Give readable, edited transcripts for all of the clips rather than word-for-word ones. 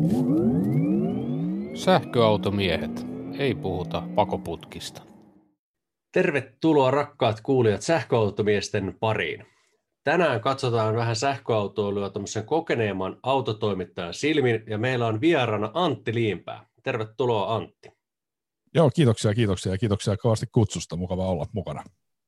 Sähköautomiehet, ei puhuta pakoputkista. Tervetuloa rakkaat kuulijat sähköautomiesten pariin. Tänään katsotaan vähän sähköautoilua tämmöisen kokeneemman autotoimittajan silmin ja meillä on vieraana Antti Liimpää. Tervetuloa Antti. Joo, kiitoksia ja kiitoksia kovasti kutsusta. Mukava olla mukana.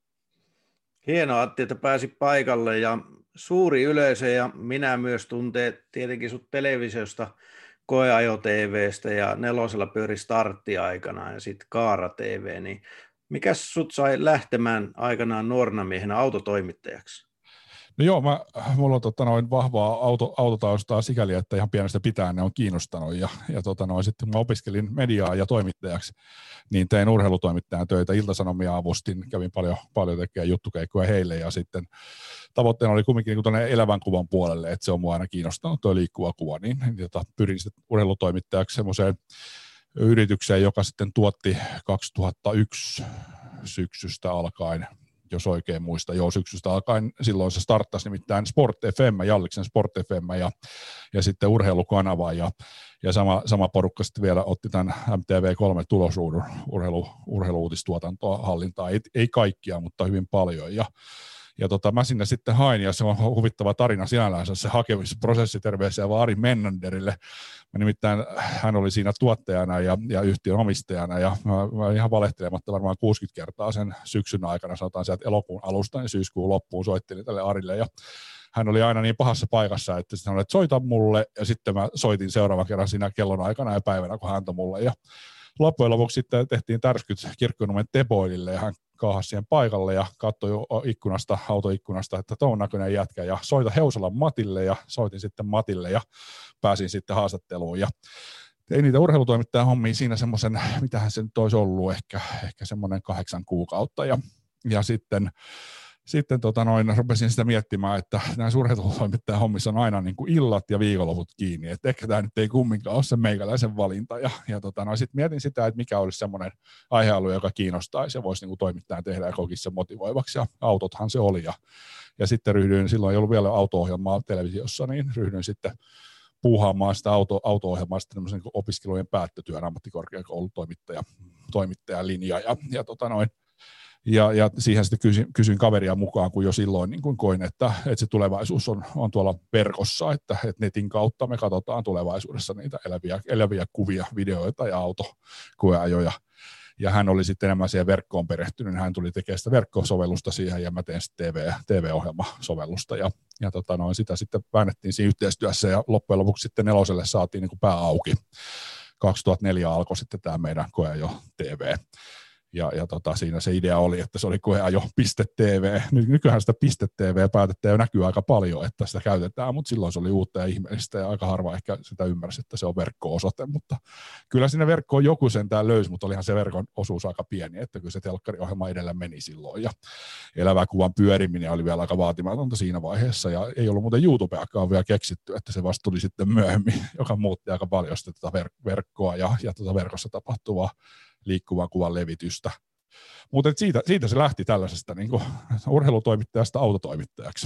Hienoa Antti, että pääsit paikalle ja suuri yleisö ja minä myös tuntee tietenkin sut televisiosta, Koeajo TV:stä ja Nelosella pyöri starttiaikana ja sitten Kaara TV, niin mikäs sut sai lähtemään aikanaan nuorena miehenä autotoimittajaksi? No joo, mulla on vahvaa autotaustaa sikäli, että ihan pienestä pitäen ne on kiinnostanut ja sitten mä opiskelin mediaa ja toimittajaksi, niin tein urheilutoimittajan töitä, Ilta-Sanomia avustin, kävin paljon tekemään juttukeikkoja heille ja sitten tavoitteena oli kumminkin niin tuonne elävän kuvan puolelle, että se on mua aina kiinnostanut tuo liikkuva kuva, niin pyrin sitten urheilutoimittajaksi semmoiseen yritykseen, joka sitten tuotti 2001 syksystä alkaen, jos oikein muista, syksystä alkaen, silloin se starttasi nimittäin Sport FM, Jalliksen Sport FM ja sitten urheilukanava ja sama porukka sitten vielä otti tämän MTV3 tulosruudun urheiluuutistuotantoa hallintaan, ei kaikkia, mutta hyvin paljon mä sinne sitten hain, ja se on huvittava tarina sinällänsä se hakemisprosessi, terveisiä vaan Ari Mennanderille. Nimittäin hän oli siinä tuottajana ja yhtiön omistajana, ja mä ihan valehtelematta varmaan 60 kertaa sen syksyn aikana, sanotaan sieltä elokuun alusta, niin syyskuun loppuun soittelin tälle Arille, ja hän oli aina niin pahassa paikassa, että sanoi, että soita mulle, ja sitten mä soitin seuraavan kerran siinä kellon aikana ja päivänä, kun hän antoi mulle, ja loppujen lopuksi sitten tehtiin tärskyt Kirkkonummen Teboilille, ja hän kaahasi siihen paikalle ja katsoi autoikkunasta, että tuon näköinen jätkä, ja soita Heusalan Matille, ja soitin sitten Matille, ja pääsin sitten haastatteluun, ja tein niitä urheilutoimittajan hommia siinä semmoisen, mitähän se nyt olisi ollut, ehkä semmoinen 8 kuukautta, ja sitten rupesin sitä miettimään, että näissä urheilutoimittajan hommissa on aina niin kuin illat ja viikonloput kiinni, että ehkä tämä nyt ei kumminkaan ole se meikäläisen valinta, ja sitten mietin sitä, että mikä olisi semmoinen aihealue, joka kiinnostaisi ja voisi niin kuin toimittajan tehdä ja kokisi sen motivoivaksi, ja autothan se oli, ja sitten silloin ei ollut vielä auto-ohjelmaa televisiossa, niin ryhdyin sitten puuhaamaan sitä auto-ohjelmaa sitten tämmöisen niin opiskelujen päättötyön ammattikorkeakoulutoimittajan linja, ja siihen sitten kysyin kaveria mukaan, kun jo silloin niin kun koin, että se tulevaisuus on tuolla verkossa, että netin kautta me katsotaan tulevaisuudessa niitä eläviä kuvia, videoita ja autokoeajoja. Ja hän oli sitten enemmän siihen verkkoon perehtynyt, hän tuli tekemään sitä verkkosovellusta siihen, ja mä tein sitten TV-ohjelmasovellusta, ja sitä sitten väännettiin siinä yhteistyössä, ja loppujen lopuksi sitten Neloselle saatiin niin kuin pää auki. 2004 alkoi sitten tämä meidän Koeajo TV. Ja siinä se idea oli, että se oli Koeajo.tv. Nykyään sitä .tv-päätettä jo näkyy aika paljon, että sitä käytetään, mutta silloin se oli uutta ja ihmeellistä, ja aika harva ehkä sitä ymmärsi, että se on verkko-osoite, mutta kyllä siinä verkkoon joku sentään löysi, mutta olihan se verkon osuus aika pieni, että kyllä se telkkariohjelma edellä meni silloin, ja elävä kuvan pyöriminen oli vielä aika vaatimatonta siinä vaiheessa, ja ei ollut muuten YouTubeakaan vielä keksitty, että se vasta tuli sitten myöhemmin, joka muutti aika paljon sitä verkkoa ja verkossa tapahtuvaa liikkuvan kuvan levitystä. Mutta siitä se lähti tällaisesta niin kuin urheilutoimittajasta autotoimittajaksi.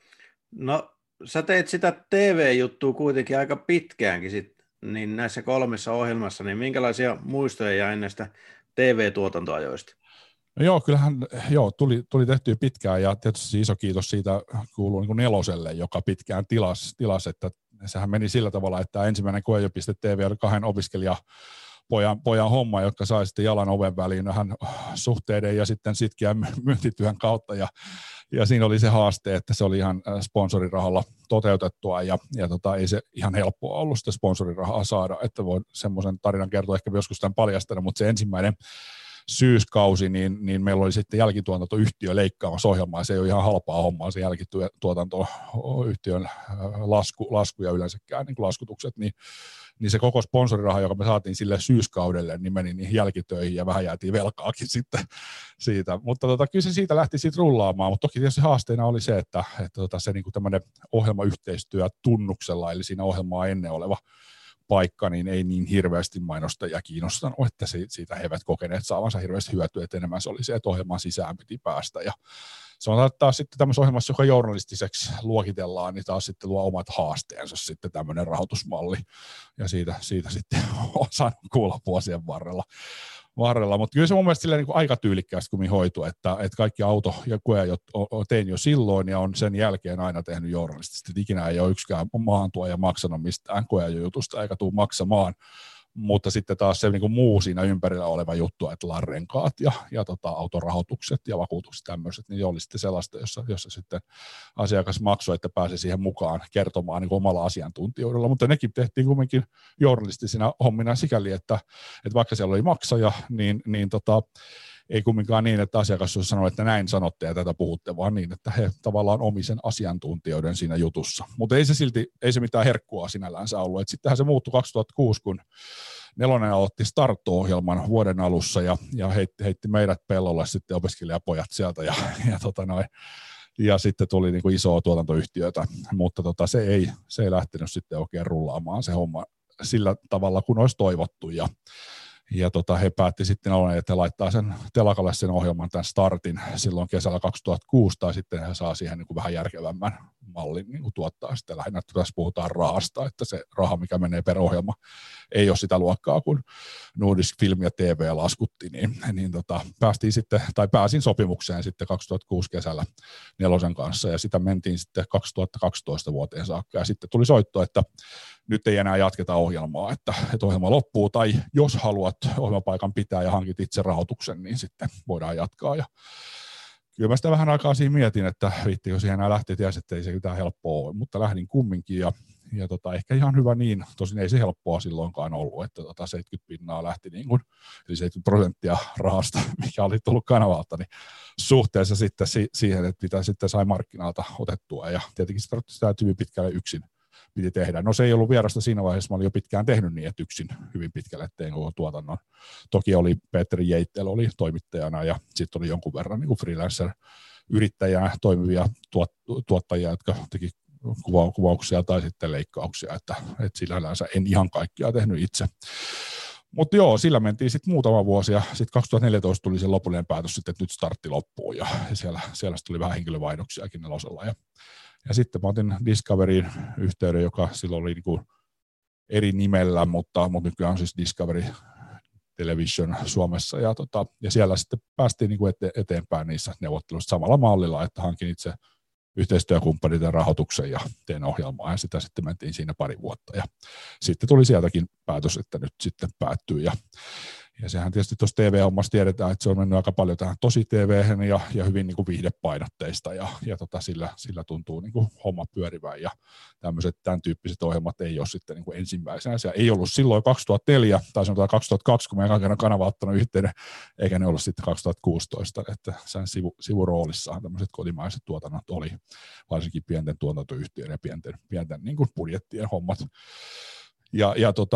No, sä teit sitä TV-juttua kuitenkin aika pitkäänkin niin näissä 3 ohjelmassa, niin minkälaisia muistoja jäi näistä TV-tuotantoajoista? No kyllähän tuli tehtyä pitkään, ja tietysti iso kiitos siitä kuuluu niin kuin Neloselle, joka pitkään tilasi, että sehän meni sillä tavalla, että ensimmäinen Koeajo.tv oli 2 opiskelijapojan homma, jotka sai sitten jalan oven väliin vähän suhteiden ja sitten sitkeän myyntityön kautta, ja siinä oli se haaste, että se oli ihan sponsorirahalla toteutettua, ja ei se ihan helppoa ollut sitä sponsorirahaa saada, että voi semmoisen tarinan kertoa ehkä joskus tämän paljastana, mutta se ensimmäinen syyskausi, niin meillä oli sitten jälkituotantoyhtiö leikkaamassa ohjelmaa, se ei ole ihan halpaa hommaa, se jälkituotantoyhtiön lasku ja yleensäkään niin laskutukset, niin se koko sponsoriraha, joka me saatiin sille syyskaudelle, niin meni niihin jälkitöihin ja vähän jäätiin velkaakin sitten siitä. Mutta kyllä se siitä lähti siitä rullaamaan, mutta toki tietysti haasteena oli se, että se niin kuin tämmöinen ohjelmayhteistyö tunnuksella, eli siinä ohjelmaa ennen oleva paikka, niin ei niin hirveästi mainostajia kiinnostanut, että siitä he eivät kokeneet saavansa hirveästi hyötyä, että enemmän se oli se, että ohjelman sisään piti päästä, ja se on taas sitten tämmöisessä ohjelmassa, joka journalistiseksi luokitellaan, niin taas sitten luo omat haasteensa sitten tämmöinen rahoitusmalli, ja siitä sitten on saanut kuulla vuosien varrella, mutta kyllä se mun mielestä silleen niin kuin aika tyylikkäästi kummin hoituu, että kaikki auto- ja koeajot tein jo silloin ja on sen jälkeen aina tehnyt journalistisesti. Ikinä ei ole yksikään maahantuoja maksanut mistään koeajojutusta eikä tule maksamaan, mutta sitten taas se niin kuin muu siinä ympärillä oleva juttu, että renkaat ja autorahoitukset ja vakuutukset tämmöiset, niin oli sitten sellaista, jossa sitten asiakas maksoi, että pääsi siihen mukaan kertomaan niin kuin omalla asiantuntijoudella, mutta nekin tehtiin kuitenkin journalistisina hommina sikäli, että vaikka siellä oli maksaja, niin ei kumminkaan niin, että asiakas olisi sanonut, että näin sanotte ja tätä puhutte, vaan niin, että he tavallaan omisen asiantuntijoiden siinä jutussa. Mutta ei se mitään herkkua sinällänsä ollut. Sittenhän se muuttui 2006, kun Nelonen aloitti Startto-ohjelman vuoden alussa ja heitti meidät pellolle sitten opiskelijapojat sieltä ja sitten tuli niin kuin isoa tuotantoyhtiötä, mutta se ei lähtenyt sitten oikein rullaamaan se homma sillä tavalla, kun olisi toivottu ja he päätti sitten, että he laittaa sen telakalle sen ohjelman, tämän Startin silloin kesällä 2006, tai sitten he saa siihen niin kuin vähän järkevämmän mallin niin kuin tuottaa sitten lähinnä, että tässä puhutaan rahasta, että se raha, mikä menee per ohjelma, ei ole sitä luokkaa, kun Nordisk Film ja TV laskutti, pääsin sopimukseen sitten 2006 kesällä Nelosen kanssa, ja sitä mentiin sitten 2012 vuoteen saakka, ja sitten tuli soitto, että nyt ei enää jatketa ohjelmaa, että ohjelma loppuu, tai jos haluat ohjelmapaikan pitää ja hankit itse rahoituksen, niin sitten voidaan jatkaa. Ja kyllä mä sitä vähän aikaa siinä mietin, että viittikö siihen enää lähti, tiesi, että ei se mitään helppoa ole, mutta lähdin kumminkin ja ehkä ihan hyvä niin, tosin ei se helppoa silloinkaan ollut, että 70% lähti niin kuin, eli 70% rahasta, mikä oli tullut kanavalta, niin suhteessa sitten siihen, että mitä sitten sai markkinalta otettua ja tietenkin sitä hyvin pitkälle yksin piti tehdä. No se ei ollut vierasta siinä vaiheessa, mä olin jo pitkään tehnyt niin, että yksin hyvin pitkälle tein koko tuotannon. Toki oli Petteri Jeittel oli toimittajana ja sitten oli jonkun verran niin kuin freelancer-yrittäjänä toimivia tuottajia, jotka teki kuvauksia tai sitten leikkauksia, että sillänsä en ihan kaikkia tehnyt itse. Mutta joo, sillä mentiin sitten muutama vuosi ja sitten 2014 tuli se lopullinen päätös sitten, että nyt startti loppuu ja siellä tuli vähän henkilövaihdoksia Nelosella ja sitten mä otin Discoveryin yhteyden, joka silloin oli niinku eri nimellä, mutta nykyään on siis Discovery Television Suomessa ja siellä sitten päästiin niinku eteenpäin niissä neuvotteluissa samalla mallilla, että hankin itse yhteistyökumppanit ja rahoituksen ja tein ohjelmaa ja sitä sitten mentiin siinä pari vuotta ja sitten tuli sieltäkin päätös, että nyt sitten päättyy ja sehän tietysti tuossa TV-hommassa tiedetään, että se on mennyt aika paljon tähän tosi TV:hen ja hyvin niin kuin viihdepainotteista ja sillä tuntuu niin kuin homma pyörivän ja tämän tyyppiset ohjelmat ei ole sitten niin kuin ensimmäisenä. Se ei ollut silloin 2004 tai sanotaan 2002, kun mä en kanava ottanut yhteyden, eikä ne ollut sitten 2016, että sen sivuroolissahan tämmöiset kotimaiset tuotannot oli, varsinkin pienten tuotantoyhtiöiden ja pienten niin kuin budjettien hommat. Ja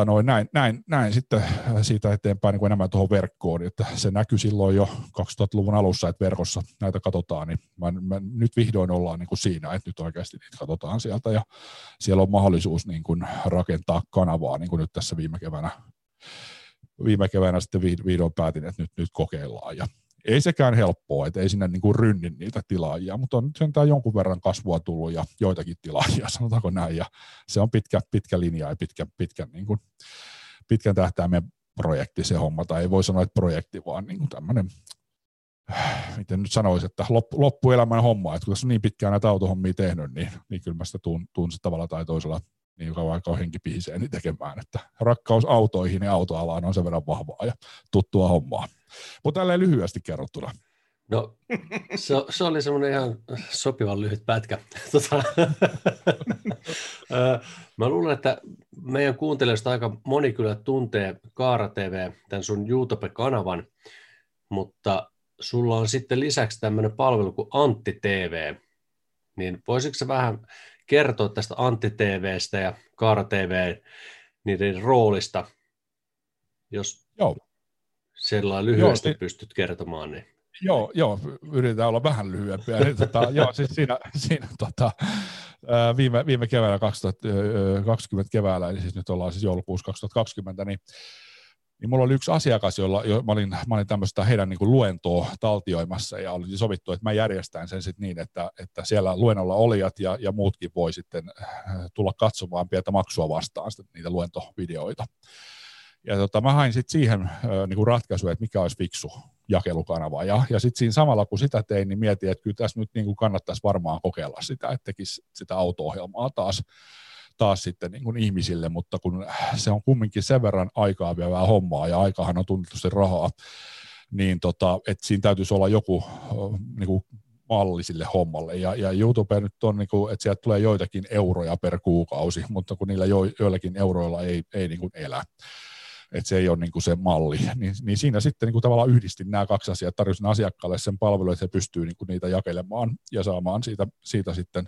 näin sitten siitä eteenpäin niin enemmän tuohon verkkoon, että se näkyi silloin jo 2000-luvun alussa, että verkossa näitä katsotaan, niin nyt vihdoin ollaan niin kuin siinä, että nyt oikeasti niitä katsotaan sieltä ja siellä on mahdollisuus niin kuin rakentaa kanavaa, niin kuin nyt tässä viime keväänä sitten vihdoin päätin, että nyt kokeillaan ja ei sekään helppoa, että ei sinne niin kuin rynnin niitä tilaajia, mutta on sentään jonkun verran kasvua tullut ja joitakin tilaajia, sanotaanko näin, ja se on pitkä linja ja pitkän tähtäimen projekti se homma, tai ei voi sanoa, että projekti, vaan niin kuin tämmöinen, miten nyt sanoisi, että loppuelämän homma, että kun tässä on niin pitkään näitä autohommia tehnyt, niin kyllä mä sitä tuun tavalla tai toisella niin joka vaikka on henki pihisee, niin tekemään, että rakkaus autoihin ja autoalaan on sen verran vahvaa ja tuttua hommaa. Mutta tälleen lyhyesti kerrottuna. No, se oli semmoinen ihan sopivan lyhyt pätkä. Mä luulen, että meidän kuuntelijoista aika moni kyllä tuntee Kaara TV, tämän sun YouTube-kanavan, mutta sulla on sitten lisäksi tämmöinen palvelu kuin Antti TV. Niin voisitko sä vähän kertoa tästä Antti TV:stä ja Kaara TV niiden roolista, jos sellainen lyhyesti pystyt kertomaan? Niin. Joo, yritetään olla vähän lyhyempiä. Siis siinä viime keväällä 2020 keväällä, eli siis nyt ollaan siis joulukuussa 2020, niin niin mulla oli yksi asiakas, mä olin tämmöistä heidän niin kuin luentoa taltioimassa, ja oli sovittu, että mä järjestän sen sitten niin, että siellä luennolla olijat ja muutkin voi sitten tulla katsomaan pientä maksua vastaan niitä luentovideoita. Ja mä hain sitten siihen niin kuin ratkaisuja, että mikä olisi fiksu jakelukanava. Ja sitten siinä samalla, kun sitä tein, niin mietin, että kyllä tässä nyt niin kuin kannattaisi varmaan kokeilla sitä, että tekisi sitä auto-ohjelmaa taas sitten niin kuin ihmisille, mutta kun se on kumminkin sen verran aikaa vievää hommaa, ja aikahan on tunnetusti rahaa, niin että siinä täytyisi olla joku niin kuin malli sille hommalle. Ja YouTube nyt on, niin kuin, että sieltä tulee joitakin euroja per kuukausi, mutta kun niillä joillakin euroilla ei niin kuin elä. Että se ei ole niin kuin se malli, niin siinä sitten niin kuin tavallaan yhdistin nämä kaksi asiaa, tarjosin asiakkaalle sen palvelun, että he pystyy niin kuin niitä jakelemaan ja saamaan siitä sitten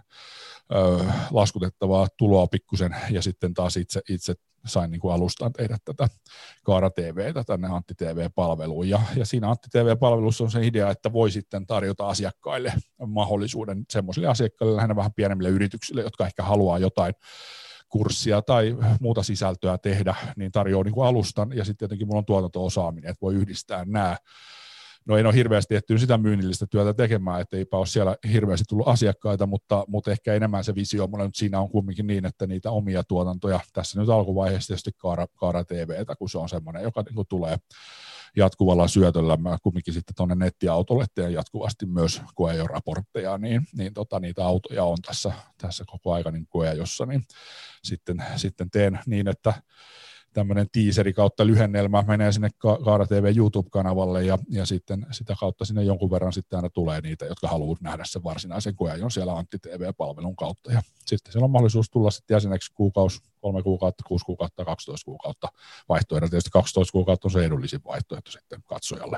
laskutettavaa tuloa pikkusen, ja sitten taas itse sain niin kuin alustan tehdä tätä Kaara TV:tä tänne Antti TV-palveluun, ja siinä Antti TV-palvelussa on se idea, että voi sitten tarjota asiakkaille mahdollisuuden semmoisille asiakkaille, lähinnä vähän pienemmille yrityksille, jotka ehkä haluaa jotain kurssia tai muuta sisältöä tehdä, niin tarjoaa niin kuin alustan, ja sitten tietenkin mulla on tuotanto-osaaminen, että voi yhdistää nämä. No en ole hirveästi ehtinyt sitä myynnillistä työtä tekemään, että eipä ole siellä hirveästi tullut asiakkaita, mutta ehkä enemmän se visio mulla nyt siinä on kumminkin niin, että niitä omia tuotantoja, tässä nyt alkuvaiheessa tietysti Kaara TV:tä, kun se on semmoinen, joka niin kuin tulee jatkuvalla syötöllä. Mä kumminkin sitten tuonne nettiautolle teen jatkuvasti myös koeajoraportteja, niin niitä autoja on tässä koko aika niin koeajossa, niin sitten teen niin, että tämmöinen teaseri kautta lyhennelmä menee sinne Kaara TV YouTube-kanavalle, ja sitten sitä kautta sinne jonkun verran sitten aina tulee niitä, jotka haluavat nähdä sen varsinaisen koeajon siellä Antti TV-palvelun kautta, ja sitten siellä on mahdollisuus tulla sitten jäseneksi kuukausi, 3 kuukautta, 6 kuukautta, 12 kuukautta vaihtoehto. Tietysti 12 kuukautta on se edullisin vaihtoehto sitten katsojalle.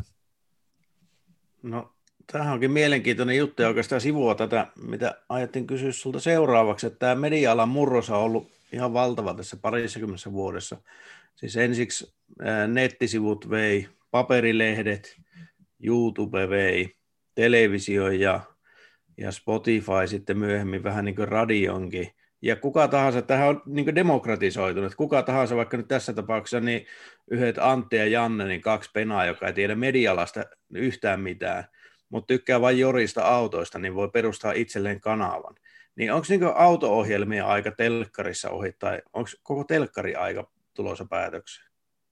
No, tämähän onkin mielenkiintoinen juttu, ja oikeastaan sivua tätä, mitä ajattelin kysyä sulta seuraavaksi, että tämä media-alan murros on ollut ihan valtava tässä 20 vuodessa. Siis ensiksi nettisivut vei, paperilehdet, YouTube vei, televisio ja Spotify sitten myöhemmin vähän niin kuin radionkin. Ja kuka tahansa, tähän on niin kuin demokratisoitunut, kuka tahansa, vaikka nyt tässä tapauksessa, niin yhdet Antti ja Janne, niin 2 penaa, joka ei tiedä media-alasta yhtään mitään, mutta tykkää vain jorista autoista, niin voi perustaa itselleen kanavan. Niin onko niin auto-ohjelmien aika telkkarissa ohi, tai onko koko telkkari aika tulossa päätökseen?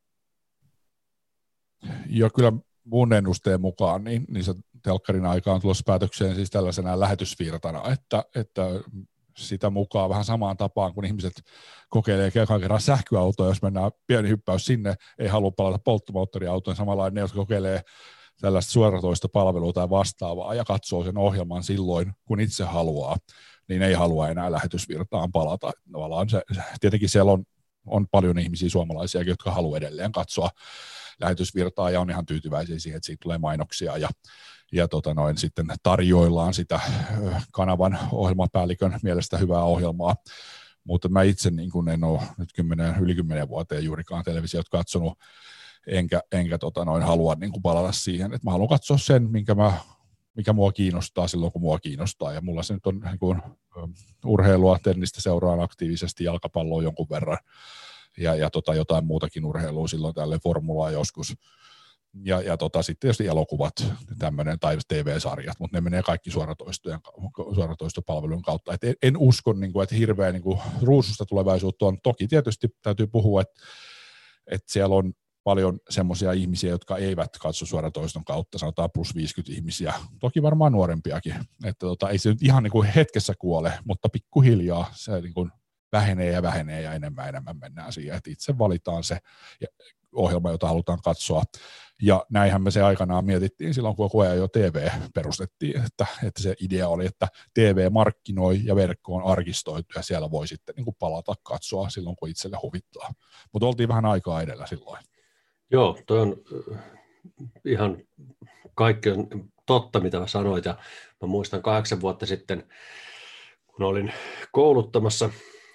Joo, kyllä mun ennusteen mukaan niin se telkkarin aika on tulossa päätökseen siis tällaisena lähetysvirtana, että sitä mukaan vähän samaan tapaan, kun ihmiset kokeilee kerran sähköautoa, jos mennään pieni hyppäys sinne, ei halua palata polttomoottoriautoon, samanlainen ne, jotka kokeilee tällaista suoratoistopalvelua tai vastaavaa ja katsoo sen ohjelman silloin, kun itse haluaa, niin ei halua enää lähetysvirtaan palata. Tavallaan tietenkin siellä on paljon ihmisiä suomalaisia, jotka haluaa edelleen katsoa lähetysvirtaa ja on ihan tyytyväisiä siihen, että siitä tulee mainoksia ja sitten tarjoillaan sitä kanavan ohjelmapäällikön mielestä hyvää ohjelmaa. Mutta mä itse niin kun en ole nyt yli 10 vuoteen juurikaan televisiot katsonut, enkä halua niin kun palata siihen, että mä haluan katsoa sen, mikä mua kiinnostaa silloin, kun mua kiinnostaa. Ja mulla se nyt on niin kun, urheilua, tennistä seuraan aktiivisesti, jalkapalloa jonkun verran ja jotain muutakin urheilua silloin tälle formulaa joskus. Ja sitten tietysti elokuvat tämmöinen, tai TV-sarjat, mutta ne menee kaikki suoratoistopalvelun kautta. Et en usko, että hirveä ruususta tulevaisuutta on. Toki tietysti täytyy puhua, että siellä on paljon semmoisia ihmisiä, jotka eivät katso suoratoiston kautta, sanotaan plus 50 ihmisiä, toki varmaan nuorempiakin. Että ei se nyt ihan hetkessä kuole, mutta pikkuhiljaa se vähenee ja enemmän mennään siihen, että itse valitaan se ohjelma, jota halutaan katsoa. Ja näinhän me se aikanaan mietittiin silloin, kun Koeajo TV perustettiin, että se idea oli, että TV markkinoi ja verkko on arkistoitu ja siellä voi sitten palata katsoa silloin, kun itselle huvittaa. Mutta oltiin vähän aikaa edellä silloin. Joo, toi on ihan kaikki on totta, mitä mä sanoit. Ja mä muistan 8 vuotta sitten, kun olin kouluttamassa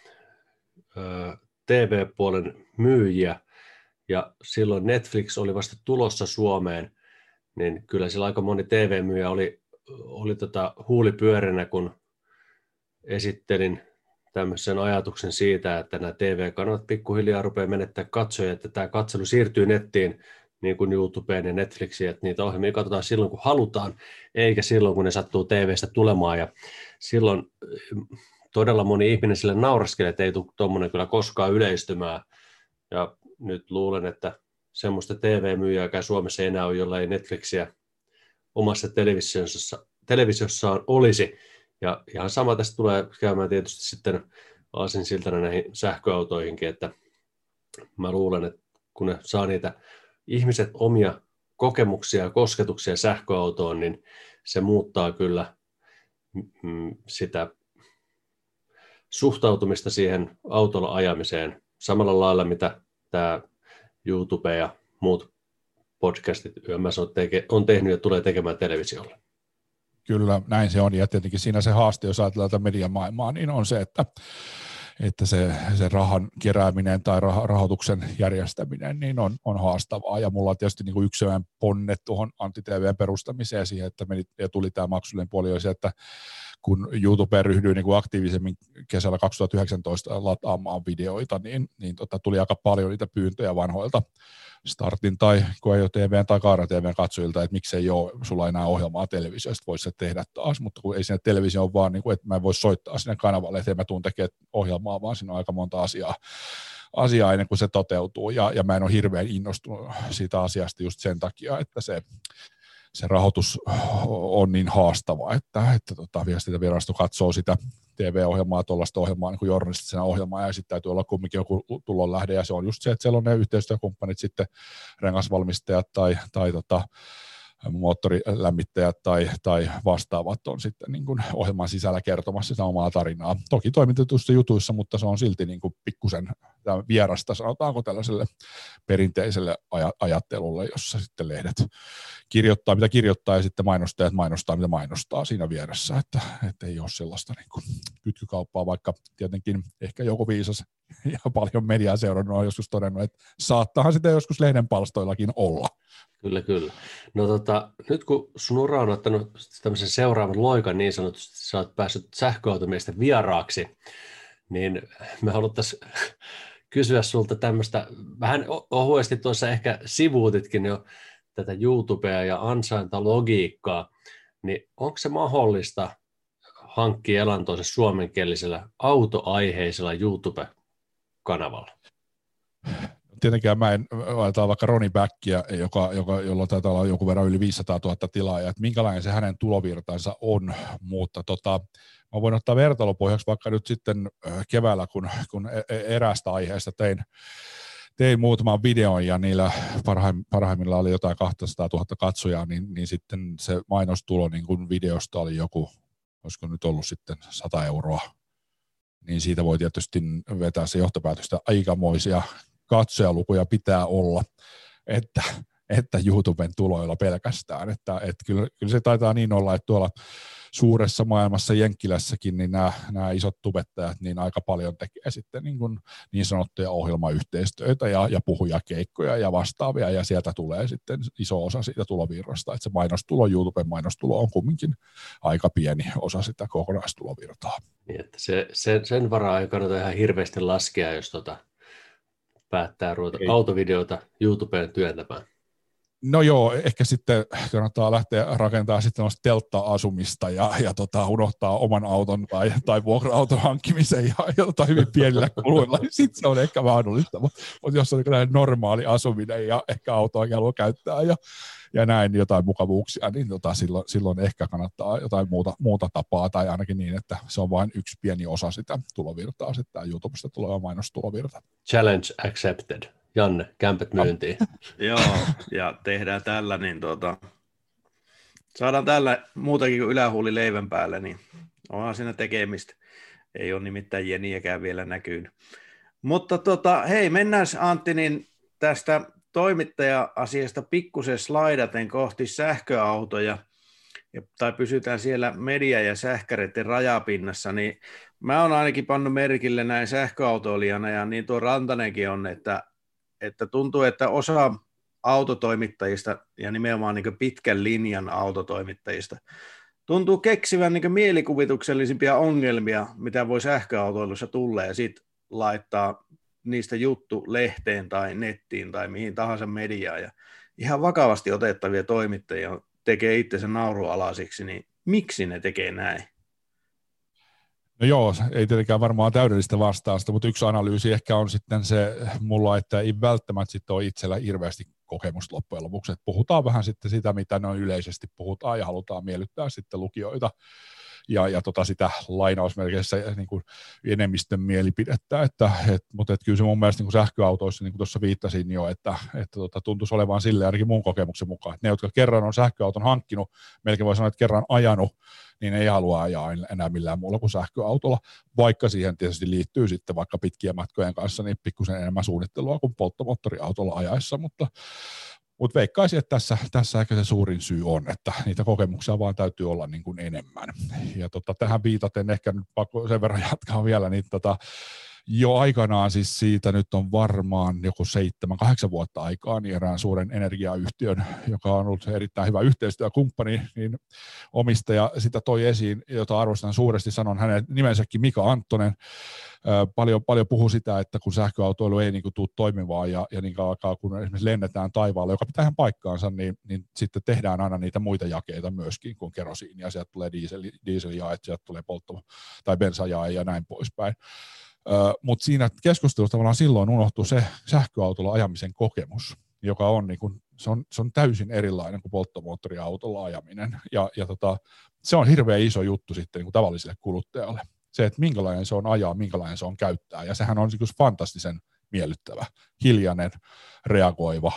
TV-puolen myyjiä, ja silloin Netflix oli vasta tulossa Suomeen, niin kyllä sillä aika moni TV-myyjä oli huuli pyöränä, kun esittelin tämmöisen ajatuksen siitä, että nämä TV-kanavat pikkuhiljaa rupeaa menettää katsojia, että tämä katselu siirtyy nettiin, niin kuin YouTubeen ja Netflixiin, että niitä ohjelmia katsotaan silloin, kun halutaan, eikä silloin, kun ne sattuu TV:stä tulemaan. Ja silloin todella moni ihminen sille nauraskelee, että ei tule tuommoinen kyllä koskaan yleistymään. Ja nyt luulen, että semmoista TV-myyjääkään Suomessa ei enää ole, jolla ei Netflixiä omassa televisiossaan olisi. Ja ihan sama tästä tulee käymään tietysti sitten aasinsiltana näihin sähköautoihinkin, että mä luulen, että kun ne saa niitä ihmiset omia kokemuksia ja kosketuksia sähköautoon, niin se muuttaa kyllä sitä suhtautumista siihen autolla ajamiseen samalla lailla, mitä tämä YouTube ja muut podcastit YMS on tehnyt ja tulee tekemään televisiolle. Kyllä, näin se on. Ja tietenkin siinä se haaste, jos ajatellaan tätä mediamaailmaa, niin on se, että se rahan kerääminen tai rahoituksen järjestäminen niin on haastavaa. Ja mulla on tietysti niin kuin yksi ponne tuohon Antti TV:n perustamiseen siihen, että tuli tämä maksullinen puoli, oli se, että kun YouTube ryhdyi niin kuin aktiivisemmin kesällä 2019 lataamaan videoita, niin tuli aika paljon niitä pyyntöjä vanhoilta Startin tai Koejo TV:n tai Kaara TV:n katsojilta, että miksei ole sulla enää ohjelmaa televisiosta, voisi se tehdä taas, mutta kun ei siinä televisio ole vaan, niin kuin, että mä en voi soittaa sinne kanavalle, että en mä tuun tekemään ohjelmaa, vaan siinä on aika monta asiaa ennen kuin se toteutuu, ja mä en ole hirveän innostunut siitä asiasta just sen takia, että se rahoitus on niin haastava, että viestintävirasto katsoo sitä TV-ohjelmaa, tuollaista ohjelmaa niin kuin journalistisena ohjelmaa, ja sitten täytyy olla kumminkin joku tulonlähde, ja se on just se, että siellä on ne yhteistyökumppanit sitten, rengasvalmistajat tai moottorilämmittäjät tai vastaavat on sitten niin kuin ohjelman sisällä kertomassa sitä omaa tarinaa. Toki toimitetuissa jutuissa, mutta se on silti niin kuin pikkusen vierasta, sanotaanko tällaiselle perinteiselle ajattelulle, jossa sitten lehdet kirjoittaa, mitä kirjoittaa, ja sitten mainostajat mainostaa, mitä mainostaa siinä vieressä, että ei ole sellaista niin kuin kytkykauppaa, vaikka tietenkin ehkä joku viisas ja paljon mediaa seurannut on joskus todennut, että saattaahan sitä joskus lehden palstoillakin olla. Kyllä. No nyt kun sun ura on ottanut tämmöisen seuraavan loikan niin sanotusti, sä oot päässyt sähköautomiesten vieraaksi, niin me haluttaisiin kysyä sulta tämmöistä, vähän ohuesti tuossa ehkä sivuutitkin jo tätä YouTubea ja ansaintalogiikkaa, niin onko se mahdollista hankkia elantonsa suomenkielisellä autoaiheisella YouTube-kanavalla? Tietenkään mä en ajatella vaikka Ronnie Backia, jolla taitaa olla joku verran yli 500 000 tilaajaa, että minkälainen se hänen tulovirtansa on, mutta mä voin ottaa vertailupohjaksi vaikka nyt sitten keväällä, kun eräästä aiheesta tein muutaman videon ja niillä parhaimmillaan oli jotain 200 000 katsojaa, niin sitten se mainostulo niin kun videosta oli joku, olisiko nyt ollut sitten 100 €, niin siitä voi tietysti vetää se johtopäätöstä aikamoisia katsojalukuja pitää olla, että YouTuben tuloilla pelkästään, että kyllä se taitaa niin olla, että tuolla suuressa maailmassa Jenkkilässäkin niin nämä isot tubettajat niin aika paljon tekee sitten niin sanottuja ohjelmayhteistyötä ja puhujakeikkoja ja vastaavia, ja sieltä tulee sitten iso osa siitä tulovirrasta, että se YouTuben mainostulo on kumminkin aika pieni osa sitä kokonaistulovirtaa. Niin, että sen varaa ei kannata ihan hirveästi laskea, jos päättää ruveta autovideota YouTubeen työntämään. No joo, ehkä sitten kannattaa lähteä rakentamaan sitten teltta-asumista ja unohtaa oman auton tai vuokra-auton hankkimisen ja hyvin pienillä kuluilla. Sitten se on ehkä mahdollista, mutta jos on normaali asuminen ja ehkä autoa haluaa käyttää ja näin jotain mukavuuksia, niin silloin ehkä kannattaa jotain muuta tapaa, tai ainakin niin, että se on vain yksi pieni osa sitä tulovirtaa, sitten tämä YouTubesta tulee mainostulovirta. Challenge accepted. Janne, kämpät myyntiin. Joo, ja tehdään tällä, niin saadaan tällä muutakin kuin ylähuuli leivän päälle, niin onhan siinä tekemistä. Ei ole nimittäin jeniäkään vielä näkynyt. Mutta hei, mennään Antti, niin tästä toimittaja-asiasta pikkusen slaidaten kohti sähköautoja, tai pysytään siellä media- ja sähkäreiden rajapinnassa, niin mä oon ainakin pannut merkille näin sähköautoilijana, ja niin tuo Rantanenkin on, että tuntuu, että osa autotoimittajista, ja nimenomaan niin pitkän linjan autotoimittajista, tuntuu keksivän niin mielikuvituksellisimpia ongelmia, mitä voi sähköautoilussa tulla, ja sitten laittaa niistä juttu lehteen tai nettiin tai mihin tahansa mediaan, ja ihan vakavasti otettavia toimittajia tekee itsensä naurualaisiksi, niin miksi ne tekee näin? No joo, ei tietenkään varmaan täydellistä vastausta, mutta yksi analyysi ehkä on sitten se mulla, että ei välttämättä sitten ole itsellä hirveästi kokemusta loppujen lopuksi. Että puhutaan vähän sitten sitä, mitä noin yleisesti puhutaan ja halutaan miellyttää sitten lukijoita ja sitä lainausmerkeissä niin kuin enemmistön mielipidettä. Mutta kyllä se mun mielestä niin kuin sähköautoissa, niin kuin tuossa viittasin jo, että tuntuisi olevan silleen ainakin mun kokemuksen mukaan, että ne, jotka kerran on sähköauton hankkinut, melkein voi sanoa, että kerran ajanut, niin ei halua ajaa enää millään muulla kuin sähköautolla, vaikka siihen tietysti liittyy sitten vaikka pitkien matkojen kanssa niin pikkusen enemmän suunnittelua kuin polttomoottoriautolla ajaessa, mutta veikkaisin, että tässä ehkä se suurin syy on, että niitä kokemuksia vaan täytyy olla niin kuin enemmän. Ja tähän viitaten ehkä nyt pakko sen verran jatkaa vielä, niin jo aikanaan siis siitä nyt on varmaan joku 7-8 vuotta aikaa, niin erään suuren energiayhtiön, joka on ollut erittäin hyvä yhteistyökumppani, niin omistaja sitä toi esiin, jota arvostan suuresti, sanon hänen nimensäkin Mika Anttonen, paljon puhuu sitä, että kun sähköautoilu ei niin kuin tule toimivaa ja niin kauan kun esimerkiksi lennetään taivaalle, joka pitää ihan paikkaansa, niin sitten tehdään aina niitä muita jakeita myöskin kuin kerosiinia, sieltä tulee dieseljaet, sieltä tulee tai bensajae ja näin poispäin. Mutta siinä keskustelussa tavallaan silloin unohtuu se sähköautolla ajamisen kokemus, joka on, niin kun, se on täysin erilainen kuin polttomoottoriautolla ajaminen. Ja se on hirveän iso juttu sitten niin kuin tavalliselle kuluttajalle. Se, että minkälainen se on ajaa, minkälainen se on käyttää. Ja sehän on niin fantastisen miellyttävä, hiljainen, reagoiva,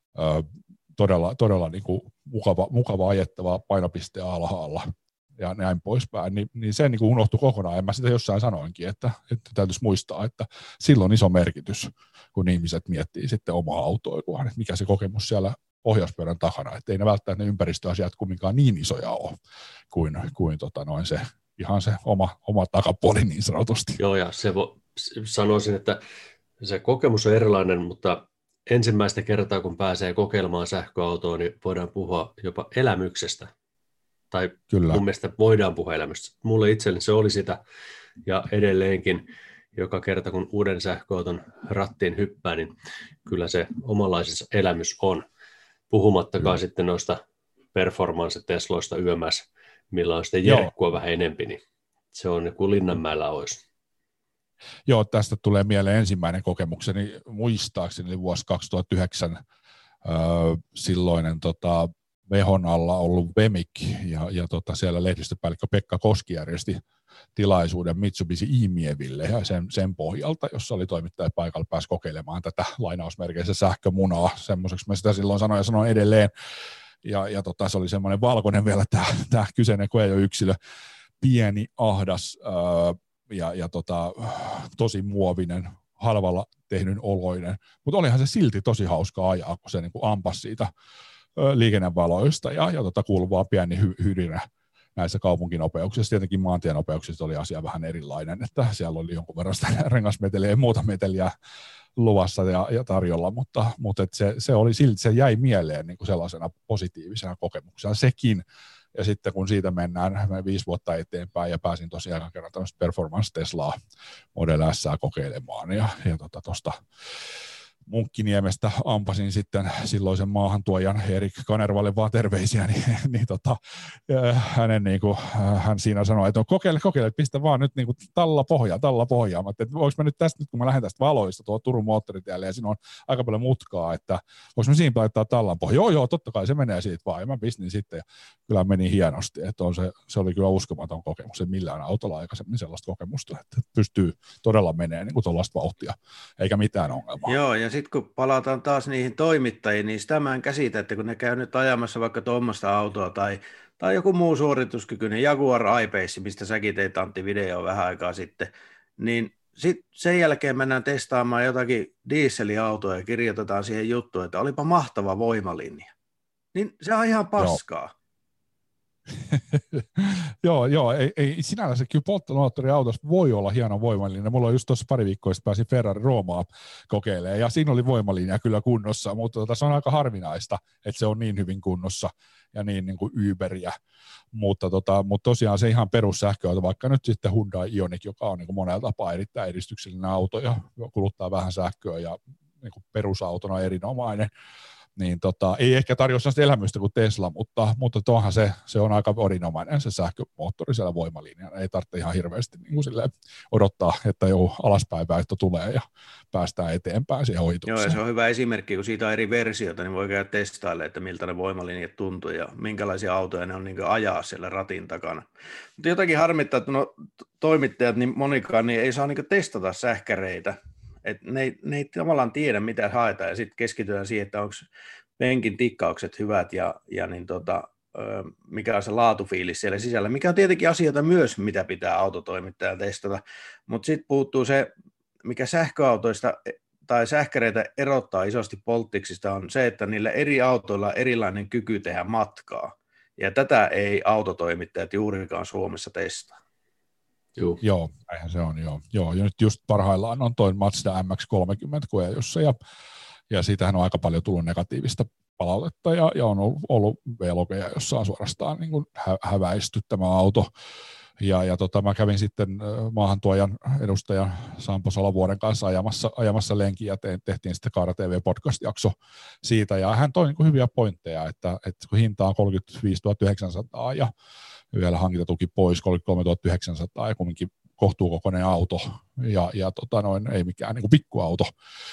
todella niin kuin mukava ajettava painopiste alhaalla. Ja näin poispäin, niin se niin kuin unohtui kokonaan. Ja mä sitä jossain sanoinkin, että täytyisi muistaa, että silloin on iso merkitys, kun ihmiset miettii sitten omaa autoiluaan, että mikä se kokemus siellä ohjauspöydän takana, että ei ne välttämättä ne ympäristöasiat kumminkaan niin isoja ole kuin se ihan se oma takapuoli niin sanotusti. Joo, ja sanoisin, että se kokemus on erilainen, mutta ensimmäistä kertaa, kun pääsee kokeilemaan sähköautoa, niin voidaan puhua jopa elämyksestä. Tai Kyllä. Mun mielestä voidaan puhua elämystä. Mulle itselleni se oli sitä, ja edelleenkin joka kerta, kun uuden sähköauton rattiin hyppää, niin kyllä se omanlaisensa elämys on. Puhumattakaan sitten noista performance-tesloista yömässä, millä on sitten jerkkua vähän enempi, niin se on niin kuin Linnanmäellä olisi. Joo, tästä tulee mieleen ensimmäinen kokemukseni, muistaakseni eli vuosi 2009, silloinen Vehon alla ollut Vemik ja siellä lehdistöpäällikkö Pekka Koski järjesti tilaisuuden Mitsubishi e-mieville ja sen pohjalta, jossa oli toimittaja paikalla, pääsi kokeilemaan tätä lainausmerkeissä sähkömunaa, semmoiseksi mä sitä silloin sanoin ja sanon edelleen. Ja se oli semmoinen valkoinen vielä tämä kyseinen koeajoyksilö, pieni, ahdas ja tosi muovinen, halvalla tehdyn oloinen, mutta olihan se silti tosi hauska ajaa, kun se niin kuin ampasi siitä liikennevaloista ja kuului vaan pieni hyrinä näissä kaupunkinopeuksissa. Tietenkin maantienopeuksissa oli asia vähän erilainen, että siellä oli jonkun verran sitä rengasmeteliä ja muuta meteliä luvassa ja tarjolla, mutta se oli silti, se jäi mieleen niin kuin sellaisena positiivisena kokemuksena sekin. Ja sitten kun siitä mennään 5 vuotta eteenpäin ja pääsin tosiaan kerran tämmöistä Performance Teslaa Model S:ää kokeilemaan ja tuosta Munkkiniemestä ampasin sitten silloisen maahantuojan Erik Kanervalle vaan terveisiä, hän siinä sanoi, että kokeile, pistä vaan nyt niin talla pohjaa. Mä että voiko mä nyt tästä, kun mä lähden tästä valoista tuolla Turun moottoritielle ja siinä on aika paljon mutkaa, että voiko mä siinä laittaa tallan pohjaa? Joo, totta kai se menee siitä vaan. Ja mä pistin sitten ja kyllä meni hienosti, että se oli kyllä uskomaton kokemus, että millään autolla aikaisemmin sellaista kokemusta, että pystyy todella menee niin kuin tuollaista vauhtia, eikä mitään ongelmaa. Joo, ja sitten kun palataan taas niihin toimittajiin, niin sitä mä en käsitä, että kun ne käy nyt ajamassa vaikka tuommoista autoa tai joku muu suorituskykyinen Jaguar I-Pace, mistä säkin teit Antti videoa vähän aikaa sitten, niin sitten sen jälkeen mennään testaamaan jotakin dieseliautoa ja kirjoitetaan siihen juttuun, että olipa mahtava voimalinja. Niin se on ihan paskaa. Joo, ei sinänsä kyllä polttomoottoriautossa voi olla hieno voimalinja. Mulla on just tuossa pari viikkoa sitten pääsin Ferrari Roomaa kokeilemaan, ja siinä oli voimalinja kyllä kunnossa, mutta se on aika harvinaista, että se on niin hyvin kunnossa ja niin kuin Uberiä. Mutta tosiaan se ihan perussähköauto, vaikka nyt sitten Hyundai Ioniq, joka on niin kuin monella tapaa erittäin edistyksellinen auto ja kuluttaa vähän sähköä ja niin kuin perusautona erinomainen, niin ei ehkä tarjoa sellaista elämystä kuin Tesla, mutta tuohan se on aika erinomainen se sähkömoottori siellä voimalinjana. Ei tarvitse ihan hirveästi niin kuin odottaa, että joku alaspäin väittö tulee ja päästään eteenpäin siihen ohitukseen. Joo, ja se on hyvä esimerkki, kun siitä on eri versioita, niin voi käydä testailemaan, että miltä ne voimalinjat tuntuu ja minkälaisia autoja ne on niin kuin ajaa siellä ratin takana. Mutta jotakin harmittaa, että toimittajat niin monikaan niin ei saa niin kuin testata sähkäreitä. Et ne ei tavallaan tiedä, mitä haetaan, ja sitten keskitytään siihen, että onko penkin tikkaukset hyvät ja niin mikä on se laatufiilis siellä sisällä, mikä on tietenkin asioita myös, mitä pitää autotoimittajan testata, mutta sitten puuttuu se, mikä sähköautoista tai sähkäreitä erottaa isosti polttiksista, on se, että niillä eri autoilla on erilainen kyky tehdä matkaa, ja tätä ei autotoimittajat juurikaan Suomessa testaa. Joo, näinhän se on, joo. Ja nyt just parhaillaan on toi Mazda MX-30 koeajossa, ja siitähän on aika paljon tullut negatiivista palautetta, ja on ollut vlogeja, jossa on suorastaan niin kuin häväisty tämä auto. Ja mä kävin sitten maahantuojan edustajan Sampo Salovuoren kanssa ajamassa lenkin, ja tehtiin sitten Kaara TV-podcast-jakso siitä, ja hän toi niin kuin hyviä pointteja, että kun hinta on 35 900 ja vielä hankintatuki pois 33 900 ja kumminkin kohtuukokoinen auto ja ei mikään niin kuin pikkuauto.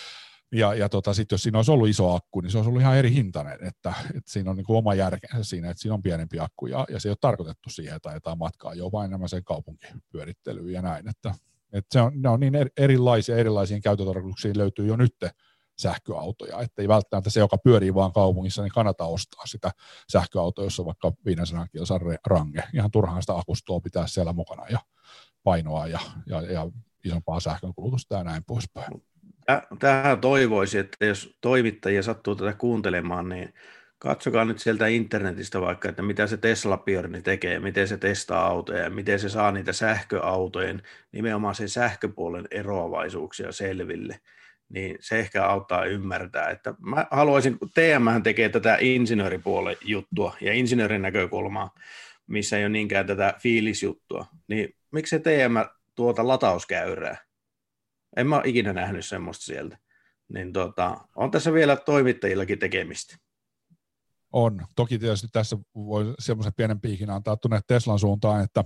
Ja sitten jos siinä olisi ollut iso akku, niin se olisi ollut ihan eri hintainen, että siinä on niin kuin oma järkensä siinä, että siinä on pienempi akku ja se ei ole tarkoitettu siihen, että ajetaan matkaa jo vain enemmän sen kaupunkipyörittelyyn ja näin, että ne on niin erilaisiin käyttötarkoituksiin löytyy jo nyt sähköautoja, että ei välttämättä se, joka pyörii vaan kaupungissa, niin kannata ostaa sitä sähköautoa, jossa on vaikka 500 kilsan range. Ihan turhaan sitä akustoa pitää siellä mukana ja painoa ja isompaa sähkönkulutusta ja näin poispäin. Tähän toivoisin, että jos toimittajia sattuu tätä kuuntelemaan, niin katsokaa nyt sieltä internetistä vaikka, että mitä se Tesla Björni tekee, miten se testaa autoja ja miten se saa niitä sähköautojen, nimenomaan sen sähköpuolen eroavaisuuksia selville. Niin se ehkä auttaa ymmärtää, että mä haluaisin, kun TM tekee tätä insinööripuolen juttua ja insinöörin näkökulmaa, missä ei ole niinkään tätä fiilisjuttua, niin miksi se TM tuota latauskäyrää? En mä ole ikinä nähnyt semmoista sieltä. Niin on tässä vielä toimittajillakin tekemistä. On. Toki tietysti tässä voi semmoisen pienen piikin antaa tuonne Teslan suuntaan, että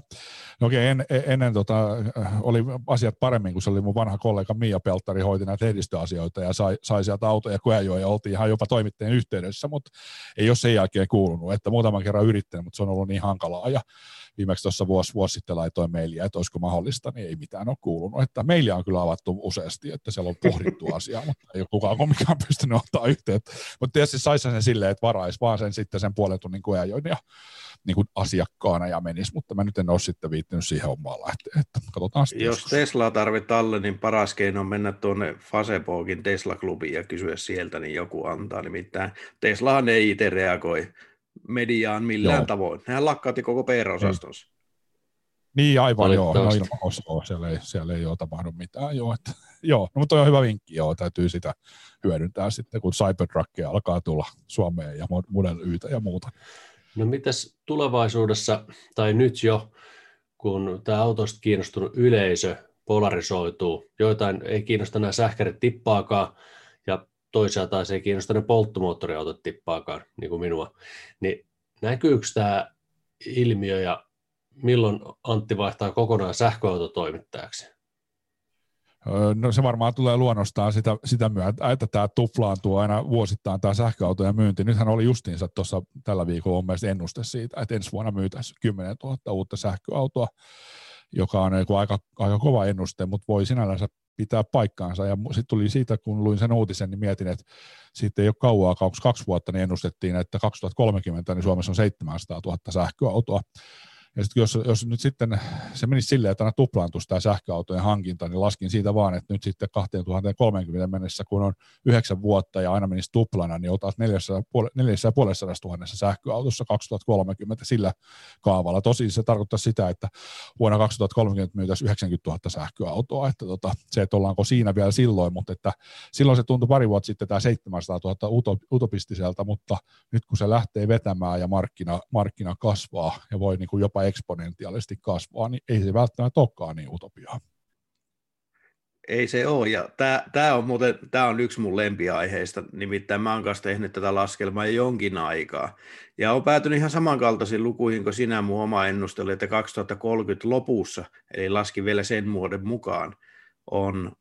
ennen oli asiat paremmin, kun se oli mun vanha kollega Mia Peltari hoiti näitä lehdistöasioita ja sai sieltä autoja koeajoja ja oltiin ihan jopa toimittajien yhteydessä, mutta ei ole sen jälkeen kuulunut, että muutaman kerran yrittänyt, mutta se on ollut niin hankalaa ja viimeksi tuossa vuosi sitten laitoin mailia, että olisiko mahdollista, niin ei mitään ole kuulunut. Että mailia on kyllä avattu useasti, että siellä on pohdittu asiaa, mutta ei ole kukaan mikään pystynyt ottaa yhteyttä. Mutta tietysti saisi sen silleen, että varaisi vaan sen puolen tunnin koeajoin ja niin kuin asiakkaana ja menisi, mutta mä nyt en ole sitten viittinyt siihen omaan lähteä, että katsotaan sitten. Jos Teslaa tarvitsee alle, niin paras keino on mennä tuonne Facebookin Tesla-klubiin ja kysyä sieltä, niin joku antaa. Nimittäin Teslahan ei itse reagoi mediaan millään tavoin. Nehän lakkautti koko PR-osastonsa. Niin aivan, joo. No ilman siellä ei ole tapahdu mitään. No, mutta on hyvä vinkki, täytyy sitä hyödyntää sitten, kun Cybertruckia alkaa tulla Suomeen ja Model Ytä ja muuta. No mitäs tulevaisuudessa, tai nyt jo, kun tämä autosta kiinnostunut yleisö polarisoituu, joitain ei kiinnosta nämä sähkärit tippaakaan, ja toisia taas ei kiinnosta ne polttomoottoriautot tippaakaan, niin kuin minua, niin näkyykö tämä ilmiö ja milloin Antti vaihtaa kokonaan sähköautotoimittajaksi? No se varmaan tulee luonnostaan sitä myötä, että tämä tuflaantuu aina vuosittain tämä sähköautojen myynti. Nythän oli justiinsa tuossa tällä viikolla on mielestäni ennuste siitä, että ensi vuonna myytäisiin 10 000 uutta sähköautoa, joka on aika kova ennuste, mutta voi sinällänsä pitää paikkaansa. Ja sitten tuli siitä, kun luin sen uutisen, niin mietin, että siitä ei ole kauaa, 2 vuotta, niin ennustettiin, että 2030 niin Suomessa on 700 000 sähköautoa. Ja sitten jos nyt sitten se menisi silleen, että aina tuplaantuisi tämä sähköautojen hankinta, niin laskin siitä vaan, että nyt sitten 2030 mennessä, kun on 9 vuotta ja aina menisi tuplana, niin oltaisiin 4,5 tuhannessa sähköautossa 2030 sillä kaavalla. Tosin se tarkoittaa sitä, että vuonna 2030 myytäisiin 90 000 sähköautoa, että se, että ollaanko siinä vielä silloin, mutta että silloin se tuntui pari vuotta sitten tämä 700 000 utopistiselta, mutta nyt kun se lähtee vetämään ja markkina kasvaa ja voi niin kuin jopa eksponentiaalisesti kasvaa, niin ei se välttämättä olekaan niin utopiaa. Ei se ole, ja tämä on yksi mun lempiaiheista, nimittäin mä oon kanssa tehnyt tätä laskelmaa jo jonkin aikaa, ja on päätynyt ihan samankaltaisiin lukuihin kuin sinä mun oma ennustelu, että 2030 lopussa, eli laskin vielä sen vuoden mukaan, on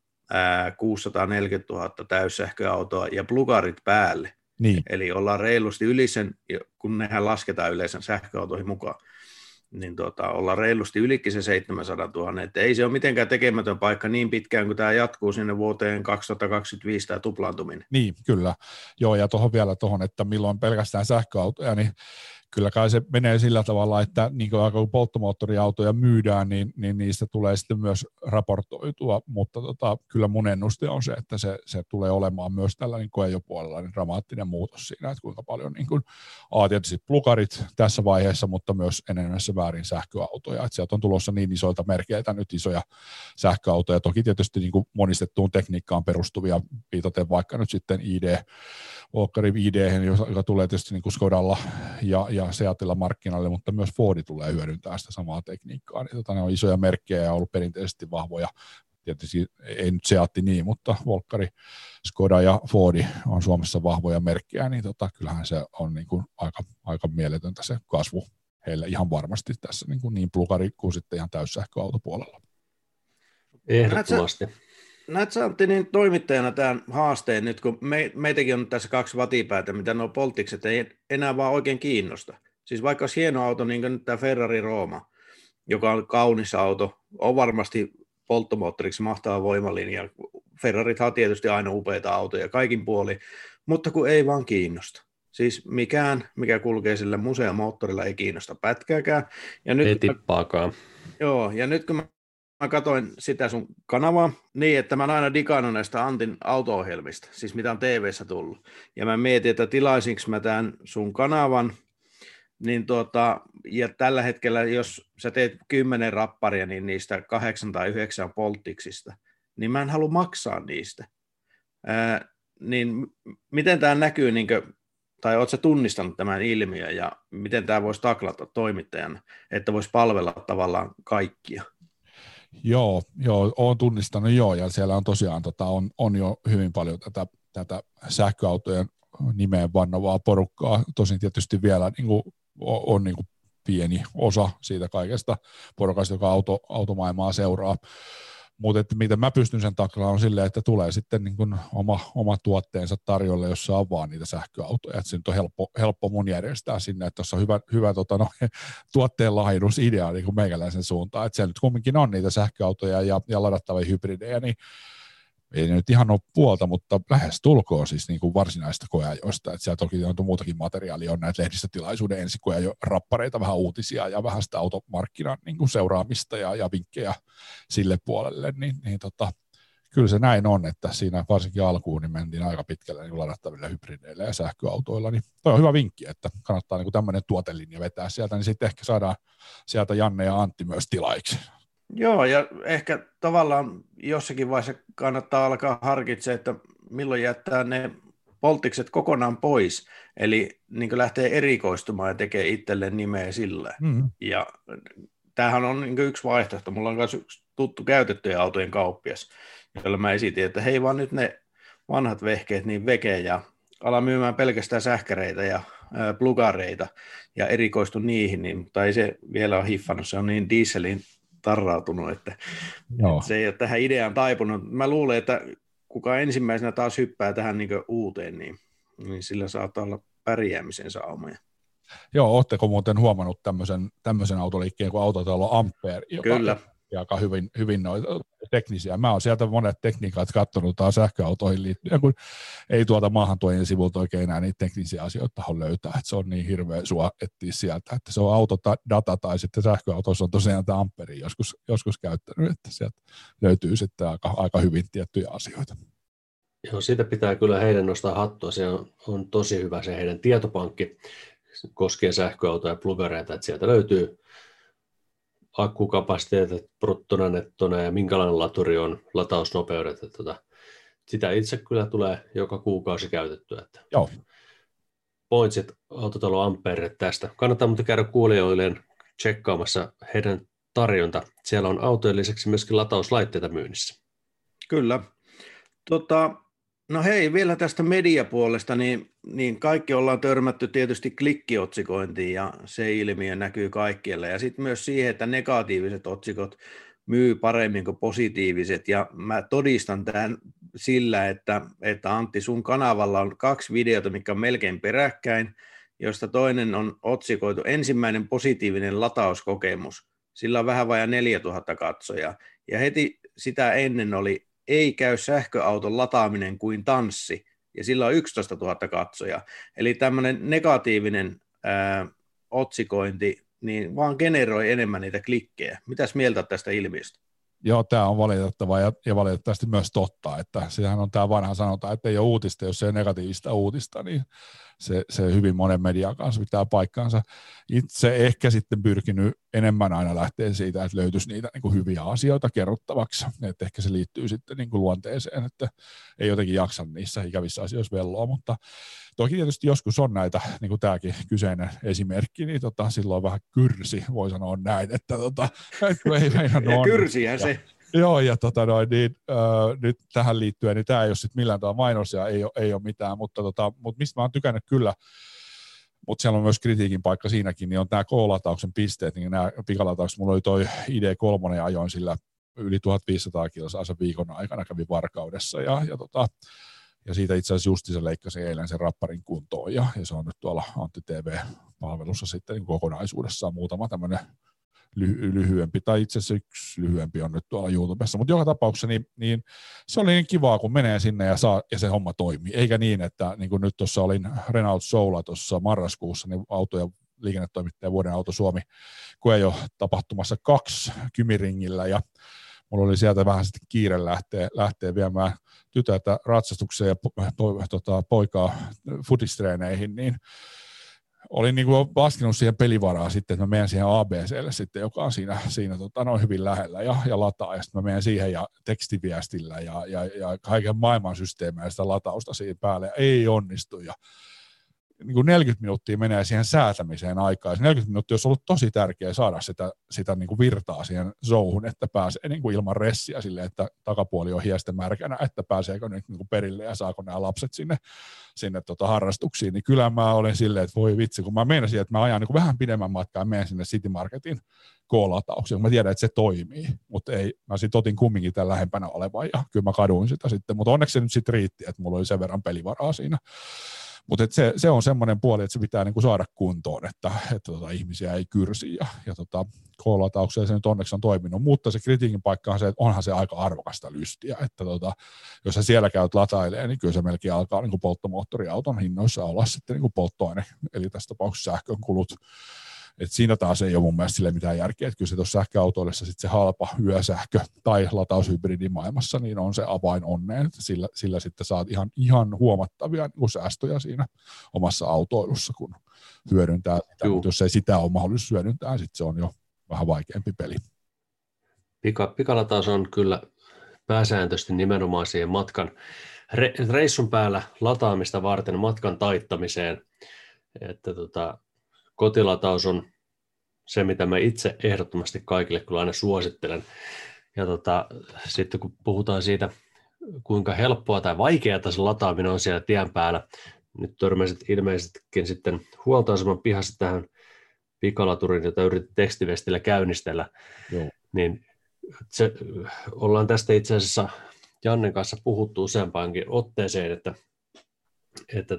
640 000 täyssähköautoa ja plugarit päälle. Niin. Eli ollaan reilusti yli sen, kun nehän lasketaan yleensä sähköautoihin mukaan, niin ollaan reilusti ylikin se 700 000, että ei se ole mitenkään tekemätön paikka niin pitkään, kun tämä jatkuu sinne vuoteen 2025 tämä tuplaantuminen. Niin, kyllä. Joo, ja tuohon, että milloin pelkästään sähköautoja, niin kyllä kai se menee sillä tavalla, että niin kun polttomoottoriautoja myydään, niin niistä tulee sitten myös raportoitua, mutta kyllä mun ennuste on se, että se tulee olemaan myös tällä niin koejopuolella niin dramaattinen muutos siinä, että kuinka paljon niin kuin, tietysti plugarit tässä vaiheessa, mutta myös enenevässä väärin sähköautoja, että sieltä on tulossa niin isoilta merkeiltä nyt isoja sähköautoja, toki tietysti niin kuin monistettuun tekniikkaan perustuvia, viitaten vaikka nyt sitten Walkerin ID, joka tulee tietysti niin kuin Skodalla ja Seatilla markkinalle, mutta myös Fordi tulee hyödyntää sitä samaa tekniikkaa. Niin, ne on isoja merkkejä ja ollut perinteisesti vahvoja. Tietysti ei nyt Seatti niin, mutta Walkeri, Skoda ja Fordi on Suomessa vahvoja merkkejä, niin kyllähän se on niin kuin aika mieletöntä se kasvu heille ihan varmasti tässä niin plugari kuin sitten ihan täyssähköautopuolella. Ehdottomasti. Näet sä, Antti, niin toimittajana tämän haasteen nyt, kun meitäkin on tässä 2 vatipäätä, mitä nuo polttikset ei enää vaan oikein kiinnosta. Siis vaikka olisi hieno auto, niin kuin nyt tämä Ferrari Roma, joka on kaunis auto, on varmasti polttomoottoriksi mahtava voimalinja. Ferrarithan on tietysti aina upeita autoja kaikin puolin, mutta kun ei vaan kiinnosta. Siis mikään, mikä kulkee sillä museomoottorilla, ei kiinnosta pätkääkään. Ja nyt, ei tippaakaan. Joo, ja nyt kun mä katsoin sitä sun kanavaa, niin että mä oon aina digannut näistä Antin auto-ohjelmista, siis mitä on TV:ssä tullut. Ja mä mietin, että tilaisinko mä tämän sun kanavan, niin ja tällä hetkellä, jos sä teet 10 rapparia, niin niistä 8 tai 9 polttiksista, niin mä en halua maksaa niistä. Niin miten tämä näkyy, tai ootko sä tunnistanut tämän ilmiön, ja miten tämä voisi taklata toimittajana, että voisi palvella tavallaan kaikkia? Joo, olen tunnistanut ja siellä on tosiaan on jo hyvin paljon tätä sähköautojen nimeen vannavaa porukkaa, tosin tietysti vielä on pieni osa siitä kaikesta porukasta, joka automaailmaa seuraa, mutta että miten mä pystyn sen taklaamaan on silleen, että tulee sitten oma tuotteensa tarjolle, jossa on vaan niitä sähköautoja, että se nyt on helppo mun järjestää sinne, että tuossa on hyvä tuotteen lahjoitusidea niin kuin meikäläisen suuntaan, että siellä nyt kumminkin on niitä sähköautoja ja ladattavia hybridejä, niin ei nyt ihan ole puolta, mutta lähes tulkoon siis niin kuin varsinaista koeajoista, että siellä toki on muutakin materiaalia, on näitä lehdistötilaisuuden ensikoeajo-rappareita, vähän uutisia ja vähän sitä automarkkinan niin kuin seuraamista ja vinkkejä sille puolelle, niin kyllä se näin on, että siinä varsinkin alkuun niin mentiin aika pitkälle niin ladattavilla hybrideillä ja sähköautoilla, niin toi on hyvä vinkki, että kannattaa niin kuin tämmöinen tuotelinja vetää sieltä, niin sitten ehkä saadaan sieltä Janne ja Antti myös tilaiksi. Joo, ja ehkä tavallaan jossakin vaiheessa kannattaa alkaa harkitsemaan, että milloin jättää ne polttikset kokonaan pois, eli niin lähtee erikoistumaan ja tekee itselleen nimeä sillä. Mm-hmm. Ja tämähän on niin yksi vaihtoehto. Mulla on myös yksi tuttu käytettyjen autojen kauppias, jolla mä esitin, että hei vaan nyt ne vanhat vehkeet niin veke ja ala myymään pelkästään sähkäreitä ja plugareita ja erikoistu niihin, niin, mutta ei se vielä ole hiffannut, se on niin dieselin tarrautunut, että se ei ole tähän ideaan taipunut. Mä luulen, että kuka ensimmäisenä taas hyppää tähän niin uuteen, niin sillä saattaa olla pärjäämisen saumoja. Joo, ootteko muuten huomannut tämmöisen autoliikkeen kuin Autotalo Ampere? Kyllä. aika hyvin noita teknisiä. Mä oon sieltä monet tekniikat katsonut taas sähköautoihin liittyen, kun ei tuolta maahantuojien sivulta oikein enää niitä teknisiä asioita tahon löytää, että se on niin hirveä sua etsiä sieltä, että se on autodata tai sitten sähköautoissa on tosiaan tämä Amperi joskus käyttänyt, että sieltä löytyy sitten aika hyvin tiettyjä asioita. Joo, siitä pitää kyllä heidän nostaa hattua. Se on tosi hyvä se heidän tietopankki koskien sähköautoja ja plugareita, että sieltä löytyy akkukapasiteetit bruttona, nettona ja minkälainen laturi on, latausnopeudet. Että sitä itse kyllä tulee joka kuukausi käytettyä. Että Joo. Pointsit autotalo Ampere tästä. Kannattaa muuten käydä kuulijoilleen tsekkaamassa heidän tarjonta. Siellä on autojen lisäksi myöskin latauslaitteita myynnissä. Kyllä. No hei, vielä tästä mediapuolesta, niin kaikki ollaan törmätty tietysti klikkiotsikointiin ja se ilmiö näkyy kaikkialla. Ja sitten myös siihen, että negatiiviset otsikot myy paremmin kuin positiiviset. Ja mä todistan tämän sillä, että Antti, sun kanavalla on 2 videota, mikä on melkein peräkkäin, josta toinen on otsikoitu ensimmäinen positiivinen latauskokemus. Sillä on vähän vajaa 4000 katsojaa. Ja heti sitä ennen oli ei käy sähköauton lataaminen kuin tanssi, ja sillä on 11 000 katsojaa. Eli tämmöinen negatiivinen otsikointi niin vaan generoi enemmän niitä klikkejä. Mitäs mieltä tästä ilmiöstä? Joo, tämä on valitettavaa ja valitettavasti myös totta, että sehän on tämä vanha sanota, että ei ole uutista, jos ei ole negatiivista uutista, niin se hyvin monen median kanssa pitää paikkaansa. Itse ehkä sitten pyrkinyt enemmän aina lähteä siitä, että löytyisi niitä niin kuin hyviä asioita kerrottavaksi, että ehkä se liittyy sitten niin kuin luonteeseen, että ei jotenkin jaksa niissä ikävissä asioissa velloa, mutta toki tietysti joskus on näitä, niin kuin tämäkin kyseinen esimerkki, niin silloin vähän kyrsi, voi sanoa näin, että ei meinannut kyrsihän se. Joo, ja nyt tähän liittyen, niin tämä ei ole sitten millään tavalla mainos ja ei ole mitään, mutta mistä mä oon tykännyt kyllä, mutta siellä on myös kritiikin paikka siinäkin, niin on tämä K-latauksen pisteet, niin nämä pikalataukset, mulla oli toi ID3 ja ajoin sillä yli 1500 kilsaa sen viikon aikana, kävin Varkaudessa ja siitä itse asiassa justiinsa leikkasin eilen sen rapparin kuntoon ja se on nyt tuolla Antti TV-palvelussa sitten niin kokonaisuudessaan muutama tämmöinen lyhyempi, tai itse asiassa yksi lyhyempi on nyt tuolla YouTubessa, mutta joka tapauksessa niin se oli niin kivaa, kun menee sinne ja se homma toimii, eikä niin, että niin kuin nyt tuossa olin Renault Showlla tuossa marraskuussa, niin auto- ja liikennetoimittaja Vuoden auto Suomi, kun ei ole tapahtumassa 2 Kymiringillä, ja mulla oli sieltä vähän sitten kiire lähteä viemään tytärtä ratsastukseen ja poikaa futistreeneihin, niin olin niin kuin laskenut siihen pelivaraa sitten, että mä menen siihen ABClle sitten, joka on siinä noin hyvin lähellä ja lataa, ja sitten mä menen siihen ja tekstiviestillä ja kaiken maailman systeemejä sitä latausta siinä päälle, ja ei onnistu, ja niin kuin 40 minuuttia menee siihen säätämiseen aikaa, ja 40 minuuttia olisi ollut tosi tärkeää saada sitä niin kuin virtaa siihen zouhun, että pääsee niin kuin ilman ressiä silleen, että takapuoli on hiesten märkänä, että pääseekö nyt niin kuin perille ja saako nämä lapset sinne harrastuksiin, niin kyllä mä olin silleen, että voi vitsi, kun mä meinasin, että mä ajan niin kuin vähän pidemmän matkaa ja menen sinne City Marketin K-lataukseen, kun mä tiedän, että se toimii, mutta ei, mä sitten otin kumminkin tämän lähempänä olevan ja kyllä mä kaduin sitä sitten, mutta onneksi se nyt sitten riitti, että mulla oli sen verran pelivaraa siinä. Mutta se on semmoinen puoli, että se pitää niinku saada kuntoon, että ihmisiä ei kyrsi ja K-lataukseen se nyt onneksi on toiminut, mutta se kritiikin paikka on se, että onhan se aika arvokasta lystiä, että jos sä siellä käyt latailemaan, niin kyllä se melkein alkaa niinku polttomoottoriauton hinnoissa olla sitten niinku polttoaine, eli tässä tapauksessa sähkön kulut. Et siinä taas ei ole mun mielestä sille mitään järkeä, että kyllä se tuossa sähköautoillessa sitten se halpa yösähkö tai lataushybridin maailmassa niin on se avain onneen, että sillä sitten saat ihan huomattavia niin säästöjä siinä omassa autoilussa, kun hyödyntää sitä, mutta jos ei sitä ole mahdollisuus hyödyntää, sitten se on jo vähän vaikeampi peli. Pikalataus on kyllä pääsääntöisesti nimenomaan siihen matkan reissun päällä lataamista varten matkan taittamiseen, että kotilataus on se, mitä mä itse ehdottomasti kaikille kyllä aina suosittelen. Ja sitten kun puhutaan siitä, kuinka helppoa tai vaikeaa se lataaminen on siellä tien päällä, nyt törmäsit ilmeisestikin sitten huoltoaseman pihassa tähän pikalaturiin, jota yritit tekstiviestillä käynnistellä, niin ollaan tästä itse asiassa Jannen kanssa puhuttu useampaankin otteeseen, että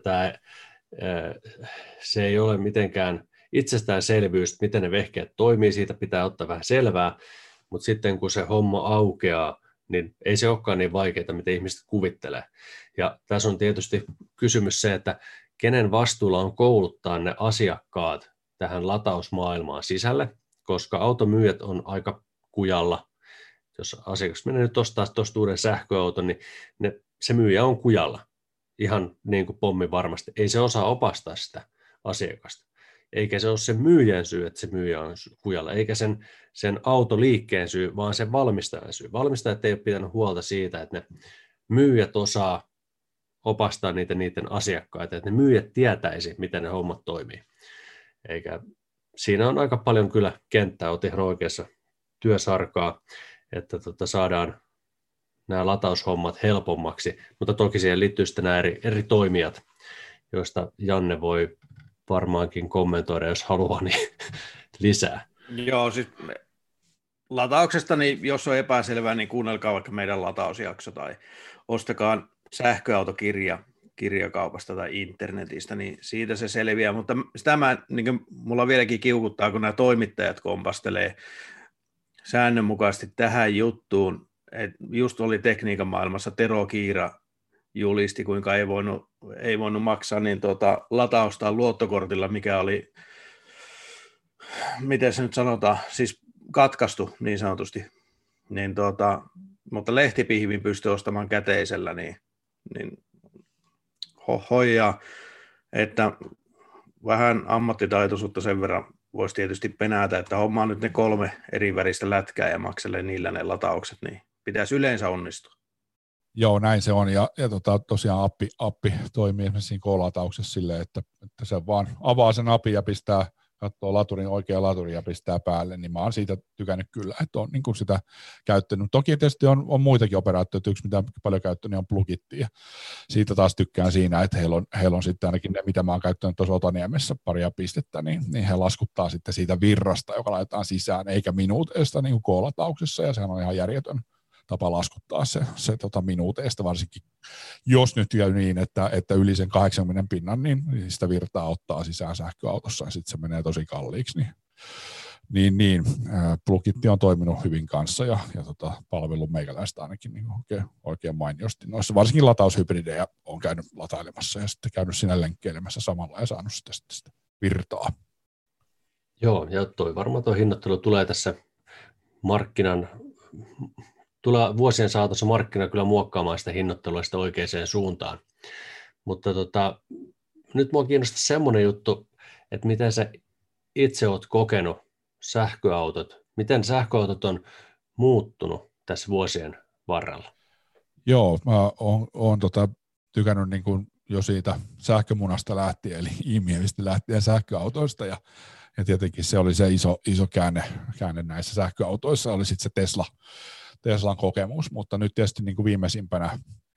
se ei ole mitenkään itsestäänselvyys, miten ne vehkeet toimii, siitä pitää ottaa vähän selvää, mutta sitten kun se homma aukeaa, niin ei se olekaan niin vaikeaa, mitä ihmiset kuvittelee. Ja tässä on tietysti kysymys se, että kenen vastuulla on kouluttaa ne asiakkaat tähän latausmaailmaan sisälle, koska automyyjät on aika kujalla. Jos asiakas menee nyt ostaa tuosta uuden sähköauton, niin se myyjä on kujalla. Ihan niin kuin pommi varmasti. Ei se osaa opastaa sitä asiakasta. Eikä se ole sen myyjän syy, että se myyjä on kujalla. Eikä sen autoliikkeen syy, vaan sen valmistajan syy. Valmistajat ei ole pitänyt huolta siitä, että ne myyjät osaa opastaa niiden asiakkaita, että ne myyjät tietäisi, miten ne hommat toimii. Eikä siinä on aika paljon kyllä kenttää, olet ihan oikeassa työsarkaa, että saadaan nämä lataushommat helpommaksi, mutta toki siihen liittyy sitten nämä eri toimijat, joista Janne voi varmaankin kommentoida, jos haluaa, niin lisää. Joo, siis latauksesta, niin jos on epäselvää, niin kuunnelkaa vaikka meidän latausjakso tai ostakaa sähköautokirja kirjakaupasta tai internetistä, niin siitä se selviää, mutta sitä mulla vieläkin kiukuttaa, kun nämä toimittajat kompastelee säännönmukaisesti tähän juttuun, että just oli tekniikan maailmassa Tero Kiira julisti, kuinka ei voinut maksaa niin latausta luottokortilla, mikä oli, miten se nyt sanotaan, siis katkaistu niin sanotusti, niin mutta lehtipihvin pystyi ostamaan käteisellä, niin hoijaa, että vähän ammattitaitoisuutta sen verran voisi tietysti penätä, että hommaa nyt ne 3 eri väristä lätkää ja makselee niillä ne lataukset, niin pitäisi yleensä onnistua. Joo, näin se on, ja tosiaan appi toimii esimerkiksi siinä K-latauksessa silleen, että se vaan avaa sen appin ja katsoo oikea laturi ja pistää päälle, niin mä oon siitä tykännyt kyllä, että on niin kuin sitä käyttänyt. Toki tietysti on muitakin operaatioita, yksi mitä paljon käyttänyt on Plugitti, ja siitä taas tykkään siinä, että heillä on sitten ainakin ne, mitä mä oon käyttänyt tuossa Otaniemessä paria pistettä, niin he laskuttaa sitten siitä virrasta, joka laitetaan sisään, eikä minuuteista niin kuin K-latauksessa, ja sehän on ihan järjetön tapa laskuttaa se minuuteista, varsinkin jos nyt käy niin, että yli sen 80 pinnan, niin sitä virtaa ottaa sisään sähköautossa, ja sitten se menee tosi kalliiksi. Niin Plugitti on toiminut hyvin kanssa, ja palvelun meikäläistä ainakin niin oikein mainiosti. Noissa varsinkin lataushybridejä on käynyt latailemassa, ja sitten käynyt siinä lenkkeilemässä samalla, ja saanut sitä virtaa. Joo, ja varmaan tuo hinnoittelu tulee tässä tulee vuosien saatossa markkina kyllä muokkaamaan sitä hinnoittelua sitä oikeaan suuntaan. Mutta nyt mua kiinnostaa semmoinen juttu, että miten sä itse oot kokenut sähköautot, miten sähköautot on muuttunut tässä vuosien varrella? Joo, mä oon tykännyt niin kuin jo siitä sähkömunasta lähtien, eli i-mievistä lähtien sähköautoista, ja tietenkin se oli se iso käänne näissä sähköautoissa, oli sitten se Teslan kokemus, mutta nyt tietysti niin kuin viimeisimpänä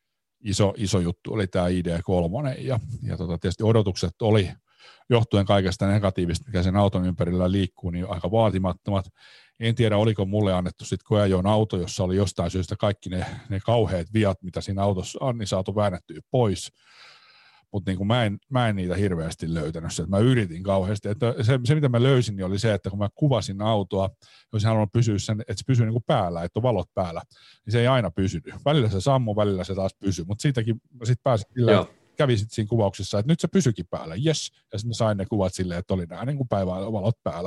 iso juttu oli tämä ID3, ja tietysti odotukset oli, johtuen kaikesta negatiivista, mikä sen auton ympärillä liikkuu, niin aika vaatimattomat. En tiedä, oliko mulle annettu sitten koeajoon auto, jossa oli jostain syystä kaikki ne kauheat viat, mitä siinä autossa on, niin saatu väännettyä pois. Mutta niin mä en niitä hirveästi löytänyt. Että mä yritin kauheasti. Että se, mitä mä löysin, niin oli se, että kun mä kuvasin autoa, jos haluan pysyä sen, että se pysyy niin kuin päällä, että on valot päällä, niin se ei aina pysynyt. Välillä se sammui, välillä se taas pysyy. Mutta siitäkin sitten pääsin sillä, kävi sitten siinä kuvauksessa, että nyt se pysyikin päällä, jes. Ja sitten mä sain ne kuvat silleen, että oli nämä niin kuin päivän valot päällä.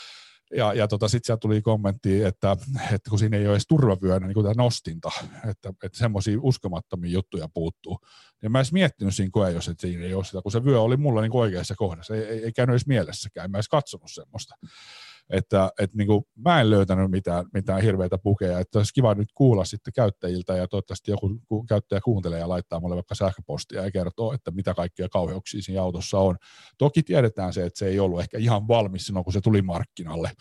Ja sitten sieltä tuli kommentti, että kun siinä ei ole edes turvavyönä niin tämä nostinta, että semmoisia uskomattomia juttuja puuttuu. Ja mä en edes miettinyt siinä koeajossa, että siinä ei ole sitä, kun se vyö oli mulla niin oikeassa kohdassa. Ei käynyt edes mielessäkään, mä en edes katsonut semmoista. Että niin kuin, mä en löytänyt mitään hirveitä pukeja. Että olisi kiva nyt kuulla sitten käyttäjiltä, ja toivottavasti joku käyttäjä kuuntelee ja laittaa mulle vaikka sähköpostia ja kertoo, että mitä kaikkia kauheuksia siinä autossa on. Toki tiedetään se, että se ei ollut ehkä ihan valmis silloin, kun se tuli markkinalle.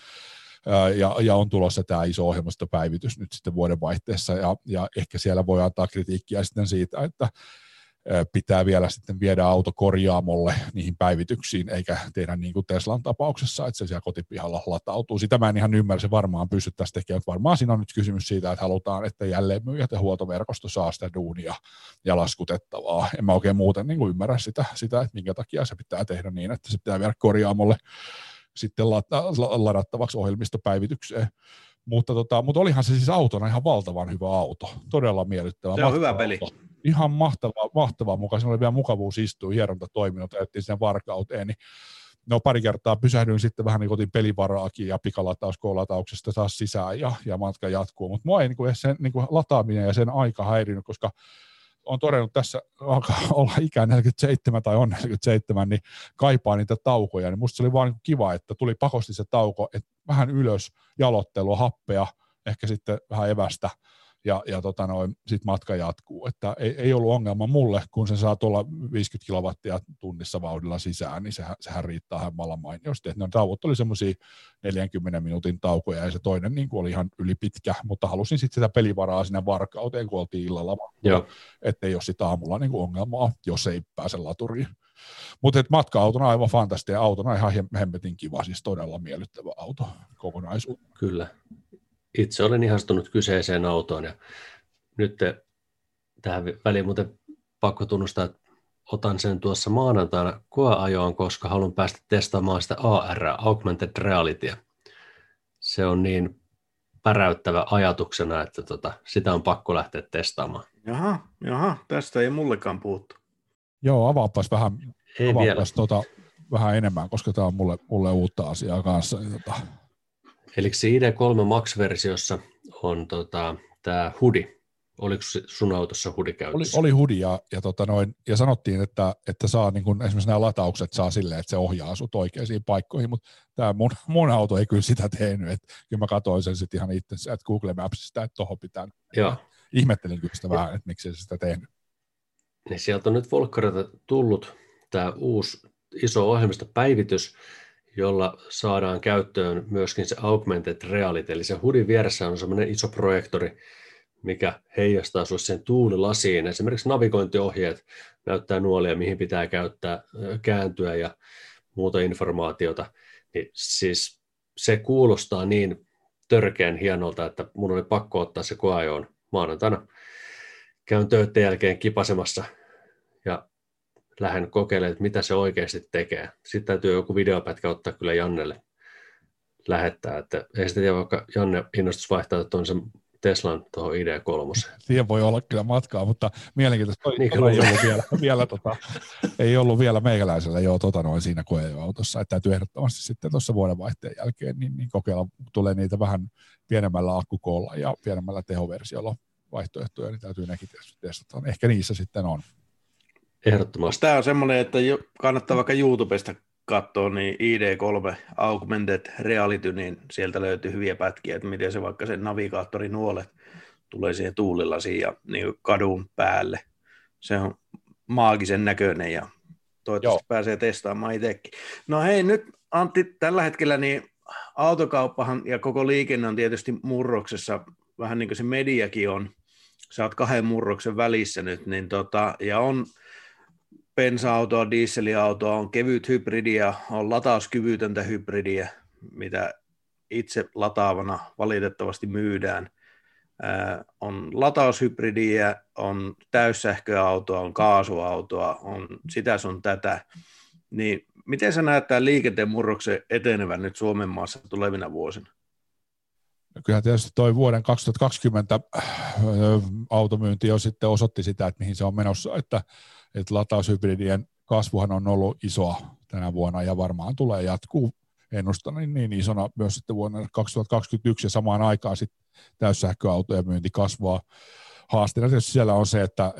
Ja on tulossa tämä iso ohjelmistopäivitys nyt sitten vuodenvaihteessa, ja ehkä siellä voi antaa kritiikkiä sitten siitä, että pitää vielä sitten viedä auto korjaamolle niihin päivityksiin, eikä tehdä niin kuin Teslan tapauksessa, että se siellä kotipihalla latautuu. Sitä mä en ihan ymmärrä, se varmaan pystyttäisiin tekemään. Varmaan siinä on nyt kysymys siitä, että halutaan, että jälleenmyyjät ja huoltoverkosto saa sitä duunia ja laskutettavaa. En mä oikein muuten niin kuin ymmärrä sitä, että minkä takia se pitää tehdä niin, että se pitää viedä korjaamolle sitten ladattavaksi ohjelmistopäivitykseen. mutta olihan se siis autona ihan valtavan hyvä auto, todella miellyttävä. Se on hyvä peli. Ihan mahtavaa mukaan, siinä oli vielä mukavuus istua, hieronta toiminut, ajettiin sen varkauteen, niin no pari kertaa pysähdyin sitten vähän niin otin pelivaraakin ja pikalataus K-latauksesta taas sisään ja matka jatkuu, mutta mua ei sen lataaminen ja sen aika häirinyt, koska on todennut tässä, alkaa olla ikää 47 tai on 47, niin kaipaa niitä taukoja, niin musta se oli vaan niin kiva, että tuli pakosti se tauko, että vähän ylös, jalottelua, happea, ehkä sitten vähän evästä, ja sitten matka jatkuu, että ei ollut ongelma mulle, kun se saa tuolla 50 kilowattia tunnissa vauhdilla sisään, niin sehän riittää hämmällä mainiosti, että ne tauot oli semmoisia 40 minuutin taukoja, ja se toinen niin oli ihan yli pitkä, mutta halusin sitten sitä pelivaraa sinne varkauteen, kun oltiin illalla, ettei ole sitä aamulla niin ongelmaa, jos ei pääse laturiin. Mutta matka-autona aivan fantastinen, autona ihan hemmetin kiva, siis todella miellyttävä auto kokonaisuus. Kyllä. Itse olen ihastunut kyseiseen autoon ja nyt tähän väliin muuten pakko tunnustaa, että otan sen tuossa maanantaina koeajoon, koska haluan päästä testaamaan sitä AR, Augmented Realitya. Se on niin päräyttävä ajatuksena, että sitä on pakko lähteä testaamaan. Jaha, tästä ei mullekaan puhuttu. Joo, avaapas vähän enemmän, koska tämä on mulle uutta asiaa kanssa. Eli se ID3 Max-versiossa on tämä hudi. Oliko sun autossa hudi käytössä? Oli hudi ja sanottiin, että saa niin kun, esimerkiksi nämä lataukset saa silleen, että se ohjaa sut oikeisiin paikkoihin, mutta tämä mun auto ei kyllä sitä tehnyt. Että kyllä mä katsoin sen sitten ihan itse, että Google Mapsista, että tuohon pitää. Joo. Ihmettelin kyllä sitä vähän, että miksi se sitä tehnyt. Niin sieltä on nyt Volkkarilta tullut tämä uusi iso ohjelmistopäivitys, jolla saadaan käyttöön myöskin se augmented reality, eli se hudin vieressä on semmoinen iso projektori, mikä heijastaa sinulle sen tuulilasiin. Esimerkiksi navigointiohjeet näyttää nuolia, mihin pitää kääntyä ja muuta informaatiota. Niin siis se kuulostaa niin törkeän hienolta, että mun oli pakko ottaa se koeajoon maanantaina. Käyn töiden jälkeen kipasemassa ja lähden kokeilemaan, että mitä se oikeasti tekee. Sitten täytyy joku videopätkä ottaa kyllä Jannelle lähettää, että ei sitä tiedä, vaikka Janne innostus vaihtaa tuon sen Teslan tuohon ID3. Siihen voi olla kyllä matkaa, mutta mielenkiintoista. Ei ollut vielä meikäläisellä siinä koeautossa, että täytyy ehdottomasti sitten tuossa vuodenvaihteen jälkeen niin kokeilla, tulee niitä vähän pienemmällä akkukoolla ja pienemmällä tehoversiolla vaihtoehtoja, niin täytyy nekin testata. Ehkä niissä sitten on. Ehdottomasti. Tämä on semmoinen, että kannattaa vaikka YouTubesta katsoa, niin ID3 Augmented Reality, niin sieltä löytyy hyviä pätkiä, että miten se vaikka sen navigaattorin nuolet tulee siihen tuulilasiin ja niin kadun päälle. Se on maagisen näköinen ja toivottavasti pääsee testaamaan itsekin. No hei, nyt Antti, tällä hetkellä niin autokauppahan ja koko liikenne on tietysti murroksessa, vähän niin kuin se mediakin on. Sä oot 2 murroksen välissä nyt, niin ja on bensa-autoa, dieseliautoa, on kevyt hybridiä, on latauskyvytöntä hybridiä, mitä itse lataavana valitettavasti myydään. On lataushybridiä, on täyssähköautoa, on kaasuautoa, on sitä sun tätä. Niin miten sä näet tämän liikenteen murroksen etenevän nyt Suomen maassa tulevina vuosina? Kyllähän tietysti toi vuoden 2020 automyynti jo sitten osoitti sitä, että mihin se on menossa, että lataushybridien kasvuhan on ollut isoa tänä vuonna ja varmaan tulee jatkuu ennustan niin isona myös sitten vuonna 2021 ja samaan aikaan sitten täyssähköautojen myynti kasvaa. Haasteena tietysti siellä on se, että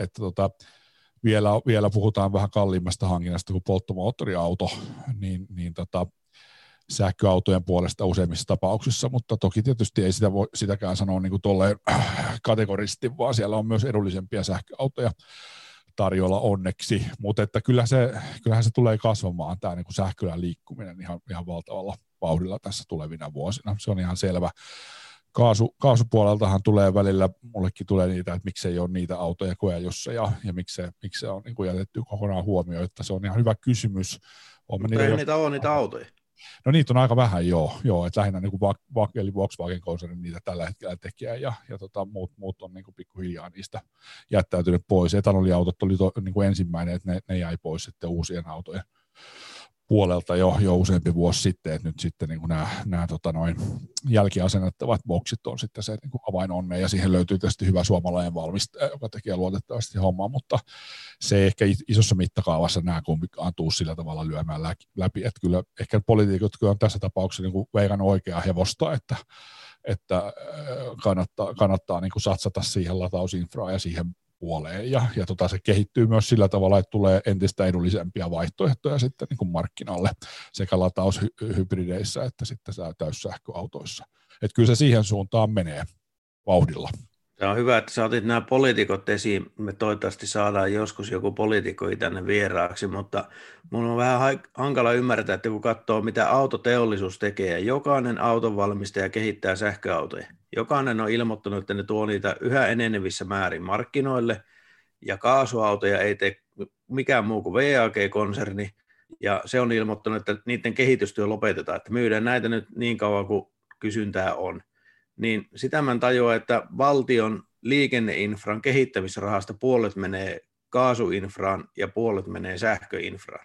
vielä puhutaan vähän kalliimmasta hankinnasta kuin polttomoottoriauto, niin sähköautojen puolesta useimmissa tapauksissa, mutta toki tietysti ei sitä voi sitäkään sanoa niin kuin tolleen kategorisesti, vaan siellä on myös edullisempia sähköautoja tarjolla onneksi, mutta että kyllähän se tulee kasvamaan tämä niin kuin sähköllä liikkuminen ihan valtavalla vauhdilla tässä tulevina vuosina. Se on ihan selvä. Kaasupuoleltahan tulee välillä, mullekin tulee niitä, että miksei ole niitä autoja koeajossa ja miksi se on niin kuin jätetty kokonaan huomioon, että se on ihan hyvä kysymys. Niitä on niitä autoja. No niitä on aika vähän, joo että lähinnä niin kuin eli Volkswagen-konserni niitä tällä hetkellä tekee, ja muut on niin kuin pikkuhiljaa niistä jättäytynyt pois. Etanoliautot oli niin kuin ensimmäinen, että ne jäi pois sitten uusien autojen puolelta jo useampi vuosi sitten, että nyt sitten niin kuin nämä jälkiasennettavat boksit on sitten se niin kuin avain onneen, ja siihen löytyy tietysti hyvä suomalainen valmistaja, joka tekee luotettavasti hommaa, mutta se ei ehkä isossa mittakaavassa nämä kumpikaan tuu sillä tavalla lyömään läpi, että kyllä ehkä poliitikot kyllä on tässä tapauksessa niin kuin veikannut oikeaa hevosta, että kannattaa niin kuin satsata siihen latausinfraan ja siihen puoleen, ja se kehittyy myös sillä tavalla, että tulee entistä edullisempia vaihtoehtoja sitten niin kuin markkinalle sekä lataushybrideissä että sitten täyssähköautoissa. Että kyllä se siihen suuntaan menee vauhdilla. Se on hyvä, että sä otit nämä poliitikot esiin. Me toivottavasti saadaan joskus joku poliitikko tänne vieraaksi, mutta mun on vähän hankala ymmärtää, että kun katsoo, mitä autoteollisuus tekee, jokainen autonvalmistaja kehittää sähköautoja. Jokainen on ilmoittanut, että ne tuo niitä yhä enenevissä määrin markkinoille, ja kaasuautoja ei tee mikään muu kuin VAG-konserni, ja se on ilmoittanut, että niiden kehitystyö lopetetaan, että myydään näitä nyt niin kauan kuin kysyntää on. Niin sitä mä tajuan, että valtion liikenneinfran kehittämisrahasta puolet menee kaasuinfraan ja puolet menee sähköinfraan.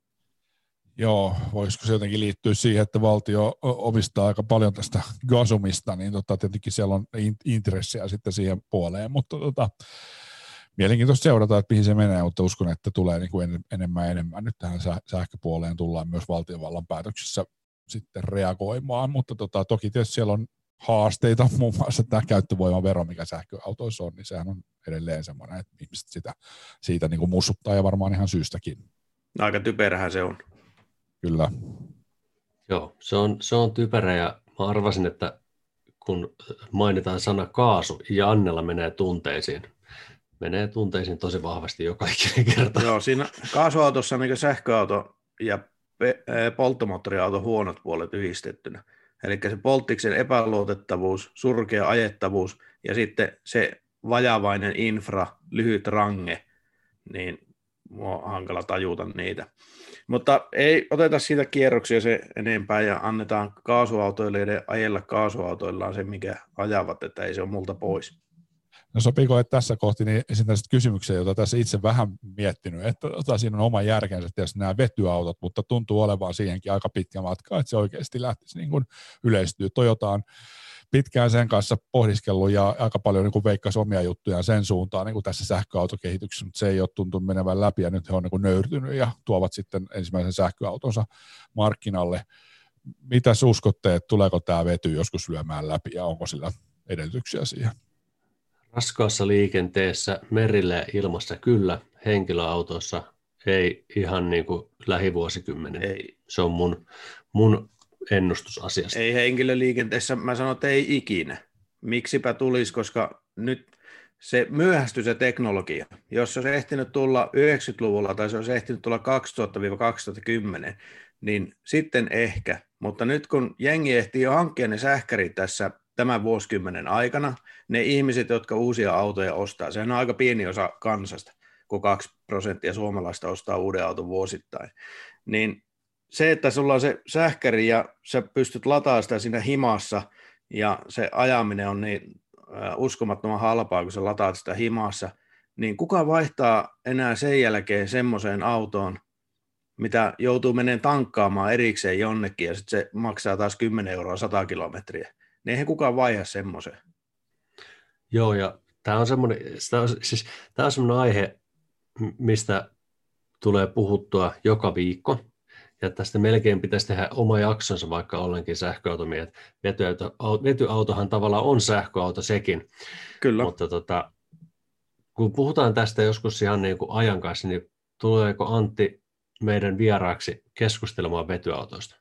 Joo, voisiko se jotenkin liittyä siihen, että valtio omistaa aika paljon tästä gasumista, niin tietenkin siellä on intressiä sitten siihen puoleen, mutta mielenkiintoista seurata, että mihin se menee, mutta uskon, että tulee niin kuin enemmän nyt tähän sähköpuoleen tullaan myös valtiovallan päätöksissä sitten reagoimaan, mutta toki tietysti siellä on haasteita, muun muassa tämä käyttövoimavero, mikä sähköautoissa on, niin sehän on edelleen semmoinen, että ihmiset siitä niin kuin mussuttaa ja varmaan ihan syystäkin. Aika typerähän se on. Kyllä. Joo, se on typerä, ja mä arvasin, että kun mainitaan sana kaasu, Jannella menee tunteisiin tosi vahvasti joka ikinen kerta. Joo, siinä kaasuautossa on niin sähköauto ja polttomoottoriauto huonot puolet yhdistettynä. Eli se polttiksen epäluotettavuus, surkea ajettavuus ja sitten se vajavainen infra, lyhyt range, niin on hankala tajuta niitä. Mutta ei oteta siitä kierroksia se enempää ja annetaan kaasuautoilijoiden ajella kaasuautoillaan se, mikä ajavat, että ei se ole multa pois. No sopiiko, että tässä kohti niin esitän kysymyksiä, jota tässä itse vähän miettinyt, että siinä on oma järkensä tietysti nämä vetyautot, mutta tuntuu olevan siihenkin aika pitkä matka, että se oikeasti lähtisi niin kuin yleistyä. Toyota on pitkään sen kanssa pohdiskellut ja aika paljon niin kuin veikkasi omia juttujaan sen suuntaan niin kuin tässä sähköautokehityksessä, mutta se ei ole tuntunut menevän läpi ja nyt he on niin kuin nöyrtynyt ja tuovat sitten ensimmäisen sähköautonsa markkinalle. Mitäs uskotte, että tuleeko tämä vety joskus lyömään läpi ja onko sillä edellytyksiä siihen? Raskaassa liikenteessä, merillä ja ilmassa kyllä, henkilöautoissa ei ihan niin kuin lähivuosikymmenen. Ei. Se on mun ennustusasiasta. Ei henkilöliikenteessä, mä sanon, että ei ikinä. Miksipä tulisi, koska nyt se myöhästyy se teknologia. Jos se olisi ehtinyt tulla 90-luvulla tai se olisi ehtinyt tulla 2000-2010, niin sitten ehkä. Mutta nyt kun jengi ehtii jo hankkia ne sähkärit tässä tämän vuosikymmenen aikana, ne ihmiset, jotka uusia autoja ostaa, sehän on aika pieni osa kansasta, kun 2% suomalaista ostaa uuden auton vuosittain, niin se, että sulla on se sähkäri ja sä pystyt lataamaan sitä siinä himassa ja se ajaminen on niin uskomattoman halpaa, kun sä lataat sitä himassa, niin kuka vaihtaa enää sen jälkeen semmoiseen autoon, mitä joutuu menemään tankkaamaan erikseen jonnekin ja sitten se maksaa taas 10 € 100 kilometriä. Niin eihän kukaan vaiha semmoiseen. Joo, ja tämä on semmoinen aihe, mistä tulee puhuttua joka viikko. Ja tästä melkein pitäisi tehdä oma jaksonsa, vaikka ollenkin sähköautomiehet. Vetyautohan tavallaan on sähköauto sekin. Kyllä. Mutta kun puhutaan tästä joskus ihan niin kuin ajan kanssa, niin tuleeko Antti meidän vieraaksi keskustelemaan vetyautoista?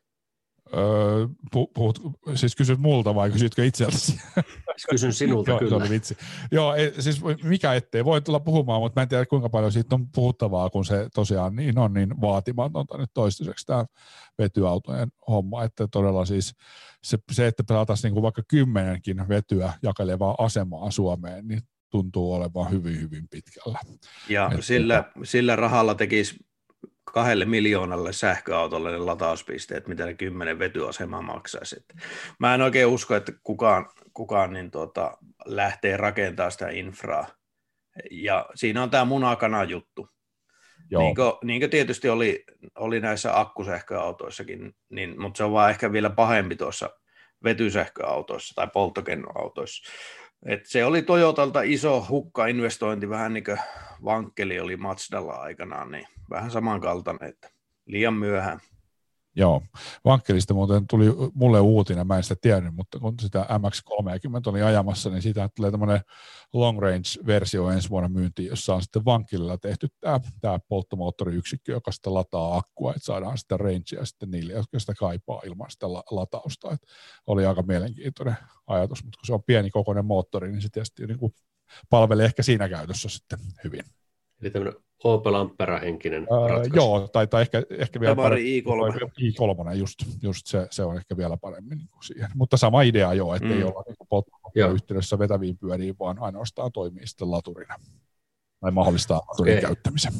Siis kysyt multa vai kysytkö itseltäsi? Kysyn sinulta kyllä. Se oli vitsi. Joo, siis mikä ettei. Voi tulla puhumaan, mutta mä en tiedä kuinka paljon siitä on puhuttavaa, kun se tosiaan niin on niin vaatimatonta nyt toistaiseksi tämä vetyautojen homma, että todella siis se että saataisiin niin kuin vaikka 10 vetyä jakelevaa asemaa Suomeen, niin tuntuu olevan hyvin, hyvin pitkällä. Ja sillä rahalla tekisi 2 miljoonalle sähköautolle ne latauspisteet, mitä ne 10 vetyasemaa maksaisi. Mä en oikein usko, että kukaan niin lähtee rakentamaan sitä infraa. Ja siinä on tämä munakana juttu. Niin kuin tietysti oli näissä akkusähköautoissakin, mutta se on vaan ehkä vielä pahempi tuossa vetysähköautoissa tai polttokennoautoissa. Et se oli Toyotalta iso hukkainvestointi, vähän niin kuin Vankkeli oli Mazdalla aikanaan, niin vähän samankaltainen, että liian myöhään. Joo, Vankkelista muuten tuli mulle uutinen, mä en sitä tiennyt, mutta kun sitä MX-30 oli ajamassa, niin siitä tulee tämmöinen long range-versio ensi vuonna myyntiin, jossa on sitten Vankkelilla tehty tämä polttomoottoriyksikkö, joka sitten lataa akkua, että saadaan sitä rangea sitten niille, jotka sitä kaipaa ilman sitä latausta. Et oli aika mielenkiintoinen ajatus, mutta kun se on pieni kokoinen moottori, niin se tietysti niin kuin palvelee ehkä siinä käytössä sitten hyvin. Eli tämmöinen Opel Ampera-henkinen ratkaisu. Joo, tai ehkä vielä paremmin. i3, just se on ehkä vielä paremmin niin kuin siihen. Mutta sama idea jo, että ei olla niin polttomoottoriyhteydessä vetäviin pyöriin, vaan ainoastaan toimii sitten laturina. Tai mahdollistaa laturin käyttämisen.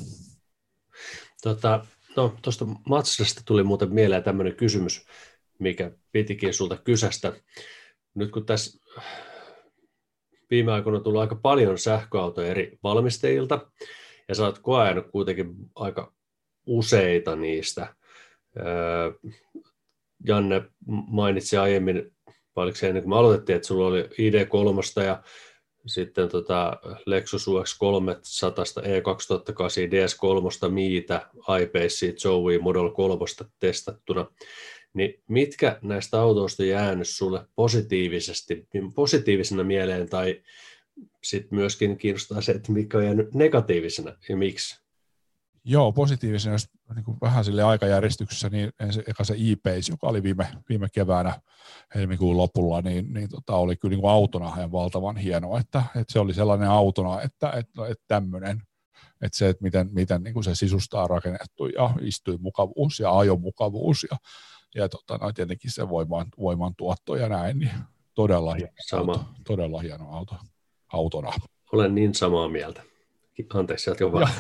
Tuosta Mazdasta tuli muuten mieleen tämmöinen kysymys, mikä pitikin sulta kysästä. Nyt kun tässä viime aikoina on tullut aika paljon sähköautoja eri valmistajilta, ja sä oot koeannut kuitenkin aika useita niistä. Janne mainitsi aiemmin, oliko se ennen kuin me aloitettiin, että sulla oli ID3 ja sitten Lexus UX300, E2008, DS3, Miitä, iPacea, Joey, Model 3 testattuna. Niin mitkä näistä autoista on jäänyt sulle positiivisena mieleen, tai sitten myöskin kiinnostaa se, että mikä on jäänyt negatiivisena ja miksi? Joo, positiivisena, niin kuin vähän sille aikajärjestyksessä, niin eka se e-Pace, joka oli viime keväänä helmikuun lopulla, niin oli kyllä niin kuin autona ihan valtavan hienoa, että se oli sellainen autona, että tämmöinen, että se, että miten niin kuin se sisusta on rakennettu ja istuinmukavuus ja ajomukavuus ja tietenkin se voimantuotto ja näin, niin todella hieno auto autona. Olen niin samaa mieltä. Anteeksi, jatka vaan.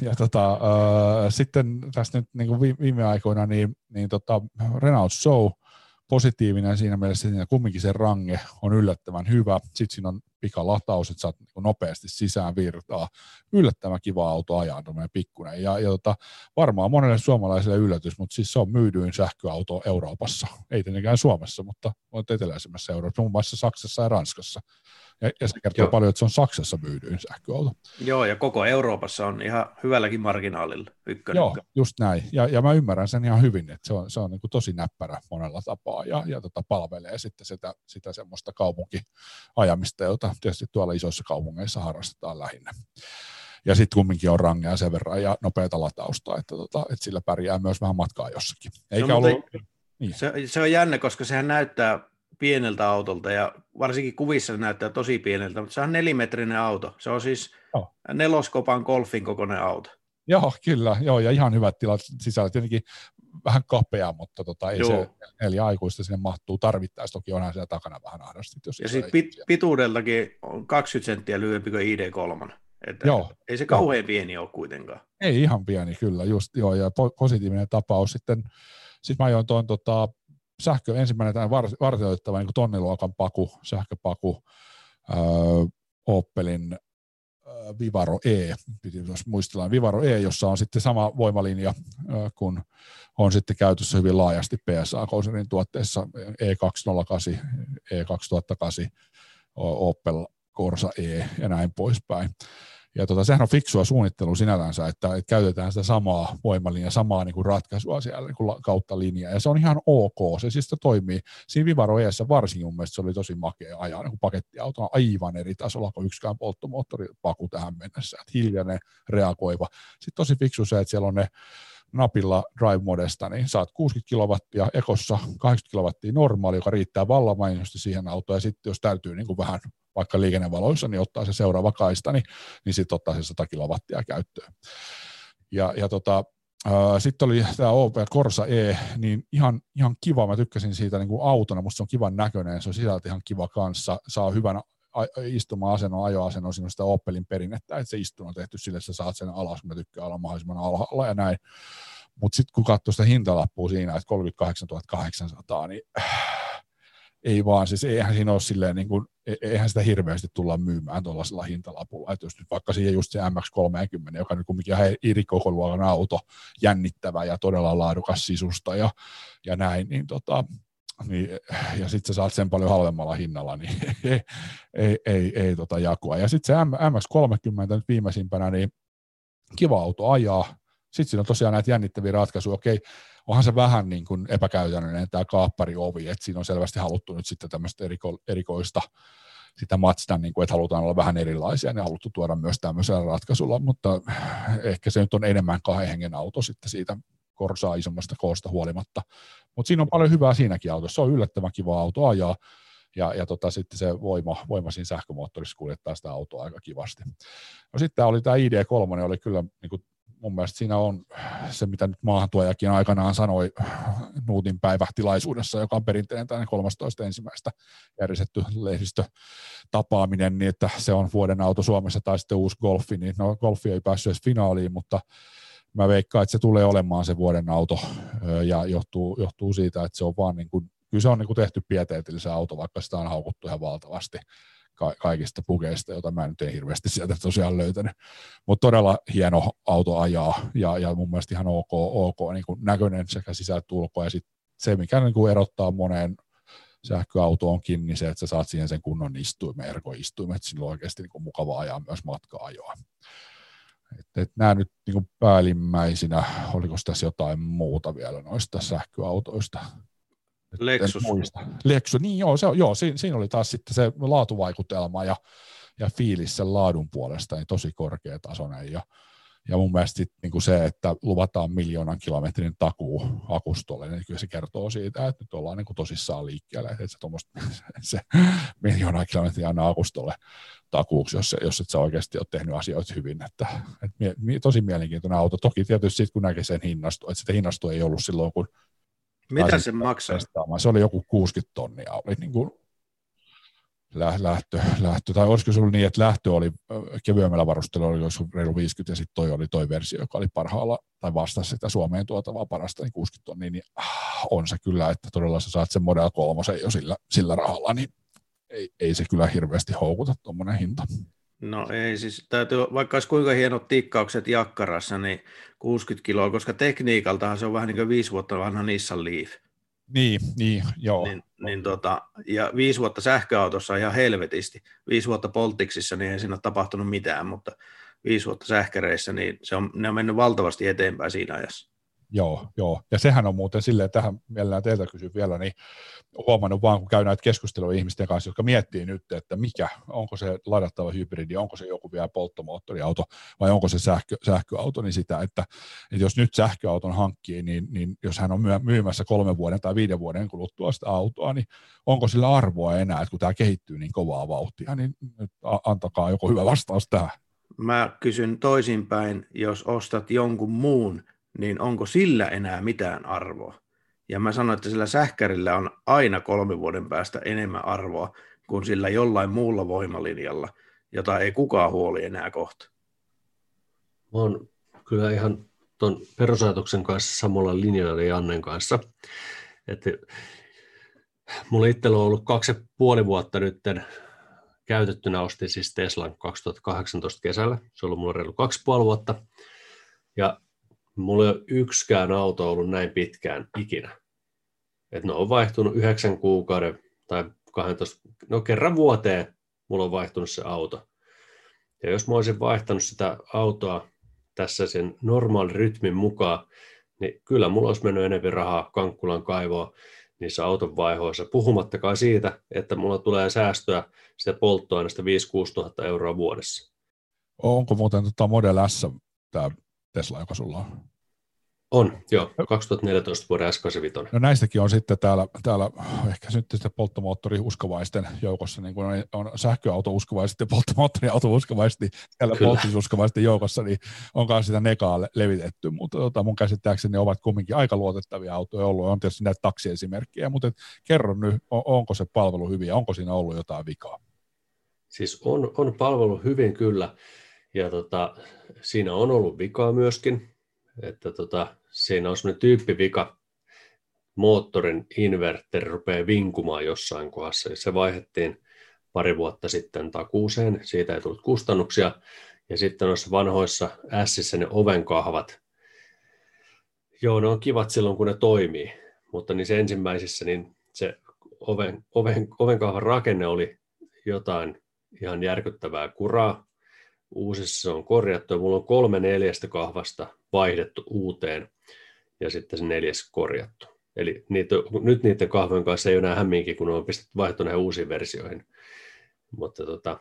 Sitten tässä nyt niin kuin viime aikoina niin Renault Zoe positiivinen siinä mielessä, että kumminkin se range on yllättävän hyvä. Sitten siinä on pikalataus, että saat niin nopeasti sisään virtaa. Yllättävän kiva auto ajaa, tuommoinen pikkuinen. Ja varmaan monelle suomalaiselle yllätys, mutta siis se on myydyin sähköauto Euroopassa. Ei tietenkään Suomessa, mutta eteläisemmässä Euroopassa, muun muassa Saksassa ja Ranskassa. Ja se kertoo paljon, että se on Saksassa myydyin sähköauto. Joo, ja koko Euroopassa on ihan hyvälläkin marginaalilla ykkönen. Joo, just näin. Ja mä ymmärrän sen ihan hyvin, että se on niin kuin tosi näppärä monella tapaa ja palvelee sitten sitä semmoista kaupunkiajamista, jota tietysti tuolla isoissa kaupungeissa harrastetaan lähinnä. Ja sitten kumminkin on rangea sen verran ja nopeata latausta, että sillä pärjää myös vähän matkaa jossakin. Se on jännä, koska sehän näyttää pieneltä autolta ja varsinkin kuvissa se näyttää tosi pieneltä, mutta se on 4-metrinen auto. Se on siis 4-kopan golfin kokoinen auto. Joo, kyllä. Joo, ja ihan hyvät tilat sisällä. Tietenkin vähän kapea, mutta ei se 4 aikuista sinne mahtuu. Tarvittaisi toki onhan siellä takana vähän ahdasti. Ja sitten pituudeltakin on 20 senttiä lyhyempi kuin ID3. Ei se kauhean pieni ole kuitenkaan. Ei ihan pieni, kyllä. Just, joo, ja positiivinen tapaus. Sitten mä ajoin tuon ensimmäinen tämän vartioitettava niin tonniluokan sähköpaku, Opelin Vivaro E, jos muistellaan Vivaro E, jossa on sitten sama voimalinja, kun on sitten käytössä hyvin laajasti PSA-konsernin tuotteissa E208, E2008, Opel Corsa E ja näin poispäin. Ja sehän on fiksua suunnittelua sinällänsä, että käytetään sitä samaa voimalinjaa, samaa niin kuin ratkaisua siellä niin kuin kautta linjaa, ja se on ihan ok, se siis toimii. Siinä Vivaro E:ssä varsinkin mun mielestä se oli tosi makea ajaa niin kuin pakettiautona aivan eri tasolla kuin yksikään polttomoottoripaku tähän mennessä, että hiljainen, reagoiva. Sitten tosi fiksu se, että siellä on ne napilla drive-modesta, niin saat 60 kilowattia ekossa, 80 kilowattia normaali, joka riittää vallan mainiosti siihen autoon, ja sitten jos täytyy niin kuin vähän vaikka liikennevaloissa, niin ottaa se seuraava kaista, niin sitten ottaa se 100 kilowattia käyttöön. Sitten oli tämä Opel Corsa E, niin ihan kiva, mä tykkäsin siitä niin kuin autona, musta se on kivan näköinen, se on sisältä ihan kiva kanssa, saa hyvän istuma-asennon, ajoasennon, siinä on sitä Opelin perinnettä, että se istuma on tehty sille, että sä saat sen alas, mä tykkään olla mahdollisimman alhaalla ja näin. Mutta sitten kun katsoo sitä hintalappua siinä, että 38 800, niin ei vaan, siis eihän siinä ole silleen, niin kuin, eihän sitä hirveästi tulla myymään tuollaisella hintalapulla, että jos nyt vaikka siihen just se MX-30, joka nyt kumminkin on eri kokoluokan auto, jännittävä ja todella laadukas sisusta ja näin, niin niin, ja sitten sä saat sen paljon halvemmalla hinnalla, niin ei jakua. Ja sitten se MX-30 nyt viimeisimpänä, niin kiva auto ajaa. Sitten siinä on tosiaan näitä jännittäviä ratkaisuja. Okei, onhan se vähän niin kuin epäkäytännöllinen tämä kaappariovi, että siinä on selvästi haluttu nyt sitten tämmöistä erikoista sitä Mazdan, niin kuin, että halutaan olla vähän erilaisia, niin haluttu tuoda myös tämmöisellä ratkaisulla, mutta ehkä se nyt on enemmän 2 hengen auto sitten siitä Corsaa isommasta koosta huolimatta. Mutta siinä on paljon hyvää siinäkin autossa. Se on yllättävän kiva auto ajaa. Ja sitten se voima siinä sähkömoottorissa kuljettaa sitä autoa aika kivasti. No sitten oli tämä ID3, oli kyllä niin kuin, mun mielestä siinä on se, mitä nyt maahantuojakin aikanaan sanoi Nuutin päivätilaisuudessa, joka on perinteinen 13.1. järjestetty lehdistötapaaminen, niin että se on vuoden auto Suomessa tai sitten uusi Golfi, niin no Golfi ei päässyt edes finaaliin, mutta mä veikkaan, että se tulee olemaan se vuoden auto ja johtuu siitä, että se on vaan niin kuin, kyllä se on niin kuin tehty pieteetillisen auto, vaikka sitä on haukuttu ihan valtavasti kaikista pukeista, joita mä nyt en hirveästi sieltä tosiaan löytänyt. Mutta todella hieno auto ajaa ja mun mielestä ihan ok niin kuin näköinen sekä sisältä ulkoa. Ja sit se, mikä niin kuin erottaa moneen sähköautoonkin, niin se, että sä saat siihen sen kunnon istuimen, ergoistuimen, että siinä on oikeasti niin kuin mukava ajaa myös matka-ajoa. Nämä nyt niin kuin päällimmäisinä, oliko tässä jotain muuta vielä noista sähköautoista? Lexus, niin siinä oli taas sitten se laatuvaikutelma ja fiilis sen laadun puolesta niin tosi korkeatasoinen ja mun mielestä sit, niin kuin se, että luvataan 1 000 000 kilometrin takuu akustolle, niin kyllä se kertoo siitä, että nyt ollaan niin kuin tosissaan liikkeelle, että se 1 000 000 kilometriä aina akustolle takuuksi, jos et sä oikeasti ole tehnyt asioita hyvin, että tosi mielenkiintoinen auto, toki tietysti sitten kun näkee sen hinnastu, että sitä hinnastu ei ollut silloin, kun mitä se maksaa? Se oli joku 60 tonnia, oli niin kuin lähtö, tai olisiko se ollut niin, että lähtö oli kevyemmällä varusteella, oli reilu 50, ja sitten toi versio, joka oli parhaalla, tai vastasi sitä Suomeen tuotavaa parasta, niin 60 tonnia, niin on se kyllä, että todella sä saat sen Model 3 jo sillä rahalla, niin ei se kyllä hirveästi houkuta tuommoinen hinta. No ei, siis täytyy, vaikka olisi kuinka hienot tikkaukset jakkarassa, niin 60 kiloa, koska tekniikaltahan se on vähän niin kuin 5 vuotta vanha Nissan Leaf. Niin, joo. Ja 5 vuotta sähköautossa ihan helvetisti. 5 vuotta Poltiksissa, niin ei siinä ole tapahtunut mitään, mutta 5 vuotta sähkäreissä, niin ne on mennyt valtavasti eteenpäin siinä ajassa. Joo. Ja sehän on muuten silleen, tähän mielellään teiltä kysyn vielä, niin huomannut vaan, kun käy näitä keskusteluja ihmisten kanssa, jotka miettii nyt, että onko se ladattava hybridi, onko se joku vielä polttomoottoriauto vai onko se sähköauto, niin sitä, että jos nyt sähköauton hankkii, niin jos hän on myymässä 3 vuoden tai 5 vuoden kuluttua sitä autoa, niin onko sillä arvoa enää, että kun tämä kehittyy niin kovaa vauhtia, niin nyt antakaa joku hyvä vastaus tähän. Mä kysyn toisinpäin, jos ostat jonkun muun, niin onko sillä enää mitään arvoa? Ja mä sanoin, että sillä sähkärillä on aina 3 vuoden päästä enemmän arvoa kuin sillä jollain muulla voimalinjalla, jota ei kukaan huoli enää kohta. Mä oon kyllä ihan tuon perusajatuksen kanssa samalla linjalla Jannen kanssa. Että mulla itsellä on ollut 2,5 vuotta nyt käytettynä, ostin siis Teslan 2018 kesällä. Se on ollut mulla reilu 2,5 vuotta. Ja mulla ei ole yksikään auto ollut näin pitkään ikinä. Että ne on vaihtunut 9 kuukauden tai 12, kerran vuoteen mulla on vaihtunut se auto. Ja jos mä olisin vaihtanut sitä autoa tässä sen normaalin rytmin mukaan, niin kyllä mulla olisi mennyt enemmän rahaa Kankkulan kaivoon niissä auton vaihoissa, puhumattakaan siitä, että mulla tulee säästöä sitä polttoaineesta 5-6 000 euroa vuodessa. Onko muuten Model S tämä Tesla, joka sulla on? On, joo. 2014 vuoden S85. No näistäkin on sitten täällä ehkä sitten polttomoottoriuskovaisten joukossa, niin kuin on sähköauto-uskovaiset ja polttomoottoriauto-uskovaiset, niin täällä polttomoottoriuskovaisten joukossa niin onkaan sitä negaa levitetty, mutta mun käsittääkseni ne ovat kumminkin aika luotettavia autoja ollut, on tietysti näitä taksiesimerkkejä, mutta kerro nyt, onko se palvelu hyvin ja onko siinä ollut jotain vikaa? Siis on palvelu hyvin kyllä, ja siinä on ollut vikaa myöskin, että siinä on semmoinen tyyppivika, moottorin inverteri rupeaa vinkumaan jossain kohdassa. Ja se vaihdettiin pari vuotta sitten takuuseen, siitä ei tullut kustannuksia. Ja sitten noissa vanhoissa Sissä ne ovenkahvat, joo, ne on kivat silloin, kun ne toimii, mutta niissä ensimmäisissä niin se ovenkahvan rakenne oli jotain ihan järkyttävää kuraa. Uusissa se on korjattu ja mulla on 3/4 kahvasta vaihdettu uuteen ja sitten se 4. korjattu. Eli nyt niiden kahvojen kanssa ei ole enää hämminkin, kun ne on pistetty vaihtoon näihin uusiin versioihin. Mutta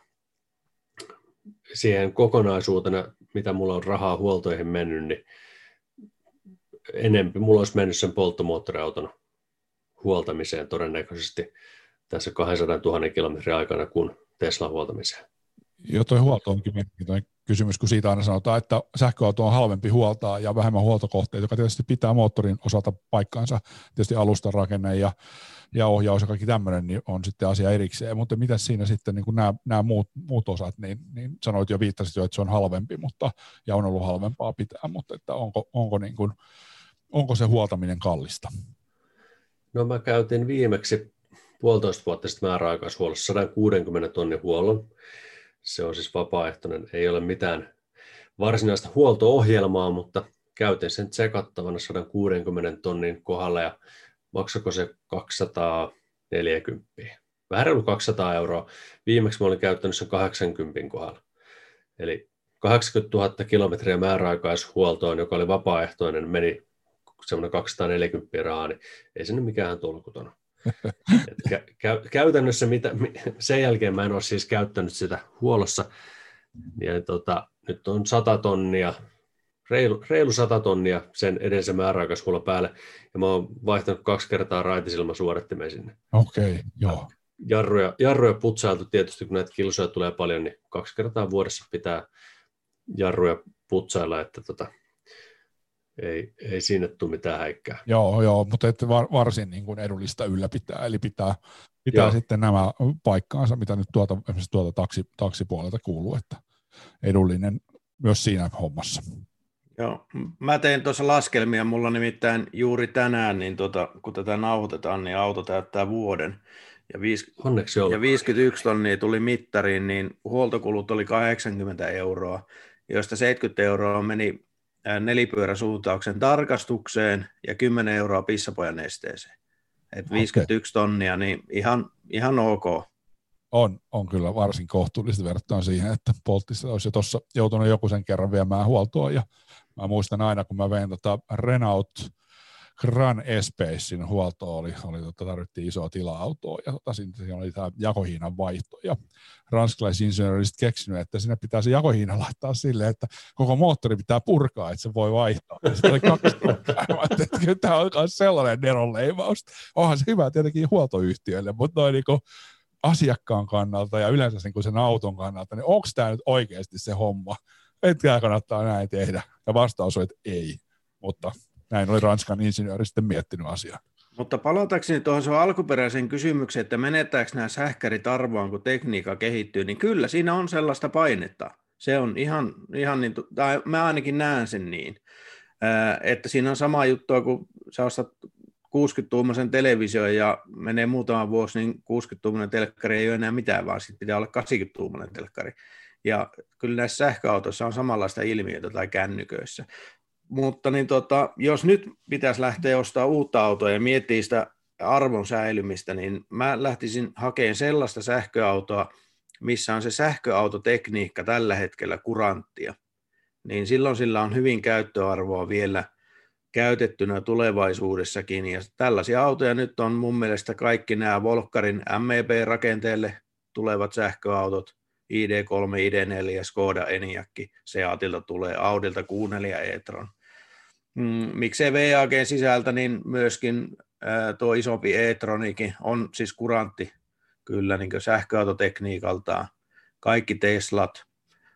siihen kokonaisuutena, mitä mulla on rahaa huoltoihin mennyt, niin enemmän mulla olisi mennyt sen polttomoottoriauton huoltamiseen todennäköisesti tässä 200 000 kilometrin aikana kuin Teslan huoltamiseen. Joo, tuo huolto onkin mielenkiintoinen kysymys, kun siitä aina sanotaan, että sähköauto on halvempi huoltaa ja vähemmän huoltokohteita, joka tietysti pitää moottorin osalta paikkaansa. Tietysti alustan rakenne ja ohjaus ja kaikki tämmöinen niin on sitten asia erikseen, mutta mitä siinä sitten niin nämä muut osat, niin sanoit jo, viittasit jo, että se on halvempi ja on ollut halvempaa pitää, mutta että onko se huoltaminen kallista? No mä käytin viimeksi 1,5 vuotta sitten määräaikaishuollossa 160 tonnin huollon. Se on siis vapaaehtoinen, ei ole mitään varsinaista huolto-ohjelmaa, mutta käytin sen tsekattavana 160 tonnin kohdalla ja maksako se 240. Vähän reilu 200 €. Viimeksi mä olin käyttänyt sen 80 kohdalla. Eli 80 000 kilometriä määräaikaishuoltoon, joka oli vapaaehtoinen, meni semmoinen 240 rahaa, niin ei se nyt mikään tolkuton. Käytännössä sen jälkeen mä en ole siis käyttänyt sitä huollossa. Ja nyt on 100 tonnia, reilu 100 tonnia sen edellisen määräaikaishuollon päälle. Ja mä oon vaihtanut 2 kertaa raitisilmasuodattimeen sinne. Okei, joo. Jarruja putsailtu tietysti, kun näitä kilsoja tulee paljon, niin 2 kertaa vuodessa pitää jarruja putsailla, että ei siinä tule mitään häikkää. Joo, mutta että varsin niin kuin edullista ylläpitää, eli pitää sitten nämä paikkaansa, mitä nyt esimerkiksi taksipuolelta kuuluu, että edullinen myös siinä hommassa. Joo, mä tein tuossa laskelmia, mulla nimittäin juuri tänään, niin kun tätä nauhoitetaan, niin auto täyttää vuoden. Ja 51 tonnia tuli mittariin, niin huoltokulut oli 80 €, joista 70 € meni nelipyöräsuuntauksen tarkastukseen ja 10 € pissapojan nesteeseen. Et 51 tonnia, niin ihan ok. On kyllä varsin kohtuullista verrattuna siihen, että polttissa olisi jo tuossa joutunut joku sen kerran viemään huoltoon. Ja mä muistan aina, kun mä vein Renault Gran Espacein huoltoon, tarvittiin isoa tila-autoa ja siinä oli tämä jakohiinan vaihto. Ja ranskalaisinsinööri oli keksinyt, että sinne pitää se jakohiina laittaa silleen, että koko moottori pitää purkaa, että se voi vaihtaa. Sitten oli 2 että kyllä tämä on myös sellainen neronleimaus. Onhan se hyvä tietenkin huoltoyhtiöille, mutta noin niin asiakkaan kannalta ja yleensä sen auton kannalta, niin onko tämä nyt oikeasti se homma? Että kannattaa näin tehdä? Ja vastaus on, että ei, mutta näin oli Ranskan insinööri sitten miettinyt asiaa. Mutta palatakseni tuohon sun alkuperäiseen kysymykseen, että menettääkö nämä sähkärit arvoaan, kun tekniikka kehittyy, niin kyllä siinä on sellaista painetta. Se on ihan niin, tai mä ainakin näen sen niin, että siinä on sama juttua, kun sä ostat 60-tuumaisen television ja menee muutama vuosi, niin 60-tuumainen telkkari ei ole enää mitään, vaan sitten pitää olla 80-tuumainen telkkari. Ja kyllä näissä sähköautoissa on samanlaista ilmiötä tai kännyköissä. Mutta niin jos nyt pitäisi lähteä ostamaan uutta autoa ja miettiä sitä arvon säilymistä, niin mä lähtisin hakemaan sellaista sähköautoa, missä on se sähköautotekniikka tällä hetkellä kuranttia. Niin silloin sillä on hyvin käyttöarvoa vielä käytettynä tulevaisuudessakin. Ja tällaisia autoja nyt on mun mielestä kaikki nämä Volkkarin MEB-rakenteelle tulevat sähköautot, ID3, ID4, Skoda Enyaq, Seatilta tulee, Audilta Q4 e-tron. Miksei VAG:n sisältä, niin myöskin tuo isompi e-tronikin on siis kurantti kyllä niin kuin sähköautotekniikaltaan, kaikki Teslat.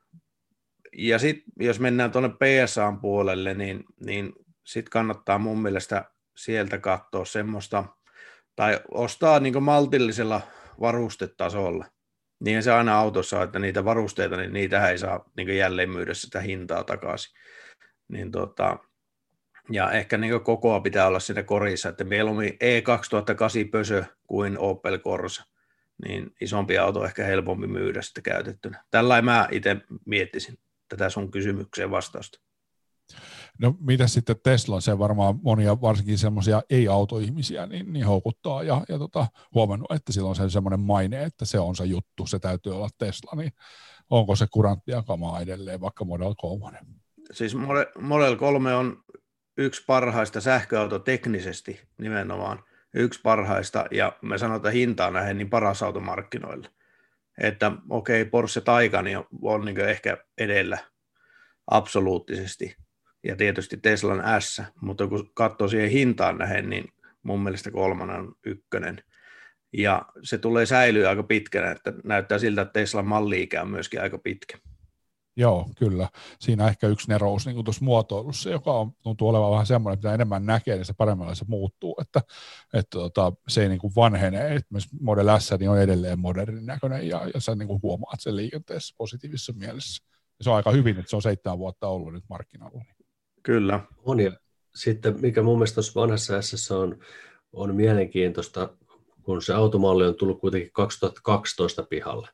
Ja sitten jos mennään tuonne PSA:n puolelle, niin sitten kannattaa mun mielestä sieltä katsoa semmoista, tai ostaa niin kuin maltillisella varustetasolla. Niin se aina autossa, että niitä varusteita, niin niitä ei saa niin jälleen myydä sitä hintaa takaisin. Niin Ja ehkä niin kokoa pitää olla siinä korissa, että mieluummin E2008 pösö kuin Opel Corsa, niin isompi auto on ehkä helpompi myydä sitten käytettynä. Tällä mä itse miettisin tätä sun kysymykseen vastausta. No mitä sitten Tesla, se varmaan monia varsinkin semmoisia ei-autoihmisiä niin houkuttaa ja huomannut, että sillä on se semmoinen maine, että se on se juttu, se täytyy olla Tesla, niin onko se kuranttia kamaa edelleen vaikka Model 3? Siis Model 3 on yksi parhaista sähköauto teknisesti nimenomaan, yksi parhaista, ja me sanotaan hintaan nähden niin paras auto markkinoilla. Että okei, Porsche Taycan on niin ehkä edellä absoluuttisesti, ja tietysti Teslan S, mutta kun katsoo siihen hintaan nähden, niin mun mielestä 3 on 1. Ja se tulee säilyä aika pitkänä, että näyttää siltä, että Teslan malli-ikä on myöskin aika pitkä. Joo, kyllä. Siinä ehkä yksi nerous niin tuossa muotoilussa, joka tuntuu olevan vähän semmoinen, että mitä enemmän näkee, niin se paremmalla se muuttuu, että se ei niin kuin vanhene. Esimerkiksi Model S niin on edelleen modernin näköinen ja sä niin kuin huomaat sen liikenteessä positiivisessa mielessä. Ja se on aika hyvin, että se on 7 vuotta ollut nyt markkinoilla. Kyllä. On ja sitten mikä mun mielestä tuossa vanhassa S:ssä on mielenkiintoista, kun se automalli on tullut kuitenkin 2012 pihalle,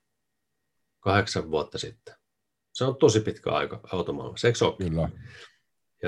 8 vuotta sitten. Se on tosi pitkä aika automaailmassa, eikö ole? Kyllä. Ja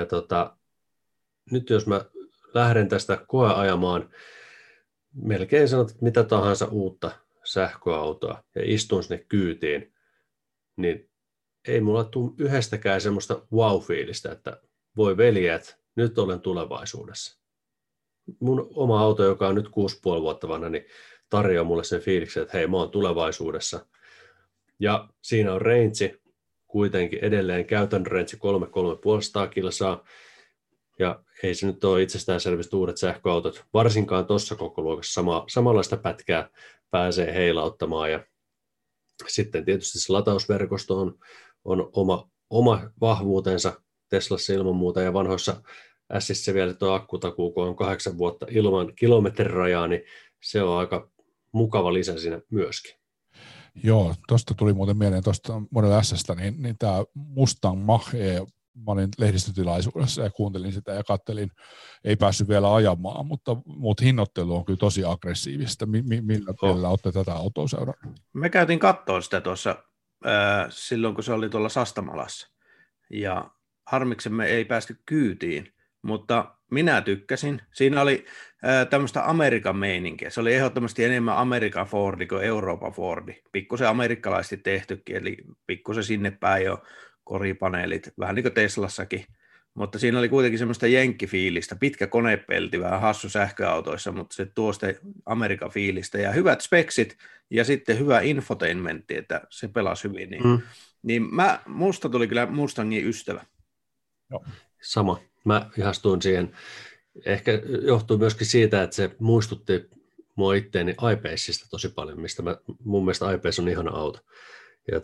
nyt jos mä lähden tästä koeajamaan, melkein sanot, että mitä tahansa uutta sähköautoa ja istun sinne kyytiin, niin ei mulla tule yhdestäkään semmoista wow-fiilistä, että voi veljet, nyt olen tulevaisuudessa. Mun oma auto, joka on nyt 6,5 vuotta vanha, niin tarjoaa mulle sen fiiliksen, että hei, mä oon tulevaisuudessa. Ja siinä on range kuitenkin edelleen käytännön range 300-350 kilsaa. Ja ei se nyt ole itsestäänselvästi uudet sähköautot, varsinkaan tuossa kokoluokassa samanlaista pätkää pääsee heilauttamaan. Ja sitten tietysti se latausverkosto on oma vahvuutensa Teslassa ilman muuta, ja vanhoissa Sissä vielä tuo akkutakuu, kun on 8 vuotta ilman kilometrirajaa, niin se on aika mukava lisä siinä myöskin. Joo, tuosta tuli muuten mieleen tuosta Model S:stä, niin tämä Mustang Mach-E, mä olin lehdistötilaisuudessa ja kuuntelin sitä ja kattelin, ei päässyt vielä ajamaan, mutta hinnoittelu on kyllä tosi aggressiivista. Millä teillä olette tätä autoa seurannut? Me käytiin katsoa sitä tuossa silloin, kun se oli tuolla Sastamalassa, ja harmiksemme ei päästy kyytiin, mutta minä tykkäsin. Siinä oli tämmöistä Amerikan meininkiä. Se oli ehdottomasti enemmän Amerikan Fordi kuin Euroopan Fordi. Pikkusen amerikkalaisesti tehtykin, eli pikkusen sinne päin jo koripaneelit, vähän niin kuin Teslassakin. Mutta siinä oli kuitenkin semmoista jenkkifiilistä, pitkä konepelti, vähän hassu sähköautoissa, mutta se tuo sitä Amerikan fiilistä ja hyvät speksit ja sitten hyvä infotainmentti, että se pelasi hyvin. Niin musta tuli kyllä Mustangin ystävä. Joo. Sama. Mä ihastuin siihen. Ehkä johtuu myöskin siitä, että se muistutti mua itteeni I-Paceista tosi paljon, mistä mun mielestä I-Pace on ihana auto. Ja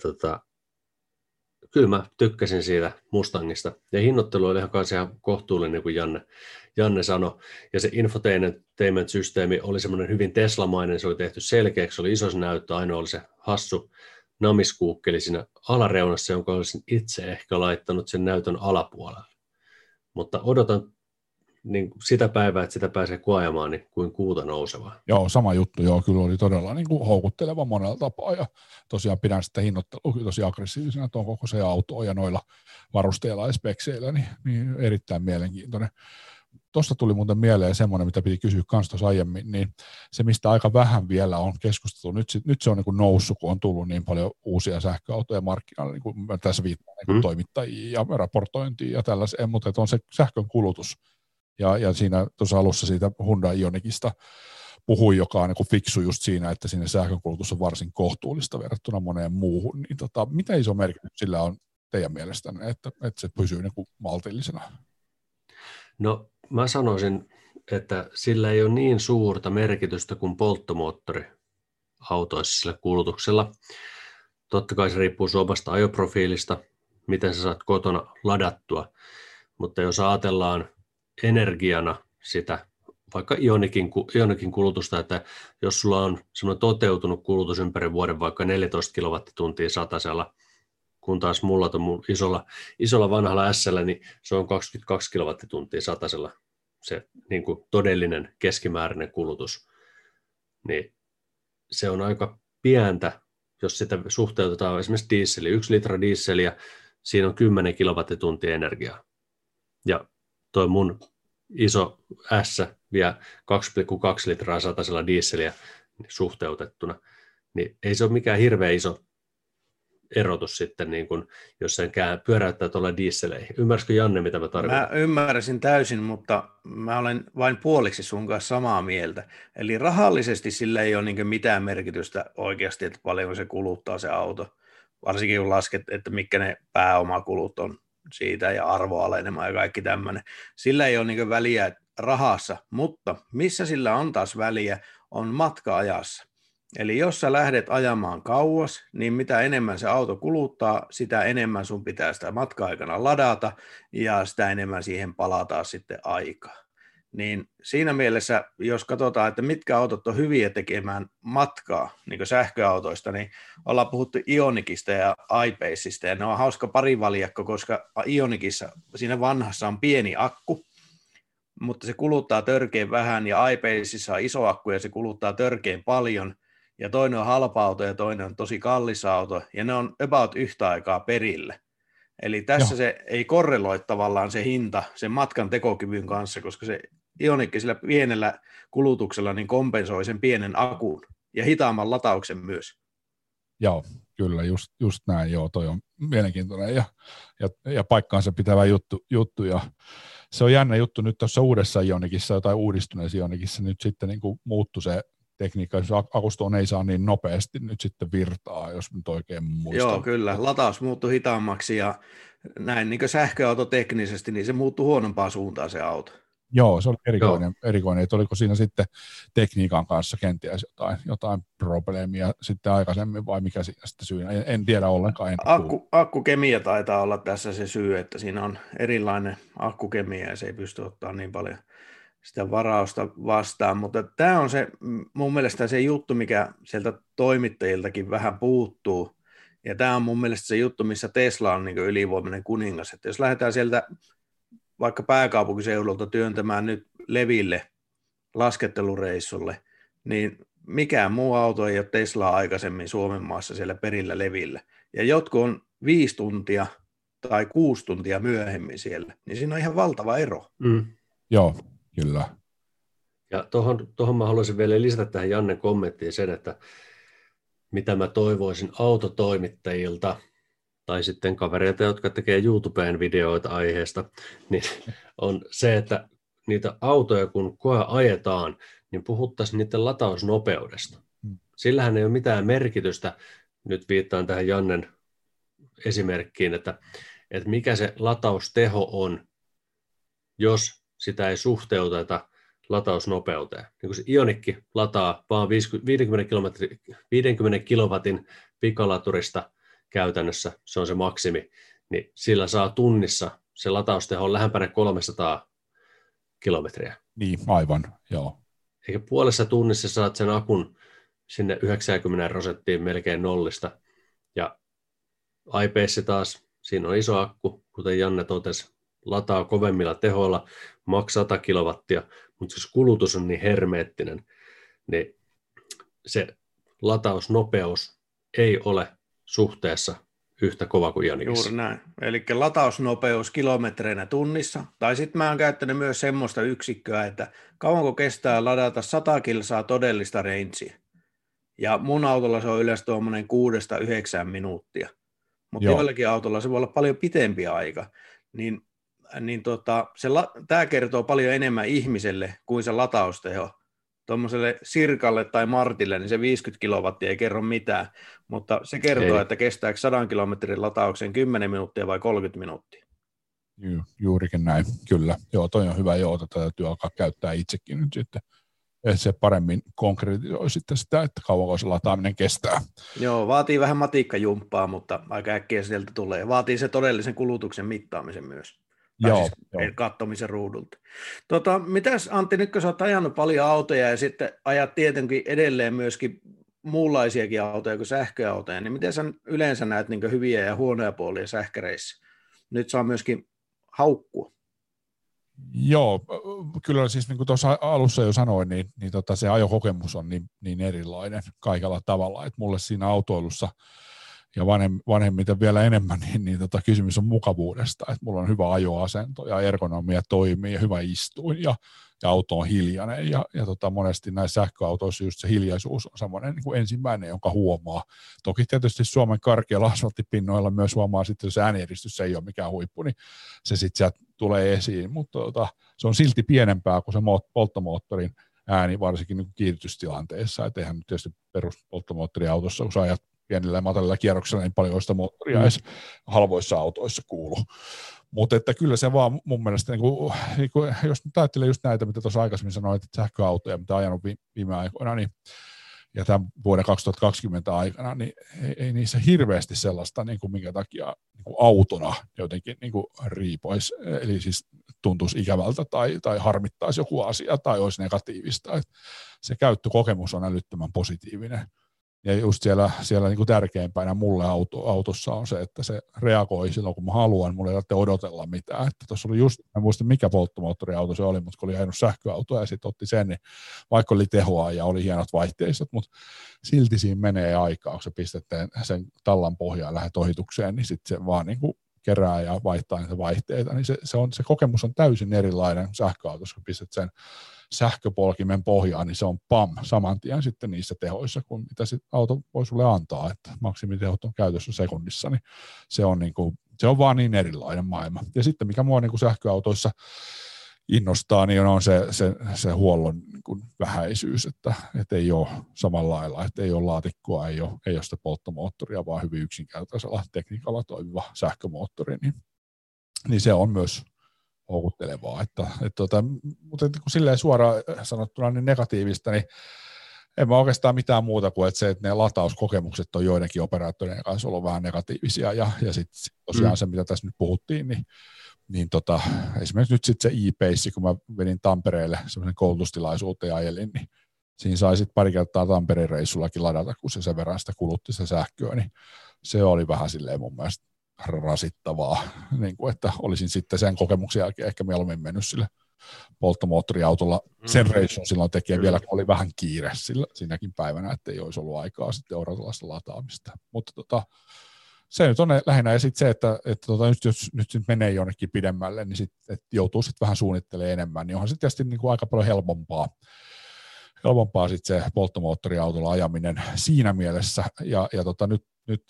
kyllä mä tykkäsin siitä Mustangista. Ja hinnoittelu oli ihan kohtuullinen, niin kuin Janne sanoi. Ja se infotainment-systeemi oli semmoinen hyvin Tesla-mainen. Se oli tehty selkeäksi, se oli iso se näyttö. Ainoa oli se hassu namiskuukkeli siinä alareunassa, jonka olisin itse ehkä laittanut sen näytön alapuolelle. Mutta odotan niin sitä päivää, että sitä pääsee kuojamaan, niin kuin kuuta nousevaa. Joo, sama juttu. Joo, kyllä oli todella niin kuin houkutteleva monella tapaa. Ja tosiaan pidän sitä hinnoittelua tosi aggressiivisena tuon koko se auto ja noilla varusteilla ja spekseillä, niin erittäin mielenkiintoinen. Tuosta tuli muuten mieleen semmoinen, mitä piti kysyä myös tuossa aiemmin, niin se, mistä aika vähän vielä on keskusteltu, nyt se on niin kuin noussut, kun on tullut niin paljon uusia sähköautoja markkinoille, niin kuin tässä viittaan niin kuin toimittajia ja raportointia ja tällaisia, mutta on se sähkön kulutus. Ja siinä tuossa alussa siitä Hyundai Ionicista puhui, joka on niin kuin fiksu just siinä, että siinä sähkönkulutus on varsin kohtuullista verrattuna moneen muuhun. Niin mitä iso merkitys sillä on teidän mielestänne, että se pysyy niin kuin maltillisena? No mä sanoisin, että sillä ei ole niin suurta merkitystä kuin polttomoottoriautoissa sillä kulutuksella. Totta kai se riippuu sun omasta ajoprofiilista, miten sä saat kotona ladattua, mutta jos ajatellaan energiana sitä, vaikka Ionicin kulutusta, että jos sulla on semmoinen toteutunut kulutus ympäri vuoden, vaikka 14 kilowattituntia satasella, kun taas mulla on mun isolla vanhalla S:llä, niin se on 22 kilowattituntia satasella se niin kuin todellinen keskimääräinen kulutus. Niin se on aika pientä, jos sitä suhteutetaan esimerkiksi dieseliin. 1 litra dieseliä, siinä on 10 kilowattituntia energiaa. Ja toi mun iso S vie 2,2 litraa satasella dieseliä suhteutettuna, niin ei se ole mikään hirveän iso erotus sitten, niin kun, jos sen pyöräyttää tuolla dieseleihin. Ymmärsikö Janne, mitä mä tarkoitan? Mä ymmärsin täysin, mutta mä olen vain puoliksi sun kanssa samaa mieltä. Eli rahallisesti sillä ei ole niin mitään merkitystä oikeasti, että paljonko se kuluttaa se auto. Varsinkin kun lasket, että mitkä ne pääomakulut on siitä ja arvoalenema ja kaikki tämmöinen. Sillä ei ole niin väliä rahassa, mutta missä sillä on taas väliä, on matka-ajassa. Eli jos sä lähdet ajamaan kauas, niin mitä enemmän se auto kuluttaa, sitä enemmän sun pitää sitä matka-aikana ladata ja sitä enemmän siihen palataan sitten aikaa. Niin siinä mielessä, jos katsotaan, että mitkä autot on hyviä tekemään matkaa, niin kuin sähköautoista, niin ollaan puhuttu Ionicista ja iPaceista, ja ne on hauska parivaljakko, koska Ionicissa siinä vanhassa on pieni akku, mutta se kuluttaa törkeän vähän, ja iPaceissa on iso akku, ja se kuluttaa törkeän paljon, ja toinen on halpa auto, ja toinen on tosi kallis auto, ja ne on about yhtä aikaa perille. Eli tässä se ei korreloi tavallaan se hinta sen matkan tekokyvyn kanssa, koska se Ioniq sillä pienellä kulutuksella niin kompensoi sen pienen akun ja hitaamman latauksen myös. Joo, kyllä, just näin, joo, toi on mielenkiintoinen ja paikkaansa pitävä juttu ja se on jännä juttu nyt tuossa uudessa Ioniqissa tai uudistuneessa Ioniqissa nyt sitten niin kuin muuttui se tekniikka, jos akustoon ei saa niin nopeasti nyt sitten virtaa, jos nyt oikein muistan. Joo, kyllä, lataus muuttui hitaammaksi ja näin niin kuin sähköauto teknisesti, niin se muuttui huonompaan suuntaan se auto. Joo, se oli erikoinen, että oliko siinä sitten tekniikan kanssa kenties jotain probleemia sitten aikaisemmin vai mikä siinä sitten syynä, en tiedä ollenkaan. Akkukemia taitaa olla tässä se syy, että siinä on erilainen akkukemia ja se ei pysty ottaa niin paljon sitä varausta vastaan, mutta tämä on se mun mielestä se juttu, mikä sieltä toimittajiltakin vähän puuttuu, ja tämä on mun mielestä se juttu, missä Tesla on niin kuin ylivoimainen kuningas, että jos lähdetään sieltä vaikka pääkaupunkiseudulta työntämään nyt leville laskettelureissulle, niin mikään muu auto ei ole Teslaa aikaisemmin Suomen maassa siellä perillä levillä, ja jotkut on 5 tuntia tai 6 tuntia myöhemmin siellä, niin siinä on ihan valtava ero. Joo. Kyllä. Ja tuohon mä haluaisin vielä lisätä tähän Jannen kommenttiin sen, että mitä mä toivoisin autotoimittajilta tai sitten kavereilta, jotka tekee YouTubeen videoita aiheesta, niin on se, että niitä autoja kun ajetaan, niin puhuttaisiin niiden latausnopeudesta. Sillähän ei ole mitään merkitystä, nyt viittaan tähän Jannen esimerkkiin, että mikä se latausteho on, jos sitä ei suhteuteta latausnopeuteen. Niin kun se Ioniq lataa vaan 50 kilowatin pikalaturista käytännössä, se on se maksimi, niin sillä saa tunnissa, se latausteho on lähempänä 300 kilometriä. Niin, aivan, joo. Eikä puolessa tunnissa saat sen akun sinne 90% melkein nollista. Ja iPace taas, siinä on iso akku, kuten Janne totesi, lataa kovemmilla tehoilla, maksaa 100 kilowattia, mutta jos kulutus on niin hermeettinen, niin se latausnopeus ei ole suhteessa yhtä kova kuin Ioniqissa. Juuri näin. Eli latausnopeus kilometreinä tunnissa, tai sitten mä oon käyttänyt myös semmoista yksikköä, että kauanko kestää ladata 100 kilsaa todellista rangea. Ja mun autolla se on yleensä tuommoinen 6-9 minuuttia, mutta joillakin autolla se voi olla paljon pitempi aika, tämä kertoo paljon enemmän ihmiselle kuin se latausteho. Tuommoiselle Sirkalle tai Martille, niin se 50 kilowattia ei kerro mitään, mutta se kertoo, että kestääkö 100 kilometrin latauksen 10 minuuttia vai 30 minuuttia. Juurikin näin, kyllä. Joo, toi on hyvä, tätä täytyy alkaa käyttää itsekin nyt sitten, että se paremmin konkretisoi sitten sitä, että kauanko se lataaminen kestää. Joo, vaatii vähän matikkajumppaa, mutta aika äkkiä sieltä tulee. Vaatii se todellisen kulutuksen mittaamisen myös. Joo. Katsomisen ruudulta. Mitäs Antti, nyt kun sä oot ajanut paljon autoja ja sitten ajat tietenkin edelleen myöskin muunlaisiakin autoja kuin sähköautoja, niin miten sä yleensä näet niin hyviä ja huonoja puolia sähkäreissä? Nyt saa myöskin haukkua. Joo, kyllä siis niin kuin tuossa alussa jo sanoin, niin se ajokokemus on niin erilainen kaikella tavalla, että mulle siinä autoilussa ja vanhemmiten vielä enemmän, niin kysymys on mukavuudesta, että mulla on hyvä ajoasento ja ergonomia toimii ja hyvä istuin ja auto on hiljainen ja monesti näissä sähköautoissa just se hiljaisuus on semmoinen niin kuin ensimmäinen, jonka huomaa. Toki tietysti Suomen karkealla asfalttipinnoilla myös huomaa sitten, jos äänieristys ei ole mikään huippu, niin se sitten sieltä tulee esiin, mutta se on silti pienempää kuin se polttomoottorin ääni, varsinkin niin kuin kiihdytystilanteessa, et eihän nyt tietysti peruspolttomoottoriautossa, kun sä ajat pienillä ja matalilla kierroksilla, niin paljon sitä moottoria edes halvoissa autoissa kuuluu. Mutta että kyllä se vaan mun mielestä, niin kuin, jos nyt ajattelee just näitä, mitä tuossa aikaisemmin sanoit, että sähköautoja, mitä ajanut viime aikoina, niin, ja tämän vuoden 2020 aikana, niin ei niissä hirveästi sellaista, niin kuin minkä takia niin kuin autona jotenkin niin kuin riipoisi, eli siis tuntuisi ikävältä tai harmittaisi joku asia tai olisi negatiivista. Et se käyttökokemus on älyttömän positiivinen. Ja just siellä niin kuin tärkeimpänä mulle autossa on se, että se reagoi silloin, kun mä haluan, mulla ei tarvitse odotella mitään. Että tuossa oli just, mä en muista mikä polttomoottoriauto se oli, mutta kun oli ajanut sähköautoa ja sitten otti sen, niin vaikka oli tehoa ja oli hienot vaihteistot, mutta silti siinä menee aikaa, kun sä pistät sen tallan pohjaan lähdet ohitukseen, niin sitten se vaan niin kuin kerää ja vaihtaa niitä vaihteita, niin se kokemus on täysin erilainen sähköautossa, kun pistät sen sähköpolkimen pohjaan, niin se on saman tien sitten niissä tehoissa, kuin mitä sit auto voi sulle antaa, että maksimitehot on käytössä sekunnissa, niin se on vaan niin erilainen maailma. Ja sitten mikä mua niin kuin sähköautoissa innostaa, niin on se huollon niin kuin vähäisyys, että ei ole samalla lailla, että ei ole laatikkoa, ei ole sitä polttomoottoria, vaan hyvin yksinkertaisella tekniikalla toimiva sähkömoottori, niin se on myös houkuttelevaa. Mutta kun silleen suoraan sanottuna niin negatiivista, niin en mä oikeastaan mitään muuta kuin että ne latauskokemukset on joidenkin operaattorien kanssa ollut vähän negatiivisia, ja sitten tosiaan se, mitä tässä nyt puhuttiin, niin esimerkiksi nyt sitten se e-pace, kun mä vedin Tampereelle semmoisen koulutustilaisuuteen ja ajelin, niin siinä sai sitten pari kertaa Tampereen reissullakin ladata, kun se sen verran sitä kulutti sitä sähköä, niin se oli vähän silleen mun mielestä rasittavaa, niin kuin, että olisin sitten sen kokemuksen jälkeen ehkä mieluummin mennyt sille polttomoottoriautolla sen reissun silloin tekee vielä, kun oli vähän kiire siinäkin päivänä, että ei olisi ollut aikaa sitten odotella sitä lataamista. Mutta se nyt on lähinnä, ja sitten se, että jos nyt menee jonnekin pidemmälle, niin sitten joutuu sitten vähän suunnittelemaan enemmän, niin onhan se tietysti niin kuin aika paljon helpompaa sitten se polttomoottoriautolla ajaminen siinä mielessä, ja nyt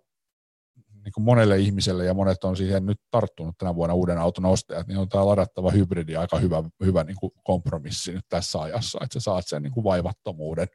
niin kuin monelle ihmiselle, ja monet on siihen nyt tarttunut tänä vuonna uuden auton ostajat, niin on tämä ladattava hybridi aika hyvä niin kuin kompromissi nyt tässä ajassa, että sä saat sen niin kuin vaivattomuuden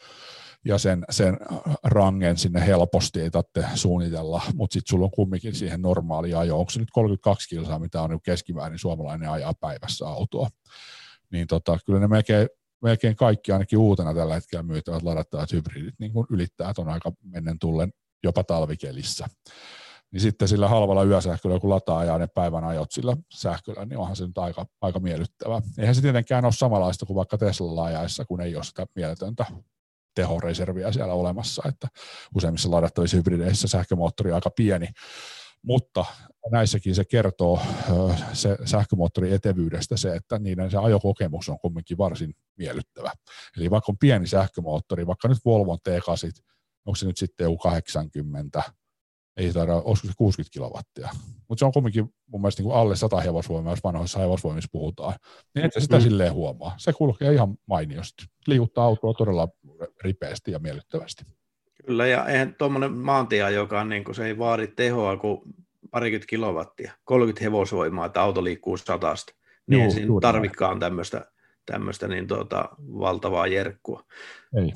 ja sen rangen sinne helposti, ei tarvitse suunnitella, mutta sitten sulla on kumminkin siihen normaali ajo. Onko se nyt 32 kilsaa, mitä on niin keskimäärin suomalainen ajaa päivässä autoa, niin kyllä ne melkein kaikki ainakin uutena tällä hetkellä myytävät ladattavat hybridit niin kuin ylittää tuon aika mennen tullen jopa talvikelissä. Niin sitten sillä halvalla yösähköllä, kun lataa ajaa ne päivän ajot sillä sähköllä, niin onhan se nyt aika miellyttävää. Eihän se tietenkään ole samanlaista kuin vaikka Teslalla ajaessa, kun ei ole sitä mieletöntä tehoreserviä siellä olemassa, että useimmissa ladattavissa hybrideissä sähkömoottori on aika pieni, mutta näissäkin se kertoo se sähkömoottorin etevyydestä se, että niiden se ajokokemus on kuitenkin varsin miellyttävä. Eli vaikka on pieni sähkömoottori, vaikka nyt Volvon T8, onko se nyt sitten joku 80, ei taida, olisiko se 60 kilowattia, mutta se on kuitenkin mun mielestä niin kuin alle 100 hevosvoimaa, jos vanhoissa hevosvoimissa puhutaan, niin et sitä silleen huomaa. Se kulkee ihan mainiosti, liikuttaa autoa todella ripeästi ja miellyttävästi. Kyllä, ja eihän tuommoinen maantieajokaan, niin se ei vaadi tehoa kuin parikymmentä kilowattia, 30 hevosvoimaa, että auto liikkuu 100. Niin ei siinä tarvikaan tämmöistä niin valtavaa jerkkua. Ei.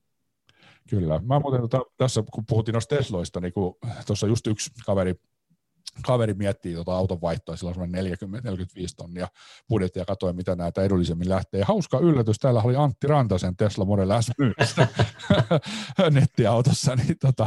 Kyllä. Mä muuten tässä, kun puhuttiin noista Tesloista, niin kun tuossa just yksi kaveri miettii auton vaihtoa, sillä on semmoinen 40-45 tonnia budjettia, ja katsoin, mitä näitä edullisemmin lähtee. Ja hauska yllätys, täällä oli Antti Rantasen Tesla Model S myynnissä nettiautossa,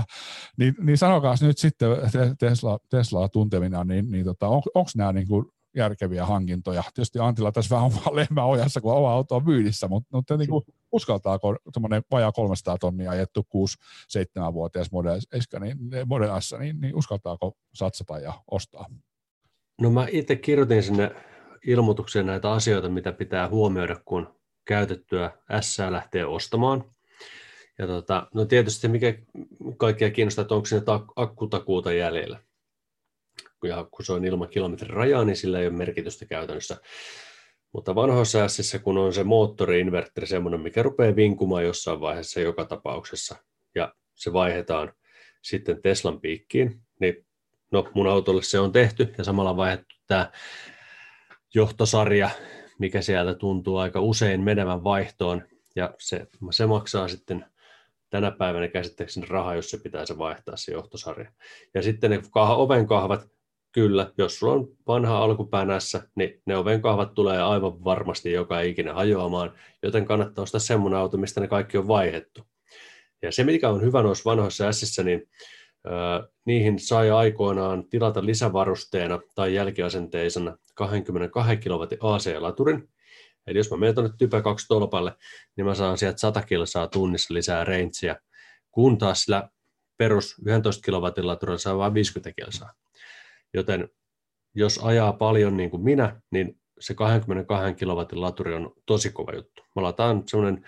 niin sanokaa nyt sitten Teslaa tuntevina, onko nämä niin kuin järkeviä hankintoja? Tietysti Antilla tässä vähän omaa lehmää ojassa, kun oma auto on myynnissä, mutta niin kuin, uskaltaako semmoinen vajaa 300 tonnia ajettu 6-7-vuotias Model S, niin uskaltaako satsata ja ostaa? No mä itse kirjoitin sinne ilmoitukseen näitä asioita, mitä pitää huomioida, kun käytettyä S lähtee ostamaan. Ja no tietysti se, mikä kaikkia kiinnostaa, että onko siinä akkutakuuta jäljellä. Ja kun se on ilman kilometrin rajaa, niin sillä ei ole merkitystä käytännössä. Mutta vanhoissa S:issä, kun on se moottori-invertteri semmoinen, mikä rupeaa vinkumaan jossain vaiheessa joka tapauksessa, ja se vaihdetaan sitten Teslan piikkiin, niin no mun autolle se on tehty, ja samalla vaihdettu tämä johtosarja, mikä sieltä tuntuu aika usein menevän vaihtoon, ja se maksaa sitten tänä päivänä käsittääkseni rahaa, jos se pitää se vaihtaa se johtosarja. Ja sitten ne ovenkahvat, kyllä, jos sulla on vanha alkupäänässä, niin ne ovenkahvat tulee aivan varmasti joka ikinä hajoamaan, joten kannattaa ostaa semmoinen auto, mistä ne kaikki on vaihdettu. Ja se, mikä on hyvä noissa vanhoissa Sissä, niin niihin sai aikoinaan tilata lisävarusteena tai jälkiasenteisena 22 kW AC-laturin. Eli jos mä menen tuonne Type 2 tolpalle, niin mä saan sieltä 100 kilsaa tunnissa lisää rangea, kun taas sillä perus 11 kW laturilla saa vain 50 kilsaa. Joten jos ajaa paljon niin kuin minä, niin se 22 kW laturi on tosi kova juttu. Mä lataan semmoinen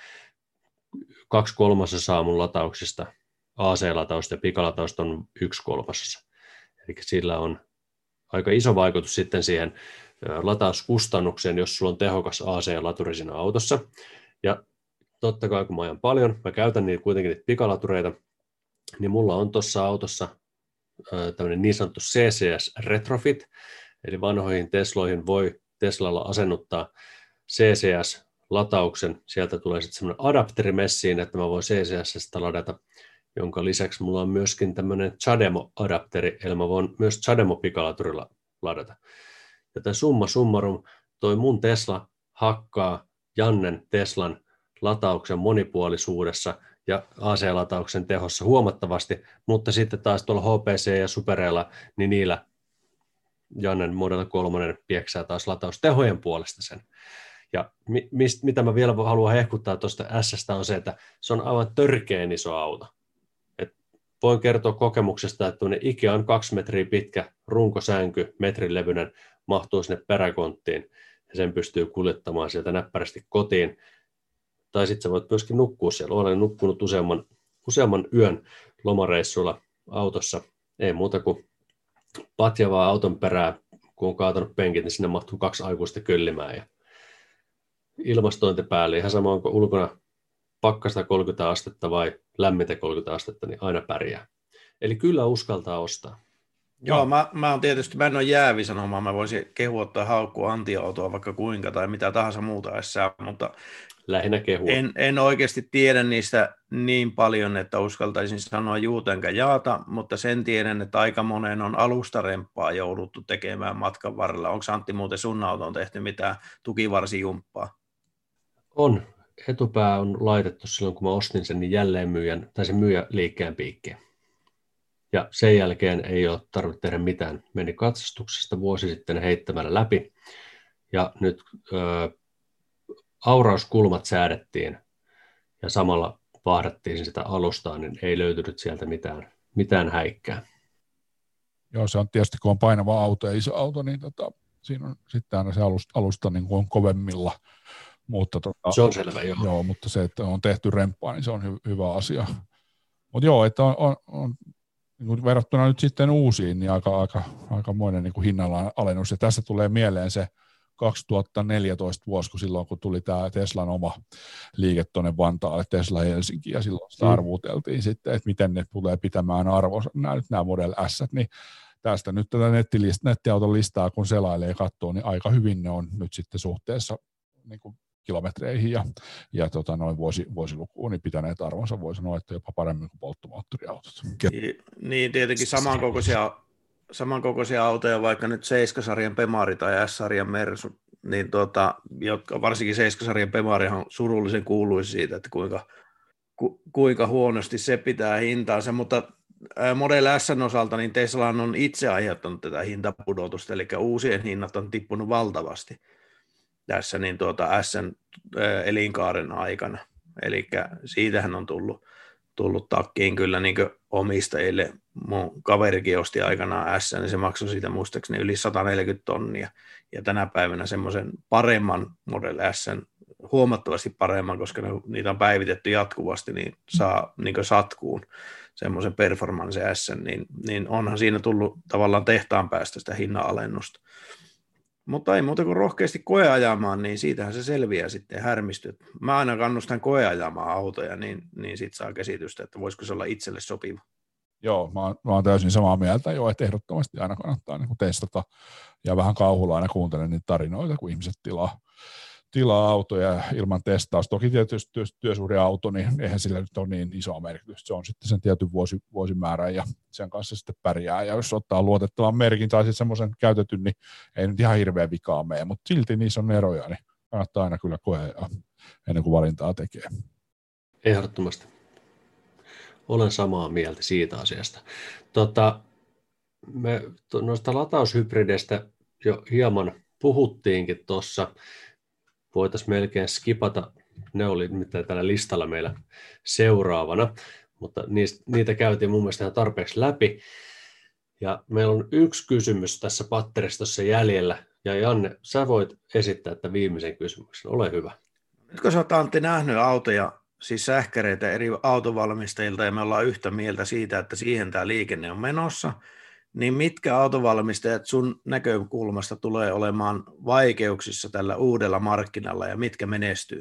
2/3 mun latauksista, AC-latausta ja pikalatausta on 1/3. Eli sillä on aika iso vaikutus sitten siihen latauskustannukseen, jos sulla on tehokas AC-laturi siinä autossa. Ja totta kai kun mä ajan paljon, mä käytän kuitenkin niitä pikalatureita, niin mulla on tuossa autossa tämmöinen niin sanottu CCS Retrofit, eli vanhoihin Tesloihin voi Teslalla asennuttaa CCS-latauksen. Sieltä tulee sitten semmoinen adapteri messiin, että mä voin CCS:stä ladata, jonka lisäksi mulla on myöskin tämmöinen CHAdeMO-adapteri, eli mä voin myös CHAdeMO-pikalaturilla ladata. Joten summa summarum, toi mun Tesla hakkaa Jannen Teslan latauksen monipuolisuudessa ja AC-latauksen tehossa huomattavasti, mutta sitten taas tuolla HPC ja Supereilla, niin niillä Jannen Model 3 pieksää taas lataustehojen puolesta sen. Ja mitä mä vielä haluan hehkuttaa tuosta S:stä on se, että se on aivan törkeän iso auto. Voin kertoa kokemuksesta, että Ikean 2 metriä pitkä runkosänky, metrin levyinen, mahtuu sinne peräkonttiin ja sen pystyy kuljettamaan sieltä näppärästi kotiin. Tai sitten sä voit myöskin nukkua siellä. Olen nukkunut useamman yön lomareissuilla autossa. Ei muuta kuin patjavaa auton perää, kun on kaatanut penkit, niin sinne mahtuu 2 aikuista köllimään. Ja ilmastointi päälle, ihan sama onko ulkona pakkasta 30 astetta vai lämmintä 30 astetta, niin aina pärjää. Eli kyllä uskaltaa ostaa. Joo, mä en ole jäävi sanomaan, mä voisin kehua tai haukkua antiautoa vaikka kuinka tai mitä tahansa muuta essää, mutta lähinnä kehua. En oikeasti tiedä niistä niin paljon, että uskaltaisin sanoa juutenkä jaata, mutta sen tiedän, että aika monen on alustaremppaa jouduttu tekemään matkan varrella. Onko Antti muuten sun autoon tehty mitään tukivarsijumppaa? On. Etupää on laitettu silloin, kun mä ostin sen, niin jälleen sen myyjäliikkeen piikkiin. Ja sen jälkeen ei ole tarvinnut tehdä mitään. Meni katsastuksesta vuosi sitten heittämällä läpi. Ja nyt aurauskulmat säädettiin ja samalla vahdattiin sitä alustaa, niin ei löytynyt sieltä mitään häikkää. Joo, se on tietysti, kun on painava auto ja iso auto, niin siinä on sitten aina se alusta niin kuin on kovemmilla. Mutta se on selvä, joo. Joo, mutta se, että on tehty remppaa, niin se on hyvä asia. Mutta joo, että on niin verrattuna nyt sitten uusiin, niin aikamoinen niin kuin hinnalla alennus. Ja tässä tulee mieleen se 2014 vuosi, kun tuli tämä Teslan oma liike tuonne Vantaalle, Tesla Helsinki, ja silloin sitä arvuteltiin sitten, että miten ne tulee pitämään arvonsa, nämä Model S, niin tästä nyt tätä nettiauton listaa, kun selailee ja katsoo, niin aika hyvin ne on nyt sitten suhteessa niin kuin kilometreihin ja noin vuosilukuun, niin pitäneet arvonsa, voi sanoa, että jopa paremmin kuin polttomoottoriautot. Niin, tietenkin samankokoisia autoja, vaikka nyt 7-sarjan Pemari tai S-sarjan Mersu, niin jotka varsinkin 7-sarjan Pemarihan surullisen kuuluisi siitä, että kuinka huonosti se pitää hintaansa, mutta Model S:n osalta niin Tesla on itse aiheuttanut tätä hintapudotusta, eli uusien hinnat on tippunut valtavasti tässä niin S:n elinkaaren aikana. eli siitähän on tullut takkiin kyllä niin omistajille. Mun kaverikin osti aikanaan S, niin se maksoi siitä muistaakseni yli 140 tonnia, ja tänä päivänä semmoisen paremman Model S, huomattavasti paremman, koska niitä on päivitetty jatkuvasti, niin saa niin satkuun semmoisen performance S, niin onhan siinä tullut tavallaan tehtaan päästä sitä hinnanalennusta. Mutta ei muuta kuin rohkeasti koeajamaan, niin siitähän se selviää sitten härmistyt. Mä aina kannustan koeajamaan autoja, niin sit saa käsitystä, että voisiko se olla itselle sopiva. Joo, mä oon täysin samaa mieltä jo, että ehdottomasti aina kannattaa niin kuin testata, ja vähän kauhulla aina kuuntelen niitä tarinoita, kun ihmiset tilaa autoja ilman testausta. Toki tietysti työsuhdeauto, niin eihän sillä nyt ole niin isoa merkitystä. Se on sitten sen tietyn vuosimäärän ja sen kanssa sitten pärjää. Ja jos ottaa luotettavan merkin tai sitten semmoisen käytetyn, niin ei nyt ihan hirveän vikaa mene, mutta silti niissä on eroja, niin kannattaa aina kyllä koea ennen kuin valintaa tekee. Ehdottomasti. Olen samaa mieltä siitä asiasta. Me noista lataushybrideistä jo hieman puhuttiinkin tuossa. Voitaisiin melkein skipata, ne oli nimittäin tällä listalla meillä seuraavana, mutta niitä käytiin mun mielestä ihan tarpeeksi läpi. Ja meillä on yksi kysymys tässä patteristossa jäljellä, ja Janne, sä voit esittää tämän viimeisen kysymyksen, ole hyvä. Nyt kun sä oot, Antti, nähnyt autoja, siis sähkäreitä eri autovalmistajilta, ja me ollaan yhtä mieltä siitä, että siihen tämä liikenne on menossa, niin mitkä autovalmistajat sun näkökulmasta tulee olemaan vaikeuksissa tällä uudella markkinalla ja mitkä menestyy?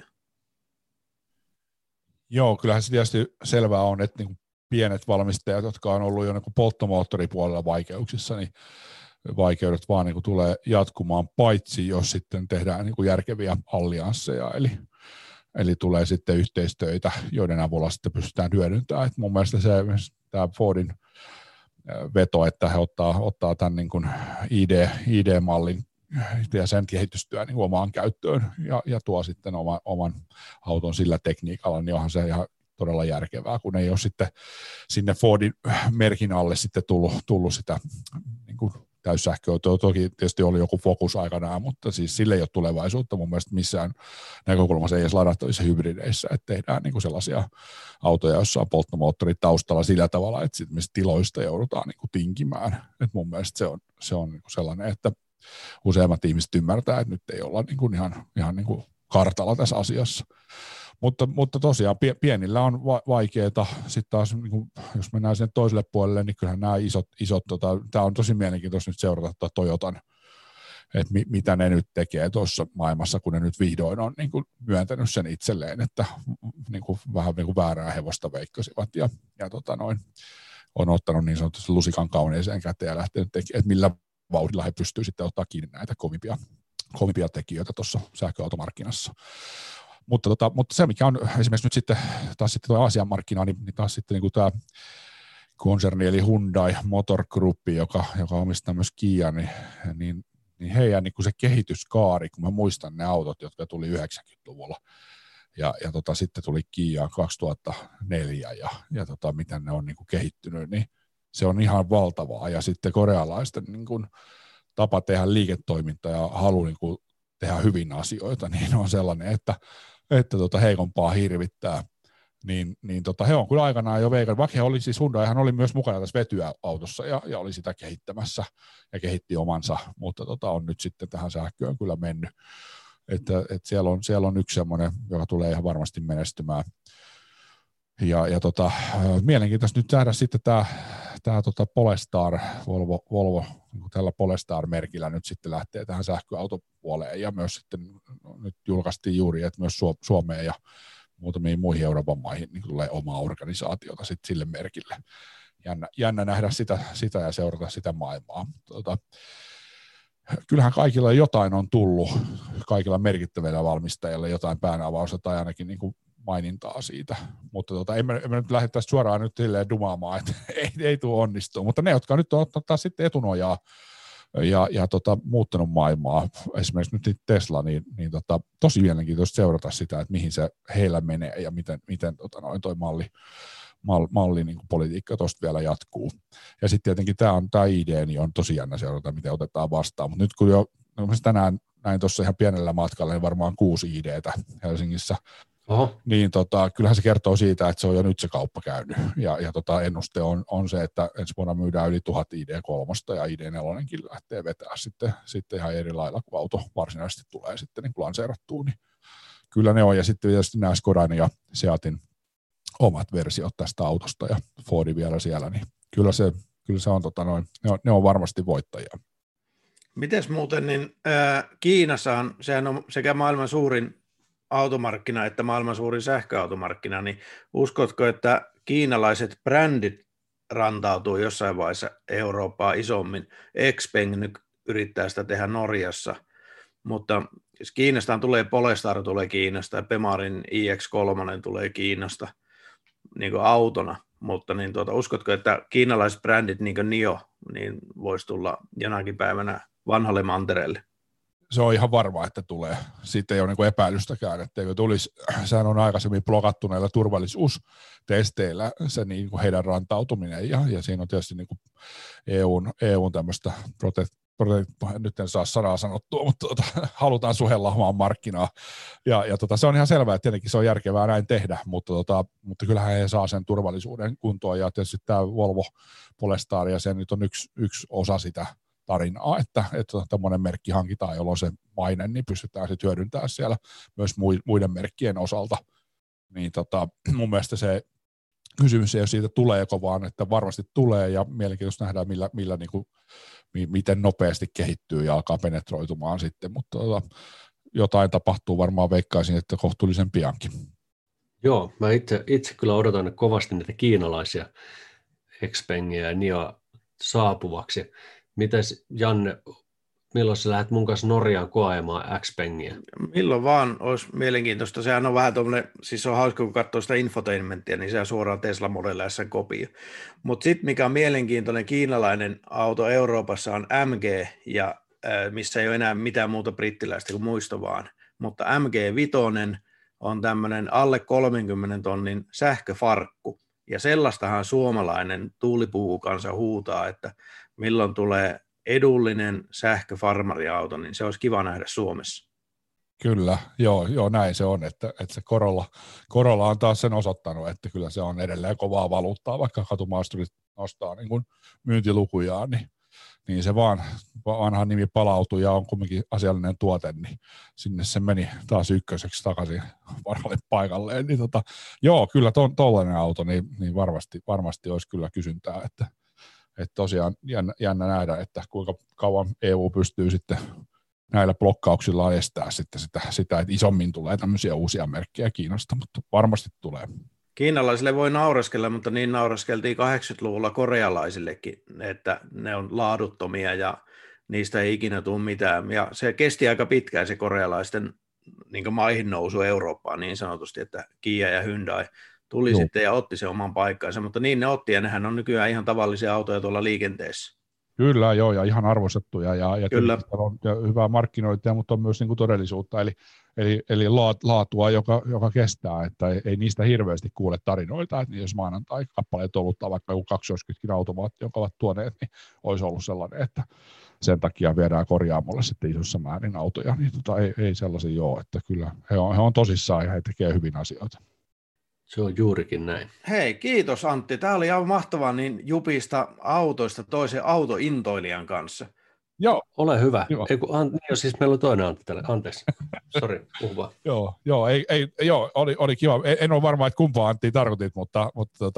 Joo, kyllähän se tietysti selvää on, että niin kuin pienet valmistajat, jotka on ollut jo niin kuin polttomoottoripuolella vaikeuksissa, niin vaikeudet vaan niin kuin tulee jatkumaan, paitsi jos sitten tehdään niin kuin järkeviä alliansseja, eli tulee sitten yhteistöitä, joiden avulla sitten pystytään hyödyntämään. Et mun mielestä tämä Fordin veto, että he ottaa tämän niin kuin ID-mallin ja sen kehitystyön niin omaan käyttöön ja tuo sitten oman auton sillä tekniikalla, niin onhan se ihan todella järkevää, kun ei ole sitten sinne Fordin merkin alle sitten tullut sitä niin kuin täyssähköautoa. Toki tietysti oli joku Focus aikanaan, mutta siis sille ei ole tulevaisuutta mun mielestä missään näkökulmassa, ei edes ladattavissa hybrideissä, että tehdään niin kuin sellaisia autoja, joissa on polttomoottorit taustalla sillä tavalla, että sitten tiloista joudutaan niin kuin tinkimään. Et mun mielestä se on niin kuin sellainen, että useimmat ihmiset ymmärtää, että nyt ei olla niin kuin ihan niin kuin kartalla tässä asiassa. Mutta tosiaan pienillä on vaikeaa. Sitten taas, niin kuin, jos mennään sinne toiselle puolelle, niin kyllähän nämä isot tämä on tosi mielenkiintoista nyt seurata Toyotan, että mitä ne nyt tekee tuossa maailmassa, kun ne nyt vihdoin on niin kuin myöntänyt sen itselleen, että niin kuin, vähän niin kuin väärää hevosta veikkasivat ja on ottanut niin sanotusti lusikan kauneeseen käteen ja lähtenyt tekemään, että millä vauhdilla he pystyvät sitten ottaa kiinni näitä kovimpia tekijöitä tuossa sähköautomarkkinassa. Mutta se, mikä on esimerkiksi nyt sitten taas sitten tuo Aasian markkina, niin taas sitten niin tämä konserni eli Hyundai Motor Group, joka omistaa myös Kia, niin heidän niin se kehityskaari, kun mä muistan ne autot, jotka tuli 90-luvulla, ja sitten tuli Kia 2004, ja miten ne on niin kuin kehittynyt, niin se on ihan valtavaa, ja sitten korealaisten niin kuin tapa tehdä liiketoimintaa ja halu niin kuin tehdä hyvin asioita, niin on sellainen, että heikompaa hirvittää, niin he on kyllä aikanaan jo veikannut, vaikka he oli siis Hyundaihan oli myös mukana tässä vetyautossa ja oli sitä kehittämässä ja kehitti omansa, mutta on nyt sitten tähän sähköön kyllä mennyt, että siellä on yksi semmoinen, joka tulee ihan varmasti menestymään. Ja mielenkiintoista nyt nähdä sitten tämä Polestar, Volvo niin tällä Polestar-merkillä nyt sitten lähtee tähän sähköautopuoleen ja myös sitten nyt julkaistiin juuri, että myös Suomeen ja muutamiin muihin Euroopan maihin niin tulee omaa organisaatiota sitten sille merkille. Jännä nähdä sitä ja seurata sitä maailmaa. Kyllähän kaikilla jotain on tullut, kaikilla merkittävillä valmistajilla jotain päänavausta tai ainakin niin kuin mainintaa siitä, mutta emme nyt lähde tästä suoraan nyt silleen dumaamaan, että ei tule onnistua, mutta ne, jotka nyt on ottanut sitten etunojaa ja muuttanut maailmaa, esimerkiksi nyt Tesla, niin tosi mielenkiintoista seurata sitä, että mihin se heillä menee ja miten toi malli niin kuin politiikka tuosta vielä jatkuu. Ja sitten tietenkin tämä idea niin on tosi jännä seurata, miten otetaan vastaan, mutta nyt kun jo tänään näin tuossa ihan pienellä matkalla, niin varmaan 6 ideetä Helsingissä Oho. Niin kyllähän se kertoo siitä, että se on jo nyt se kauppa käynyt. Ja ennuste on se, että ensi vuonna myydään yli 1000 ID3 ja ID4 lähtee vetää sitten ihan eri lailla, kun auto varsinaisesti tulee sitten niin lanseerattua. Niin kyllä ne on, ja sitten tietysti nämä Skodan ja Seatin omat versiot tästä autosta ja Fordi vielä siellä, niin kyllä se on, ne on varmasti voittajia. Mites muuten, niin Kiinassahan, sehän on sekä maailman suurin automarkkina että maailman suurin sähköautomarkkina, niin uskotko, että kiinalaiset brändit rantautuu jossain vaiheessa Eurooppaa isommin? Xpeng nyt yrittää sitä tehdä Norjassa, mutta Kiinastaan tulee Polestar tulee Kiinasta ja Bemarin iX3 tulee Kiinasta niin kuin autona, mutta niin uskotko, että kiinalaiset brändit niin kuin NIO niin voisi tulla jonakin päivänä vanhalle mantereelle? Se on ihan varma, että tulee. Siitä ei ole niin epäilystäkään, etteikö tulisi. Sehän on aikaisemmin blokattu näillä turvallisuustesteillä se niin kuin heidän rantautuminen, ja siinä on tietysti niin kuin EUn tämmöistä nyt en saa sanaa sanottua, mutta halutaan suhella omaan markkinaa. Ja se on ihan selvää, että tietenkin se on järkevää näin tehdä, mutta kyllähän he saa sen turvallisuuden kuntoon, ja tietysti tämä Volvo Polestar, ja se nyt on yksi osa sitä tarinaa, että tämmöinen merkki hankitaan, jolloin se maine, niin pystytään sitten hyödyntämään siellä myös muiden merkkien osalta. Niin mun mielestä se kysymys ei ole siitä tuleeko, vaan että varmasti tulee, ja mielenkiintoista nähdään, millä niin kuin, miten nopeasti kehittyy ja alkaa penetroitumaan sitten, mutta jotain tapahtuu varmaan, veikkaisin, että kohtuullisen piankin. Joo, mä itse kyllä odotan kovasti näitä kiinalaisia Xpengia ja NIOa saapuvaksi. Mites Janne, milloin sä lähdet mun kanssa Norjaan koeamaan Xpengia? Milloin vaan, olisi mielenkiintoista. Sehän on vähän tuommoinen, siis on hauska kun katsoo sitä infotainmenttia, niin se on suoraan Tesla Model S kopio. Mutta sitten mikä on mielenkiintoinen kiinalainen auto Euroopassa on MG, ja missä ei ole enää mitään muuta brittiläistä kuin muisto vaan. Mutta MG5 on tämmöinen alle 30 tonnin sähköfarkku, ja sellaistahan suomalainen tuulipuukansa huutaa, että milloin tulee edullinen sähköfarmariauto, niin se olisi kiva nähdä Suomessa. Kyllä, joo näin se on, että se Corolla on taas sen osoittanut, että kyllä se on edelleen kovaa valuuttaa, vaikka katumaasturit nostaa niin kuin myyntilukujaan, niin se vaan vanha nimi palautui ja on kumminkin asiallinen tuote, niin sinne se meni taas ykköseksi takaisin varhalle paikalleen. Niin joo, kyllä tollainen auto, niin varmasti olisi kyllä kysyntää, että tosiaan jännä nähdä, että kuinka kauan EU pystyy sitten näillä blokkauksillaan estää sitten sitä, että isommin tulee tämmöisiä uusia merkkejä Kiinasta, mutta varmasti tulee. Kiinalaisille voi nauraskella, mutta niin nauraskeltiin 80-luvulla korealaisillekin, että ne on laaduttomia ja niistä ei ikinä tule mitään. Ja se kesti aika pitkään se korealaisten niin maihin nousu Eurooppaan niin sanotusti, että Kia ja Hyundai tuli sitten ja otti sen oman paikkansa, mutta niin ne otti, ja nehän on nykyään ihan tavallisia autoja tuolla liikenteessä. Kyllä, joo, ja ihan arvostettuja, ja Kyllä. On hyvää markkinointia, mutta on myös niin kuin todellisuutta, eli laatua, joka kestää, että ei niistä hirveästi kuule tarinoita, että jos maanantai-kappaleet olutta vaikka joku 290 automaatti, jonka ovat tuoneet, niin olisi ollut sellainen, että sen takia viedään korjaamolle sitten isossa määrin autoja, niin ei sellaisia ole, että kyllä he on tosissaan ja he tekevät hyvin asioita. Se on juurikin näin. Hei, kiitos Antti. Tämä oli aivan mahtavaa niin jupista autoista toisen autointoilijan kanssa. Joo. Ole hyvä. Siis meillä on toinen Antti tällä. Anteeksi. Sori, puhu vaan. Joo, oli kiva. En ole varma, että kumpaa Antti tarkoitit, mutta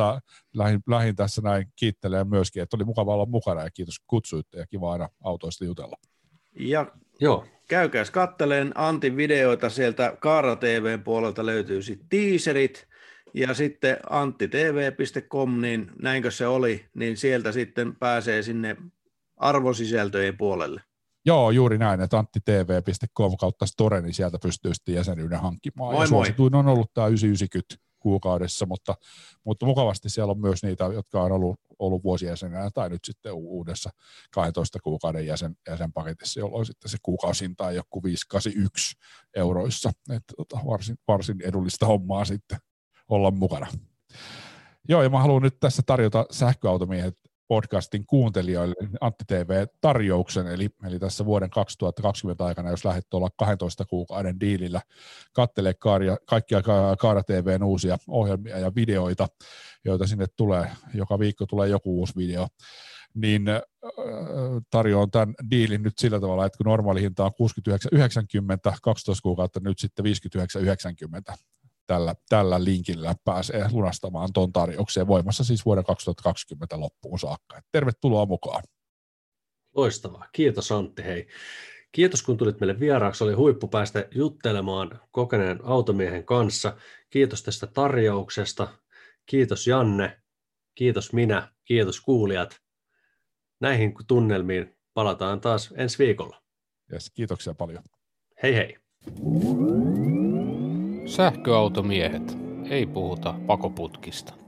lähdin tässä näin kiittelemään myöskin, että oli mukava olla mukana ja kiitos kutsuitte ja kiva aina autoista jutella. Ja käykääs katteleen Antin videoita sieltä Kaara TVn puolelta löytyy sitten teaserit. Ja sitten anttitv.com, niin näinkö se oli, niin sieltä sitten pääsee sinne arvosisältöjen puolelle. Joo, juuri näin, että anttitv.com kautta store, niin sieltä pystyy sitten jäsenyyden hankkimaan. Moi, ja suosituin on ollut tämä 990 kuukaudessa, mutta mukavasti siellä on myös niitä, jotka on ollut vuosijäsenenä tai nyt sitten uudessa 12 kuukauden jäsenpaketissa, jolloin sitten se kuukausinta on joku 581 euroissa. Että varsin edullista hommaa sitten olla mukana. Joo, ja mä haluan nyt tässä tarjota sähköautomiehet podcastin kuuntelijoille Antti TV-tarjouksen, eli tässä vuoden 2020 aikana, jos lähdet olla 12 kuukauden diilillä, kattelee kaikkia Kaara TVn uusia ohjelmia ja videoita, joita sinne tulee, joka viikko tulee joku uusi video, niin tarjoan tämän diilin nyt sillä tavalla, että kun normaali hinta on 69,90, 12 kuukautta nyt sitten 59,90. Tällä linkillä pääsee lunastamaan tuon tarjoukseen voimassa siis vuoden 2020 loppuun saakka. Tervetuloa mukaan. Loistavaa. Kiitos Antti. Hei. Kiitos kun tulit meille vieraaksi. Oli huippu päästä juttelemaan kokeneen automiehen kanssa. Kiitos tästä tarjouksesta. Kiitos Janne. Kiitos minä. Kiitos kuulijat. Näihin tunnelmiin palataan taas ensi viikolla. Yes, kiitoksia paljon. Hei hei. Sähköautomiehet. Ei puhuta pakoputkista.